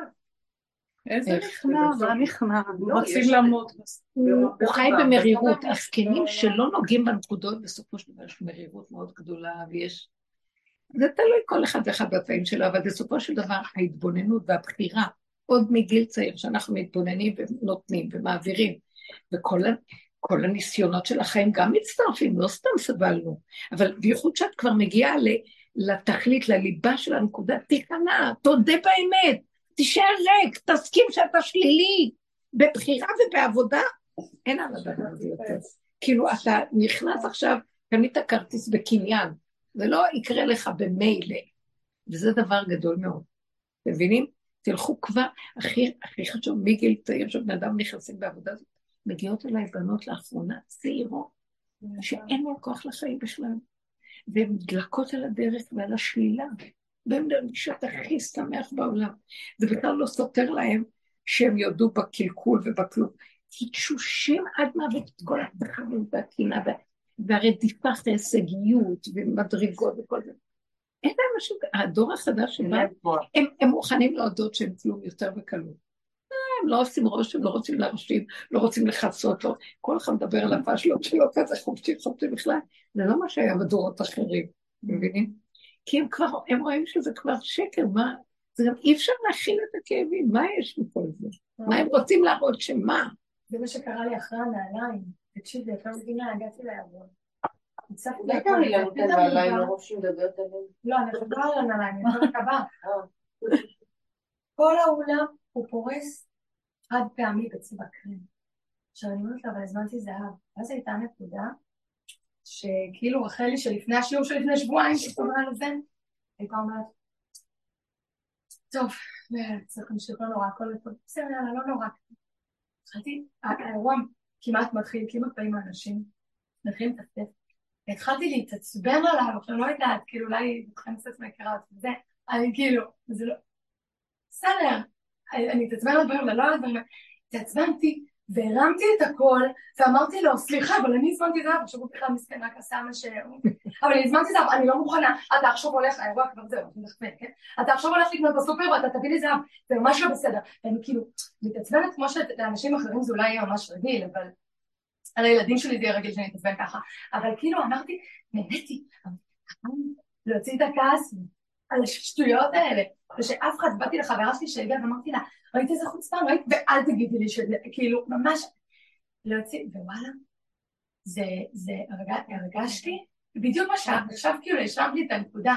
S4: איזה נכנע, מה נכנע?
S2: רוצים למות.
S1: הוא חי במרירות, הזקנים שלא נוגעים בנקודות, בסופו של דבר יש מרירות מאוד גדולה, ויש... זה תלוי כל אחד ואחד בפעים שלו, אבל בסופו של דבר ההתבוננות והבחירה, עוד מגיל צעיר שאנחנו מתבוננים ונותנים ומעבירים, וכל כל הניסיונות של החיים גם מצטרפים, לא סתם סבלנו, אבל בייחוד שאת כבר מגיעה לתכלית, לליבה של הנקודה, תיכנע, תודה באמת, תישאר ריק, תסכים שאתה שלילי, בבחירה ובעבודה, אין על הדבר הזה יותר. כאילו אתה נכנס עכשיו, קנית כרטיס בקניין, זה לא יקרה לך במילא, וזה דבר גדול מאוד. אתם מבינים? תלכו כבר, הכי, הכי חשוב, מגיל צעיר שבני אדם נכנסים בעבודה הזאת, מגיעות אליי בנות לאחרונה צעירות, שאין לו כוח לחיים בשלם, והן מדלקות על הדרך ועל השלילה, והן מרגישות הכי שמח בעולם, זה בכלל לא סותר להם שהם יודו בקלקול ובכלום, תתשושים עד מוות את כל התחרות והקינה, והרדיפה אחרי הישגיות ומדרגות וכל זה. אין להם משהו, הדור החדש שבא, הם, הם מוכנים להודות שהם כלום יותר בקלות. הם לא עושים ראש, הם לא רוצים להרשים, לא רוצים לחסות, לא. כל אחד מדבר על הפשלות שלו, כזה חופשי, חופשי בכלל. זה לא מה שהיה בדורות אחרים, מבינים? כי הם כבר, הם רואים שזה כבר שקר, מה? זה גם אי אפשר להכיל את הכאבים, מה יש מכל זה? מה הם רוצים להראות שמה?
S5: זה מה שקרה לי אחרי הנעליים. תקשיבי, אתה מבינה, הגעתי לעבוד.
S2: אולי תראי לנו את הנעליים, לא רוב שמדברת עליהם.
S5: לא, אני חדרה על הנעליים, אני חדרה הבא. כל האולם הוא פורס חד פעמי בצבע קרם. עכשיו אני אומרת לה, אבל הזמנתי זהב. ואז הייתה נקודה, שכאילו רחלי שלפני השיעור שלפני שבועיים, שתאמרה לזה, הייתה אומרת, טוב, צריך להמשיך, לא נורא, הכל לכל, בסדר, יאללה, לא נורא. התחלתי, האירוע כמעט מתחיל, כמעט באים האנשים, מתחילים לטפטף. התחלתי להתעצבן עליו, עכשיו לא יודעת, כאילו אולי אתכם קצת מהקרה, וזה, אני כאילו, זה לא, בסדר, אני התעצבן על דברים, ולא על דברים, התעצבנתי, והרמתי את הכל, ואמרתי לו, סליחה, אבל אני הזמנתי זהב, עכשיו הוא בכלל מסכן, רק עשה מה ש... אבל אני הזמנתי זהב, אני לא מוכנה, אתה עכשיו הולך, האירוע כבר זהו, אתה עכשיו הולך לקנות בסופר, ואתה תביא לי זהב, זה ממש לא בסדר, ואני כאילו, מתעצבנת כמו שלאנשים אחרים זה אולי יהיה ממש רגיל, אבל... על הילדים שלי זה יהיה רגיל שאני אתעצבן ככה, אבל כאילו אמרתי, נהניתי, להוציא את הכעס על השטויות האלה, ושאף אחד, באתי לחברה שלי שהגיעה ואמרתי לה, ראית איזה חוצפה, ראית, ואל תגידי לי שזה, כאילו, ממש, להוציא, ווואלה, זה, זה, הרגשתי, בדיוק מה שאת, עכשיו כאילו, השלמתי את הנקודה,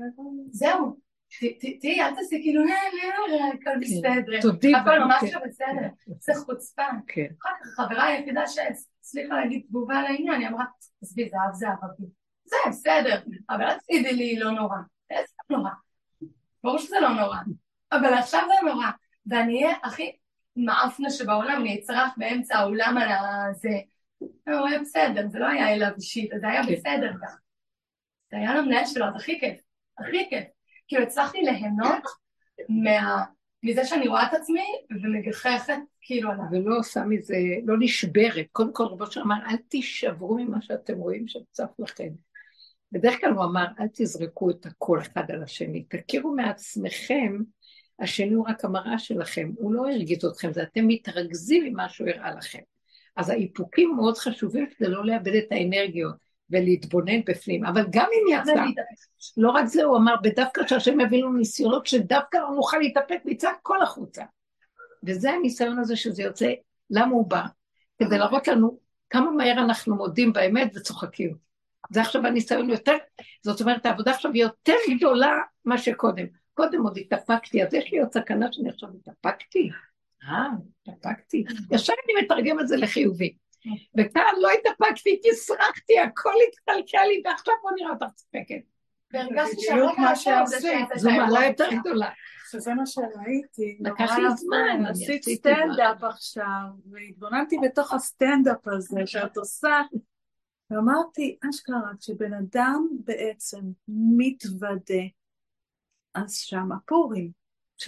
S5: זהו, תהי, אל תעשי, כאילו, הכל בסדר, הכל ממש לא בסדר, זה חוצפה, אחר כך החברה היחידה שהצליחה להגיד תגובה על העניין, היא אמרה, עזבי, זה אהב, זה אהב, זה בסדר, אבל אל תגידי לי, לא נורא, זה נורא, ברור שזה לא נורא, אבל עכשיו זה נורא, ואני אהיה הכי מעפנה שבעולם, אני אצרח באמצע העולם על הזה, זה היה בסדר, זה לא היה אליו אישית, זה היה בסדר גם, זה היה למנהל שלו, זה הכי כיף, הכי כיף, כאילו הצלחתי ליהנות מה... מזה שאני רואה את עצמי ומגחכת כאילו עליו.
S1: ולא עושה מזה, לא נשברת. קודם כל רבו שאמר, אל תישברו ממה שאתם רואים שצף לכם. בדרך כלל הוא אמר, אל תזרקו את הכל אחד על השני. תכירו מעצמכם, השני הוא רק המראה שלכם. הוא לא הרגיז אתכם, זה אתם מתרכזים ממה שהוא הראה לכם. אז האיפוקים מאוד חשובים כדי לא לאבד את האנרגיות. ולהתבונן בפנים, אבל גם אם יצא, לא רק זה, הוא אמר, בדווקא שהשם מביא לנו ניסיונות, שדווקא לא נוכל להתאפק, ויצא כל החוצה. וזה הניסיון הזה שזה יוצא, למה הוא בא? כדי להראות לנו כמה מהר אנחנו מודים באמת וצוחקים. זה עכשיו הניסיון יותר, זאת אומרת, העבודה עכשיו היא יותר גדולה מה שקודם. קודם עוד התאפקתי, אז יש לי עוד סכנה שאני עכשיו התאפקתי. אה, התאפקתי. ישר אני מתרגם את זה לחיובי. וכאן לא התאפקתי, כי שרחתי, הכל התקלקל לי, ועכשיו בוא נראה אותך צפקת.
S5: והרגשתי שהרגע עכשיו זה
S1: זו מעלה יותר גדולה.
S6: שזה מה שראיתי.
S1: לקח לי זמן.
S6: עשית סטנדאפ עכשיו, והתבוננתי בתוך הסטנדאפ הזה שאת עושה, ואמרתי, אשכרה, כשבן אדם בעצם מתוודה, אז שם הפורים.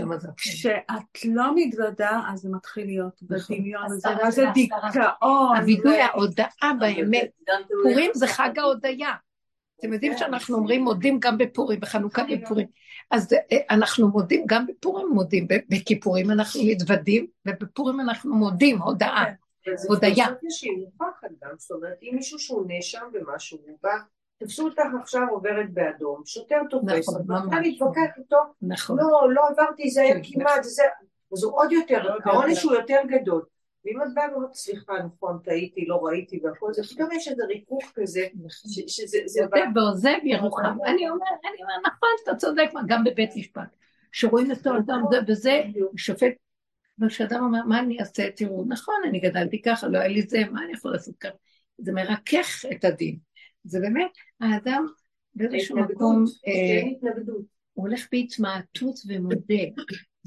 S6: כשאת לא מתוודה, אז זה מתחיל להיות בדמיון, וזה דיכאון.
S1: הווידוי ההודעה באמת, פורים זה חג ההודעה. אתם יודעים שאנחנו אומרים מודים גם בפורים, בחנוכה בפורים. אז אנחנו מודים גם בפורים, מודים בכיפורים אנחנו מתוודים, ובפורים אנחנו מודים, הודעה, הודעה.
S2: זה שהיא מוכחת גם, זאת אומרת, אם מישהו שהוא נאשם במשהו, הוא בא, תפסו אותך עכשיו עוברת באדום, שוטר תופס, אתה מתווכח איתו, לא, לא עברתי, זה היה כמעט, אז הוא עוד יותר, העונש הוא יותר גדול, ואם את באה ואומרת, סליחה, נכון, טעיתי, לא ראיתי והכל, זה פתאום יש איזה ריכוך כזה, שזה בא...
S1: ועוזב ירוחם, אני אומר, נכון, אתה צודק, גם בבית משפט, שרואים את האדם וזה, שופט, ושאדם אומר, מה אני אעשה, תראו, נכון, אני גדלתי ככה, לא היה לי זה, מה אני יכול לעשות ככה, זה מרכך את הדין. זה באמת, האדם באיזשהו מקום, הוא הולך בהתמעטות ומודה,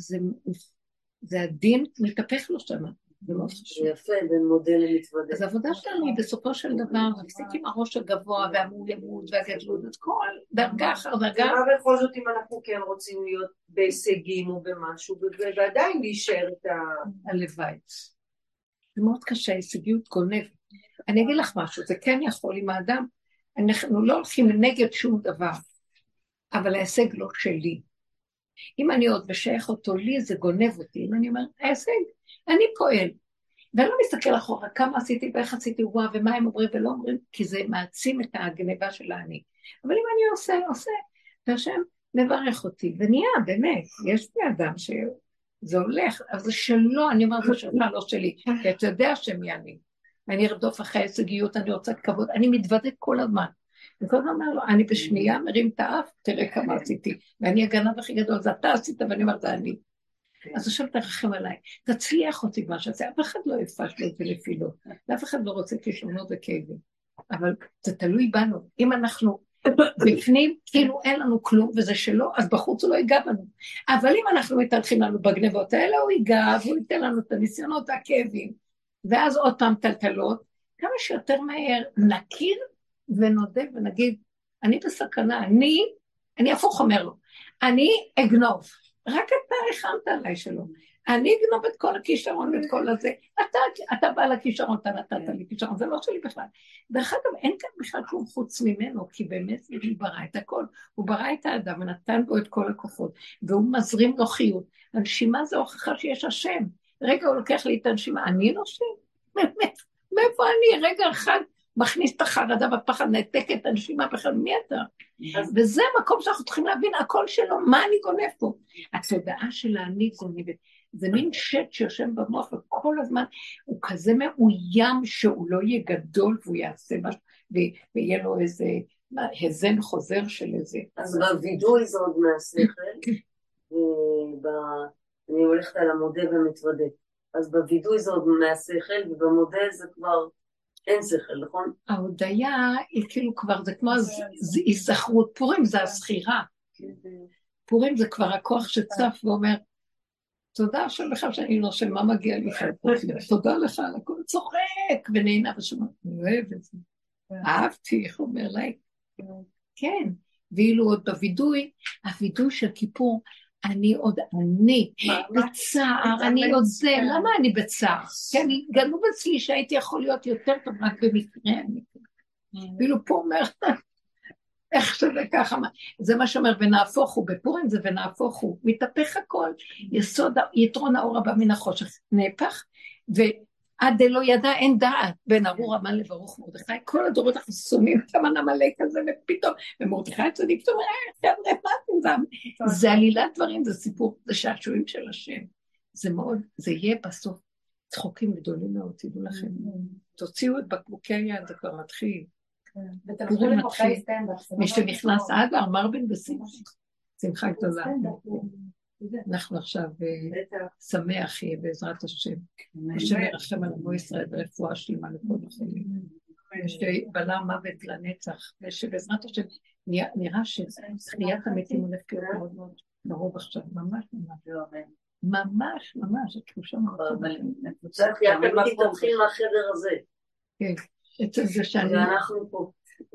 S1: זה הדין מתהפך לו שם, זה מאוד חשוב.
S3: יפה, בין מודה למתוודה.
S1: אז העבודה שלנו היא בסופו של דבר, להפסיק עם הראש הגבוה והמאוימות והגדלות, את כל דרגה אחר דרגה.
S2: ומה בכל זאת אם אנחנו כן רוצים להיות בהישגים או במשהו, ועדיין להישאר את
S1: הלוואי. זה מאוד קשה, הישגיות גונבת. אני אגיד לך משהו, זה כן יכול עם האדם, אנחנו לא הולכים נגד שום דבר, אבל ההישג לא שלי. אם אני עוד משייך אותו לי, זה גונב אותי. אם אני אומר, ההישג, אני פועל. ואני לא מסתכל אחורה, כמה עשיתי ואיך עשיתי, וואו, ומה הם אומרים ולא אומרים, כי זה מעצים את הגניבה של האני. אבל אם אני עושה, עושה, והשם מברך אותי, ונהיה, באמת, יש לי אדם שזה הולך, אז זה שלו, אני אומרת, זה שלך, לא שלי, כי אתה יודע שהם יענים. ואני ארדוף אחרי הישגיות, אני רוצה כבוד, אני מתוודק כל הזמן. וכל הזמן אומר לו, אני בשנייה מרים את האף, תראה כמה עשיתי, ואני הגנב הכי גדול, זה אתה עשית, ואני אומרת, זה אני. אז עכשיו תרחם עליי, תצליח אותי מה שעשה, אף אחד לא יפש לו את זה לפילו, ואף אחד לא רוצה כישרונות וכאבים, אבל זה תלוי בנו, אם אנחנו בפנים, כאילו אין לנו כלום, וזה שלו, אז בחוץ הוא לא ייגע בנו, אבל אם אנחנו מתהלכים לנו בגנבות האלה, הוא ייגע, והוא ייתן לנו את הניסיונות והכאבים, ואז עוד פעם טלטלות, כמה שיותר מהר נכיר ונודה ונגיד, אני בסכנה, אני, אני הפוך אומר לו, אני אגנוב, רק אתה הכנת עליי שלו, אני אגנוב את כל הכישרון ואת כל הזה, אתה, אתה בא לכישרון, אתה נתת לי כישרון, זה לא שלי בכלל. דרך אגב, אין כאן בכלל כלום חוץ ממנו, כי באמת הוא ברא את הכל, הוא ברא את האדם ונתן בו את כל הכוחות, והוא מזרים לו חיות. הנשימה זה הוכחה שיש השם, רגע הוא לוקח לי את הנשימה, אני נושם, באמת, מאיפה אני, רגע אחד, מכניס את החרדה והפחד, נתק את הנשימה בכלל, מי אתה? וזה המקום שאנחנו צריכים להבין, הכל שלו, מה אני גונב פה? התודעה של אני גונבת, זה מין שט שיושב במוח, וכל הזמן הוא כזה מאוים שהוא לא יהיה גדול, והוא יעשה משהו, ויהיה לו איזה הזן חוזר של איזה.
S3: אז בווידוי זה עוד מהשכל, אני הולכת על המודה ומתוודה, אז בווידוי זה עוד מהשכל, ובמודה זה כבר אין שכל, נכון?
S1: ההודיה היא כאילו כבר, זה כמו הזכרות, פורים זה הסחירה, פורים זה כבר הכוח שצף ואומר, תודה השם לך שאני נושם, מה מגיע לי? תודה לך על הכל, צוחק ונהנה ושומע, אני אוהב את זה, אהבתי, איך אומר לי, כן, ואילו עוד בווידוי, הווידוי של כיפור, אני עוד אני, בצער, אני עוד זה, למה אני בצער? כי אני גנוב אצלי שהייתי יכול להיות יותר טוב רק במקרה, ואילו פה אומר, איך שזה ככה, זה מה שאומר, ונהפוך הוא, בפורים זה ונהפוך הוא, מתהפך הכל, יסוד, יתרון האור הבא מן החושך, נהפך, ועד דלא ידע אין דעת, בין ארור המן לברוך מרדכי, כל הדורות אנחנו שונאים את המן המלא כזה, ופתאום, ומרדכי צדיק, פתאום, אה, חבר'ה, מה אתם זה? זה עלילת דברים, זה סיפור, זה שעשועים של השם, זה מאוד, זה יהיה בסוף צחוקים גדולים מאוד, תדעו לכם, תוציאו את בקבוקי היד, זה כבר מתחיל, פורים מתחיל, מי שנכנס עד אמר בן בשמחה, שמחה גדולה. אנחנו עכשיו שמח יהיה בעזרת השם, השם ירחם על עמו ישראל ברפואה שלמה לכל החולים, שבלע מוות לנצח, ושבעזרת השם נראה שזכיית המתים הולך להיות מאוד מאוד ברוב עכשיו, ממש ממש, ממש ממש, התחושה מאוד טובה.
S3: זכיית המתים תתחיל מהחדר הזה.
S1: כן. אצל זה שאני...
S3: ואנחנו פה.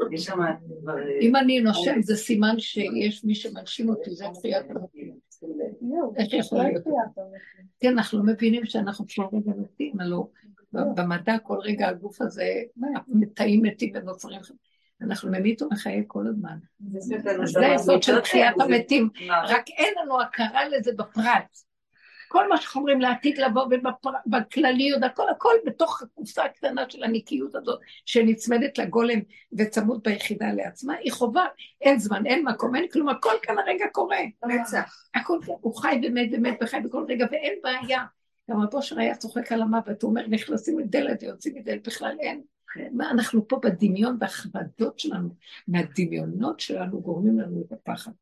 S1: אם אני נושם, זה סימן שיש מי שמנשים אותי, זה תחיית המתים. איך יכול להיות? כן, אנחנו לא מבינים שאנחנו כל רגע מתים, הלוא במדע כל רגע הגוף הזה, תאים מתים ונוצרים, אנחנו ממית ומחיה כל הזמן. זה היסוד של תחיית המתים, רק אין לנו הכרה לזה בפרט. כל מה שאומרים לעתיד לבוא ובכלליות, הכל הכל בתוך הקופסה הקטנה של הניקיות הזאת, שנצמדת לגולם וצמוד ביחידה לעצמה, היא חובה, אין זמן, אין מקום, אין כלום, הכל כאן הרגע קורה. הכל, הוא חי ומת ומת וחי בכל רגע, ואין בעיה. גם רבו שר היה צוחק על המוות, הוא אומר, נכנסים לדלת ויוצאים מדלת, בכלל אין. מה, אנחנו פה בדמיון והחבדות שלנו, מהדמיונות שלנו גורמים לנו את הפחד.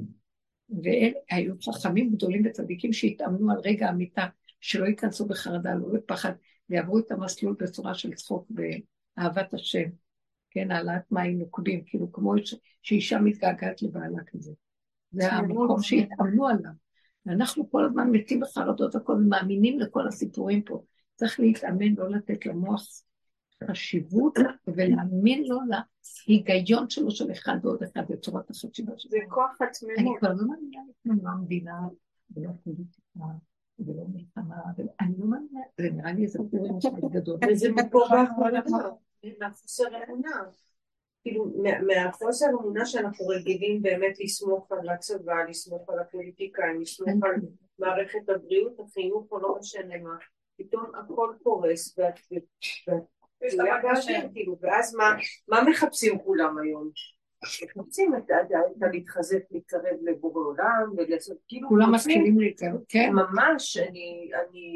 S1: והיו חכמים גדולים וצדיקים שהתאמנו על רגע המיטה, שלא ייכנסו בחרדה, לא בפחד, ויעברו את המסלול בצורה של צחוק באהבת השם, כן, העלאת מים נוקבים, כאילו כמו שאישה מתגעגעת לבעלה כזה. זה המקום שהתאמנו עליו. ואנחנו כל הזמן מתים בחרדות הכל, ומאמינים לכל הסיפורים פה. צריך להתאמן, לא לתת למוח חשיבות, ולהאמין לו להיגיון שלו של אחד ועוד אחד בצורת החשיבה שלו.
S2: זה כוח התמימות.
S1: אני כבר לא מאמינה לכם, לא המדינה, ולא פוליטיקה, ולא מלחמה, אני לא מאמינה, זה נראה לי איזה פורים משהו גדול.
S2: וזה מקור בהחלטה, מהחוסר אמונה. כאילו, מהחוסר אמונה שאנחנו רגילים באמת לסמוך על הצבא, לסמוך על הפוליטיקה, לסמוך על מערכת הבריאות, החינוך או לא משנה מה. פתאום הכל קורס, ואז מה מחפשים כולם היום? מחפשים את להתחזק, להתקרב לבורא עולם,
S1: כולם מתחילים להתקרב, כן?
S2: ממש, אני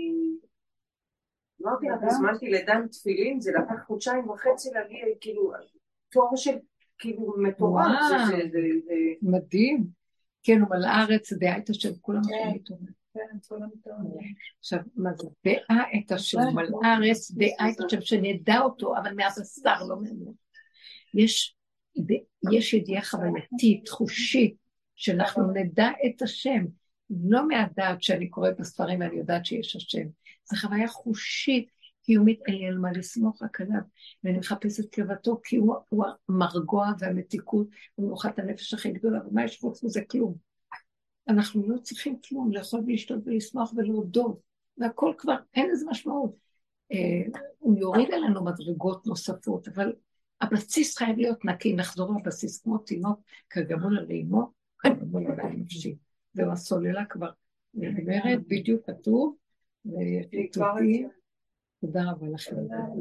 S2: אמרתי לך, הזמנתי לדן תפילין, זה לקח חודשיים וחצי להגיע, כאילו, תואר של, כאילו, מטורף.
S1: מדהים. כן, אבל הארץ, דעה את השם, כולם מתחילים להתקרב. עכשיו, מה זה? דעה את השם, מלאה ארץ, דעה את השם, שנדע אותו, אבל מהבשר, לא מהמוח. יש, יש ידיעה חווייתית, חושית, שאנחנו נדע את השם, לא מהדעת שאני קוראת בספרים, אני יודעת שיש השם. זו חוויה חושית, קיומית, אין לי על מה לסמוך רק עליו, ואני מחפשת קרבתו, כי הוא, הוא המרגוע והמתיקות, הוא מנוחת הנפש הכי גדולה, ומה יש פה? זה כלום. אנחנו לא צריכים כלום, לאכול ולשתות ולשמוח ולהודות, והכל כבר, אין איזה משמעות. אה, הוא יוריד עלינו מדרגות נוספות, אבל הבסיס חייב להיות נקי, נחזור לבסיס כמו תינוק, כגמול על אימו, כגמול על הנפשי. זהו, הסוללה כבר נגמרת, בדיוק כתוב, ותודה. תודה רבה לכם.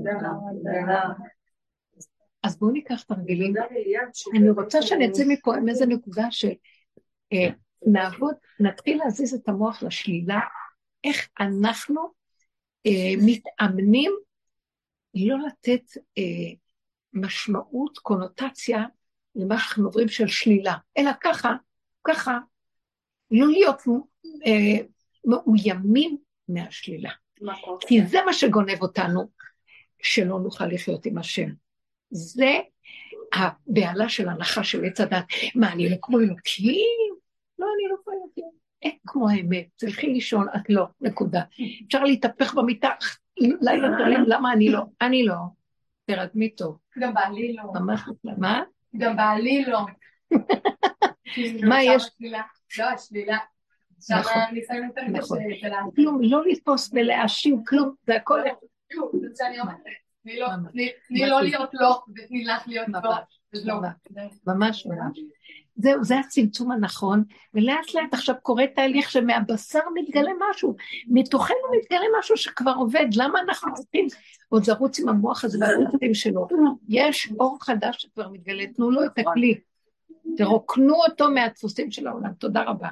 S1: אז בואו ניקח תרגילים. אני רוצה שנצא מפה עם איזה נקודה שנעבוד, נתחיל להזיז את המוח לשלילה, איך אנחנו מתאמנים לא לתת משמעות, קונוטציה, למה שאנחנו עוברים של שלילה, אלא ככה, ככה, לא להיות מאוימים מהשלילה. כי זה מה שגונב אותנו, שלא נוכל לחיות עם השם. זה הבעלה של הנחה של עץ הדת. מה, אני לא כמו אלוקים? לא, אני לא כמו אלוקים. אין כמו האמת, צריכי לישון, את לא, נקודה. אפשר להתהפך במיטה, לילה תולים, למה אני לא? אני לא. תרדמי טוב.
S5: גם בעלי לא.
S1: ממש, מה?
S5: גם בעלי לא.
S1: מה יש?
S5: לא, השלילה.
S1: נכון, נכון. כלום, לא לתפוס ולהאשים כלום, זה הכל...
S5: זה שאני אומרת, תני לא להיות לא, ותני לך להיות לא.
S1: ממש ממש. זהו, זה הצמצום הנכון, ולאט לאט עכשיו קורה תהליך שמהבשר מתגלה משהו, מתוכנו מתגלה משהו שכבר עובד, למה אנחנו צריכים עוד לרוץ עם המוח הזה והרוצים שלו? יש אור חדש שכבר מתגלה, תנו לו את הכלי, תרוקנו אותו מהדפוסים של העולם, תודה רבה.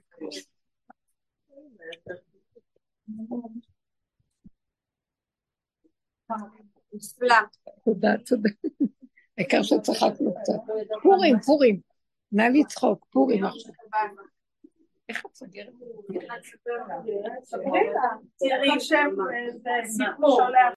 S1: תודה, תודה. העיקר שצחקנו קצת. פורים, פורים. נא לצחוק, פורים עכשיו. איך את סגרת?
S6: תראי, זה סיפור.